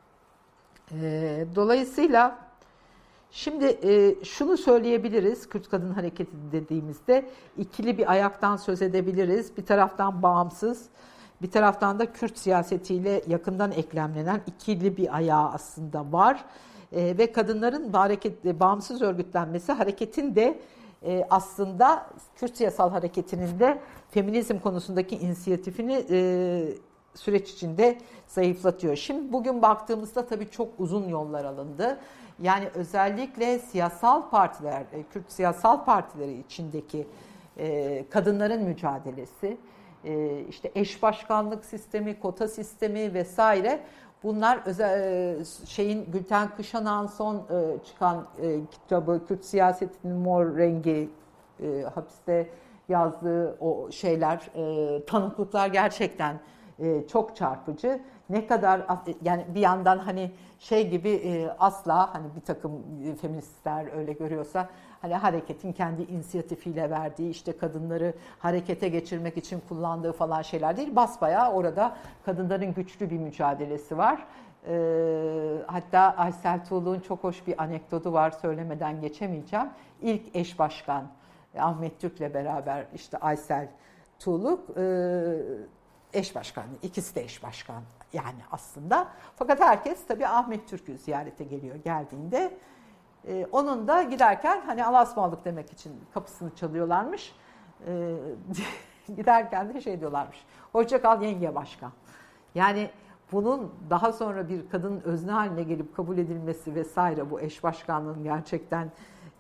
Dolayısıyla şimdi şunu söyleyebiliriz, Kürt Kadın Hareketi dediğimizde ikili bir ayaktan söz edebiliriz. Bir taraftan bağımsız, bir taraftan da Kürt siyasetiyle yakından eklemlenen ikili bir ayağı aslında var. Ve kadınların bağımsız örgütlenmesi hareketin de aslında Kürt siyasal hareketinin de feminizm konusundaki inisiyatifini süreç içinde zayıflatıyor. Şimdi bugün baktığımızda tabii çok uzun yollar alındı. Yani özellikle siyasal partiler, Kürt siyasal partileri içindeki kadınların mücadelesi, işte eş başkanlık sistemi, kota sistemi vesaire. Bunlar Gülten Kışanak'ın son çıkan kitabı Kürt Siyasetinin Mor Rengi, hapiste yazdığı o şeyler, tanıklıklar gerçekten çok çarpıcı. Ne kadar yani bir yandan hani gibi asla hani bir takım feministler öyle görüyorsa hani hareketin kendi inisiyatifiyle verdiği işte kadınları harekete geçirmek için kullandığı falan şeyler değil. Basbayağı orada kadınların güçlü bir mücadelesi var. Hatta Aysel Tuğluk'un çok hoş bir anekdotu var, söylemeden geçemeyeceğim. İlk eş başkan Ahmet Türk'le beraber işte Aysel Tuğluk eş başkan, ikisi de eş başkan yani aslında. Fakat herkes tabii Ahmet Türk'ü ziyarete geliyor geldiğinde. Onun da giderken hani Allah'a ısmarladık demek için kapısını çalıyorlarmış. Giderken de diyorlarmış. Hoşça kal yenge başkan. Yani bunun daha sonra bir kadının özne haline gelip kabul edilmesi vesaire, bu eş başkanlığın gerçekten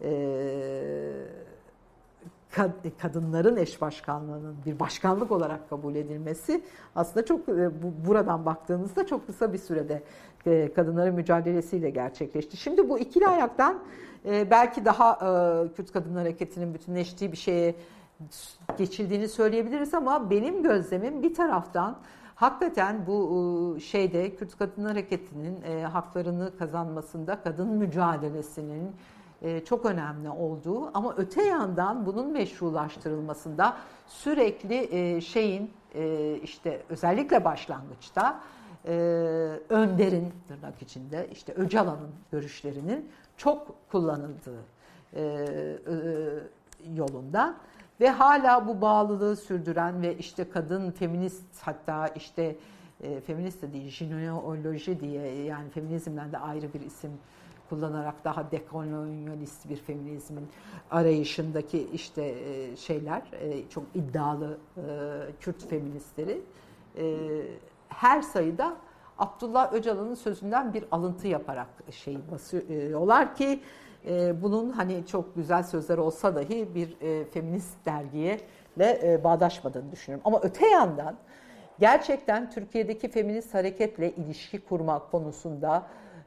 kadınların eş başkanlığının bir başkanlık olarak kabul edilmesi aslında çok buradan baktığınızda çok kısa bir sürede kadınların mücadelesiyle gerçekleşti. Şimdi bu ikili ayaktan belki daha Kürt Kadın Hareketi'nin bütünleştiği bir şeye geçildiğini söyleyebiliriz ama benim gözlemim bir taraftan hakikaten bu Kürt Kadın Hareketi'nin haklarını kazanmasında kadın mücadelesinin çok önemli olduğu ama öte yandan bunun meşrulaştırılmasında sürekli işte özellikle başlangıçta Önder'in tırnak içinde işte Öcalan'ın görüşlerinin çok kullanıldığı yolunda ve hala bu bağlılığı sürdüren ve işte kadın feminist, hatta işte feminist de değil, jineoloji diye, yani feminizmden de ayrı bir isim kullanarak daha dekolonyalist bir feminizmin arayışındaki işte çok iddialı Kürt feministleri her sayıda Abdullah Öcalan'ın sözünden bir alıntı yaparak basıyorlar ki bunun hani çok güzel sözler olsa dahi bir feminist dergiye bağdaşmadığını düşünüyorum. Ama öte yandan gerçekten Türkiye'deki feminist hareketle ilişki kurmak konusunda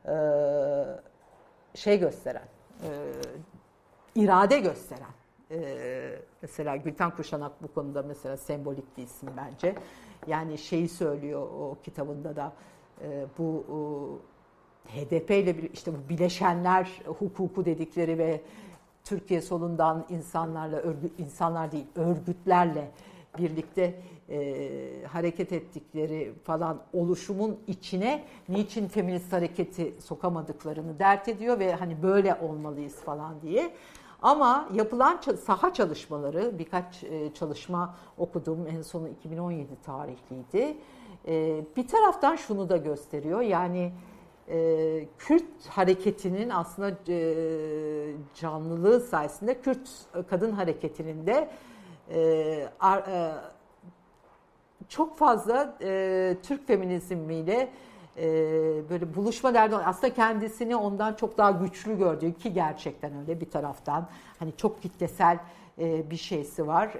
gösteren, irade gösteren, mesela Gülten Kuşanak bu konuda mesela sembolik bir isim bence. Yani söylüyor o kitabında da, bu HDP ile işte bu bileşenler hukuku dedikleri ve Türkiye solundan örgütlerle birlikte hareket ettikleri falan oluşumun içine niçin feminist hareketi sokamadıklarını dert ediyor ve hani böyle olmalıyız falan diye. Ama yapılan saha çalışmaları, birkaç çalışma okudum, en sonu 2017 tarihliydi. Bir taraftan şunu da gösteriyor, yani Kürt hareketinin aslında canlılığı sayesinde Kürt kadın hareketinin de çok fazla Türk feminizmiyle böyle buluşma derdi, aslında kendisini ondan çok daha güçlü gördüğü, ki gerçekten öyle, bir taraftan hani çok kitlesel bir şeysi var.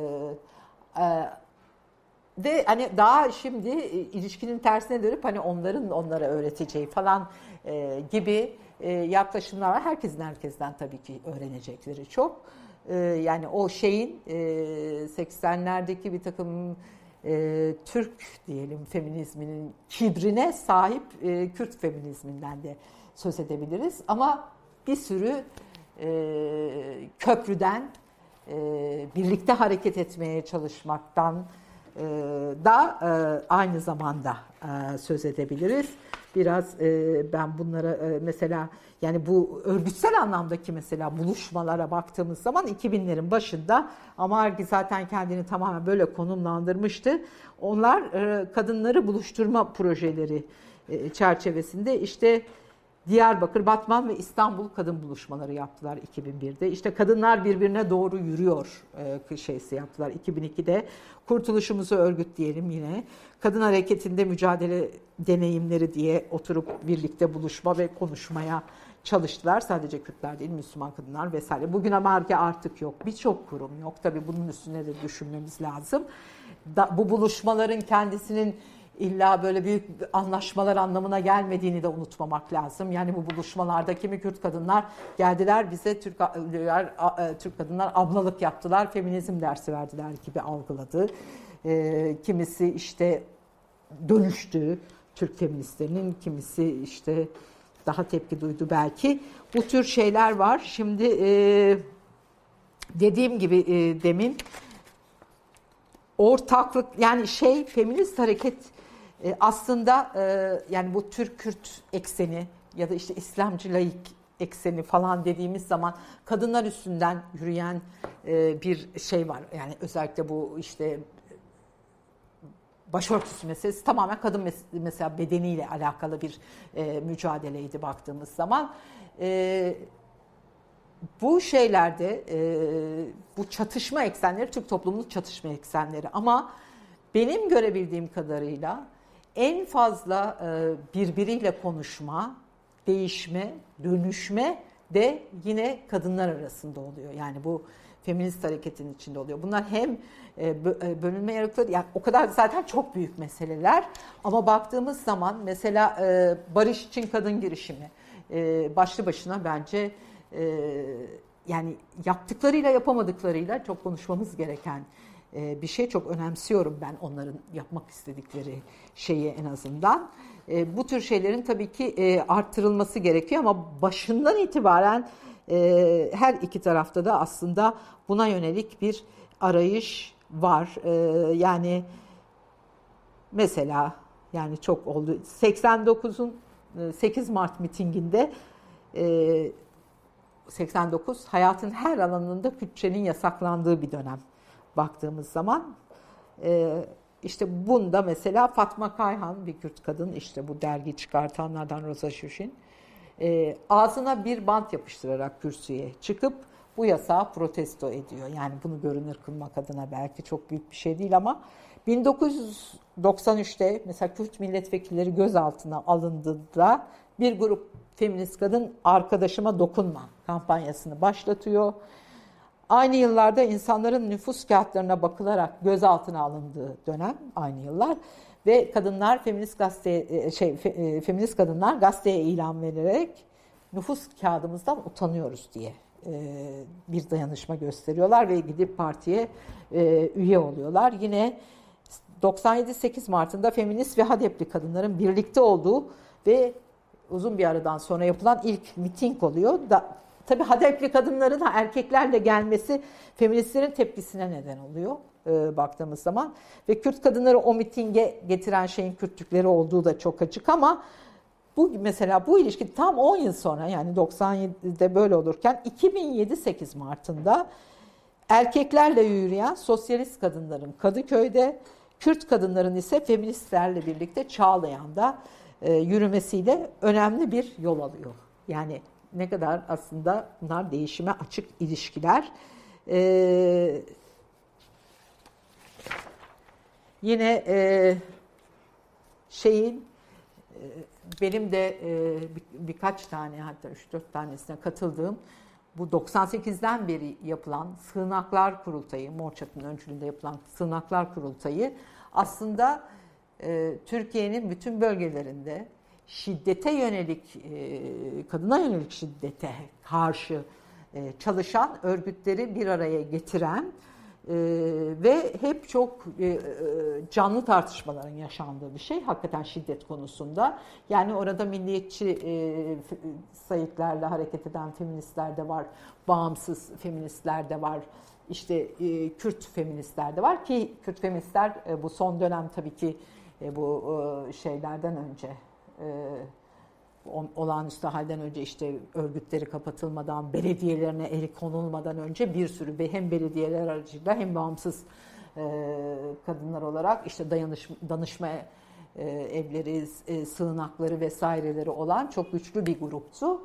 Ve hani daha şimdi ilişkinin tersine dönüp hani onların onlara öğreteceği falan gibi yaklaşımlar var. Herkesten tabii ki öğrenecekleri çok. yani o şeyin 80'lerdeki bir takım Türk diyelim feminizminin kibrine sahip Kürt feminizminden de söz edebiliriz. Ama bir sürü köprüden birlikte hareket etmeye çalışmaktan da aynı zamanda söz edebiliriz. Biraz ben bunlara mesela yani bu örgütsel anlamdaki mesela buluşmalara baktığımız zaman 2000'lerin başında Amargi zaten kendini tamamen böyle konumlandırmıştı. Onlar kadınları buluşturma projeleri çerçevesinde işte Diyarbakır, Batman ve İstanbul kadın buluşmaları yaptılar 2001'de. İşte kadınlar birbirine doğru yürüyor şeysi yaptılar 2002'de. Kurtuluşumuzu örgütleyelim yine. Kadın hareketinde mücadele deneyimleri diye oturup birlikte buluşma ve konuşmaya çalıştılar. Sadece Kürtler değil, Müslüman kadınlar vesaire. Bugün Amarge artık yok. Birçok kurum yok. Tabii bunun üstüne de düşünmemiz lazım. Bu buluşmaların kendisinin İlla böyle büyük anlaşmalar anlamına gelmediğini de unutmamak lazım. Yani bu buluşmalarda kimi Kürt kadınlar geldiler bize Türk kadınlar ablalık yaptılar, feminizm dersi verdiler gibi algıladı. Kimisi işte dönüştü Türk feministlerinin, kimisi işte daha tepki duydu belki. Bu tür şeyler var. Şimdi dediğim gibi demin ortaklık yani feminist hareket aslında yani bu Türk-Kürt ekseni ya da işte İslamcı laik ekseni falan dediğimiz zaman kadınlar üstünden yürüyen bir şey var. Yani özellikle bu işte başörtüsü meselesi tamamen kadın mesela bedeniyle alakalı bir mücadeleydi baktığımız zaman. Bu şeylerde bu çatışma eksenleri Türk toplumunun çatışma eksenleri ama benim görebildiğim kadarıyla en fazla birbiriyle konuşma, değişme, dönüşme de yine kadınlar arasında oluyor. Yani bu feminist hareketin içinde oluyor. Bunlar hem bölünme yarıkları yani o kadar zaten çok büyük meseleler ama baktığımız zaman mesela barış için kadın girişimi başlı başına bence yani yaptıklarıyla yapamadıklarıyla çok konuşmamız gereken bir şey. Çok önemsiyorum ben onların yapmak istedikleri şeyi en azından. Bu tür şeylerin tabii ki arttırılması gerekiyor ama başından itibaren her iki tarafta da aslında buna yönelik bir arayış var. Yani mesela yani çok oldu. 89'un 8 Mart mitinginde 89 hayatın her alanında Kürtçenin yasaklandığı bir dönem baktığımız zaman. İşte bunda mesela Fatma Kayhan bir Kürt kadın işte bu dergi çıkartanlardan Rosa Şuşin ağzına bir bant yapıştırarak kürsüye çıkıp bu yasağı protesto ediyor. Yani bunu görünür kılmak adına belki çok büyük bir şey değil ama 1993'te mesela Kürt milletvekilleri gözaltına alındığında bir grup feminist kadın arkadaşıma dokunma kampanyasını başlatıyor. Aynı yıllarda insanların nüfus kağıtlarına bakılarak gözaltına alındığı dönem aynı yıllar ve kadınlar feminist kadınlar gazeteye ilan vererek nüfus kağıdımızdan utanıyoruz diye bir dayanışma gösteriyorlar ve gidip partiye üye oluyorlar. Yine 97 8 Mart'ında feminist ve HADEP'li kadınların birlikte olduğu ve uzun bir aradan sonra yapılan ilk miting oluyor. Tabii HADEP'li kadınların erkeklerle gelmesi feministlerin tepkisine neden oluyor baktığımız zaman. Ve Kürt kadınları o mitinge getiren şeyin Kürtlükleri olduğu da çok açık ama mesela bu ilişki tam 10 yıl sonra yani 97'de böyle olurken 2007 8 Mart'ında erkeklerle yürüyen sosyalist kadınların Kadıköy'de, Kürt kadınların ise feministlerle birlikte Çağlayan'da yürümesiyle önemli bir yol alıyor. Yani ne kadar aslında bunlar değişime açık ilişkiler. Yine benim de birkaç tane hatta 3-4 tanesine katıldığım bu 98'den beri yapılan Sığınaklar Kurultayı, Mor Çatı'nın öncülüğünde yapılan Sığınaklar Kurultayı aslında Türkiye'nin bütün bölgelerinde şiddete yönelik, kadına yönelik şiddete karşı çalışan örgütleri bir araya getiren ve hep çok canlı tartışmaların yaşandığı bir şey hakikaten şiddet konusunda. Yani orada milliyetçi sayıklarla hareket eden feministler de var, bağımsız feministler de var, işte Kürt feministler de var ki Kürt feministler bu son dönem tabii ki bu şeylerden önce olağanüstü halden önce işte örgütleri kapatılmadan, belediyelerine el konulmadan önce bir sürü hem belediyeler aracılığıyla hem bağımsız kadınlar olarak işte danışma evleri, sığınakları vesaireleri olan çok güçlü bir gruptu.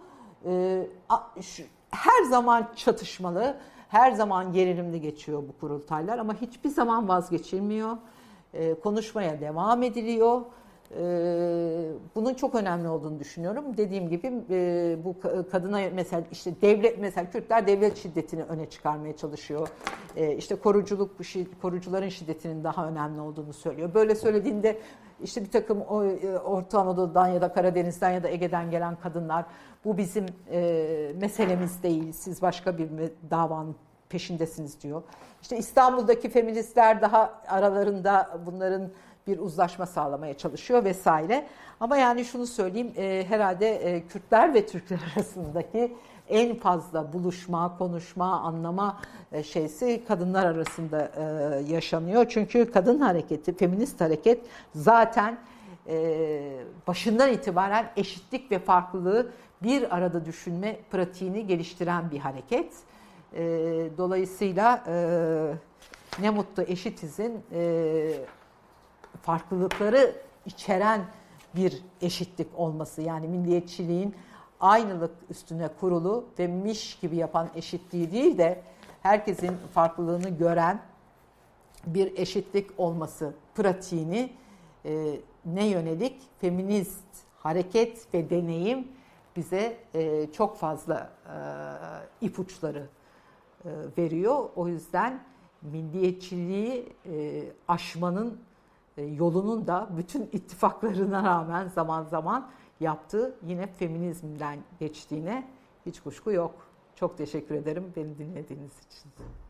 Her zaman çatışmalı, her zaman gerilimli geçiyor bu kurultaylar ama hiçbir zaman vazgeçilmiyor. Konuşmaya devam ediliyor. Bunun çok önemli olduğunu düşünüyorum. Dediğim gibi bu kadına mesela işte devlet, mesela Kürtler devlet şiddetini öne çıkarmaya çalışıyor. İşte korucuların şiddetinin daha önemli olduğunu söylüyor. Böyle söylediğinde işte bir takım Orta Anadolu'dan ya da Karadeniz'den ya da Ege'den gelen kadınlar bu bizim meselemiz değil. Siz başka bir davanın peşindesiniz diyor. İşte İstanbul'daki feministler daha aralarında bunların bir uzlaşma sağlamaya çalışıyor vesaire. Ama yani şunu söyleyeyim, herhalde Kürtler ve Türkler arasındaki en fazla buluşma, konuşma, anlama şeysi kadınlar arasında yaşanıyor. Çünkü kadın hareketi, feminist hareket zaten başından itibaren eşitlik ve farklılığı bir arada düşünme pratiğini geliştiren bir hareket. Dolayısıyla ne mutlu eşitizin farklılıkları içeren bir eşitlik olması, yani milliyetçiliğin aynılık üstüne kurulu ve miş gibi yapan eşitliği değil de herkesin farklılığını gören bir eşitlik olması pratiğini ne yönelik feminist hareket ve deneyim bize çok fazla ipuçları veriyor. O yüzden milliyetçiliği aşmanın yolunun da bütün ittifaklarına rağmen zaman zaman yaptığı yine feminizmden geçtiğine hiç kuşku yok. Çok teşekkür ederim beni dinlediğiniz için.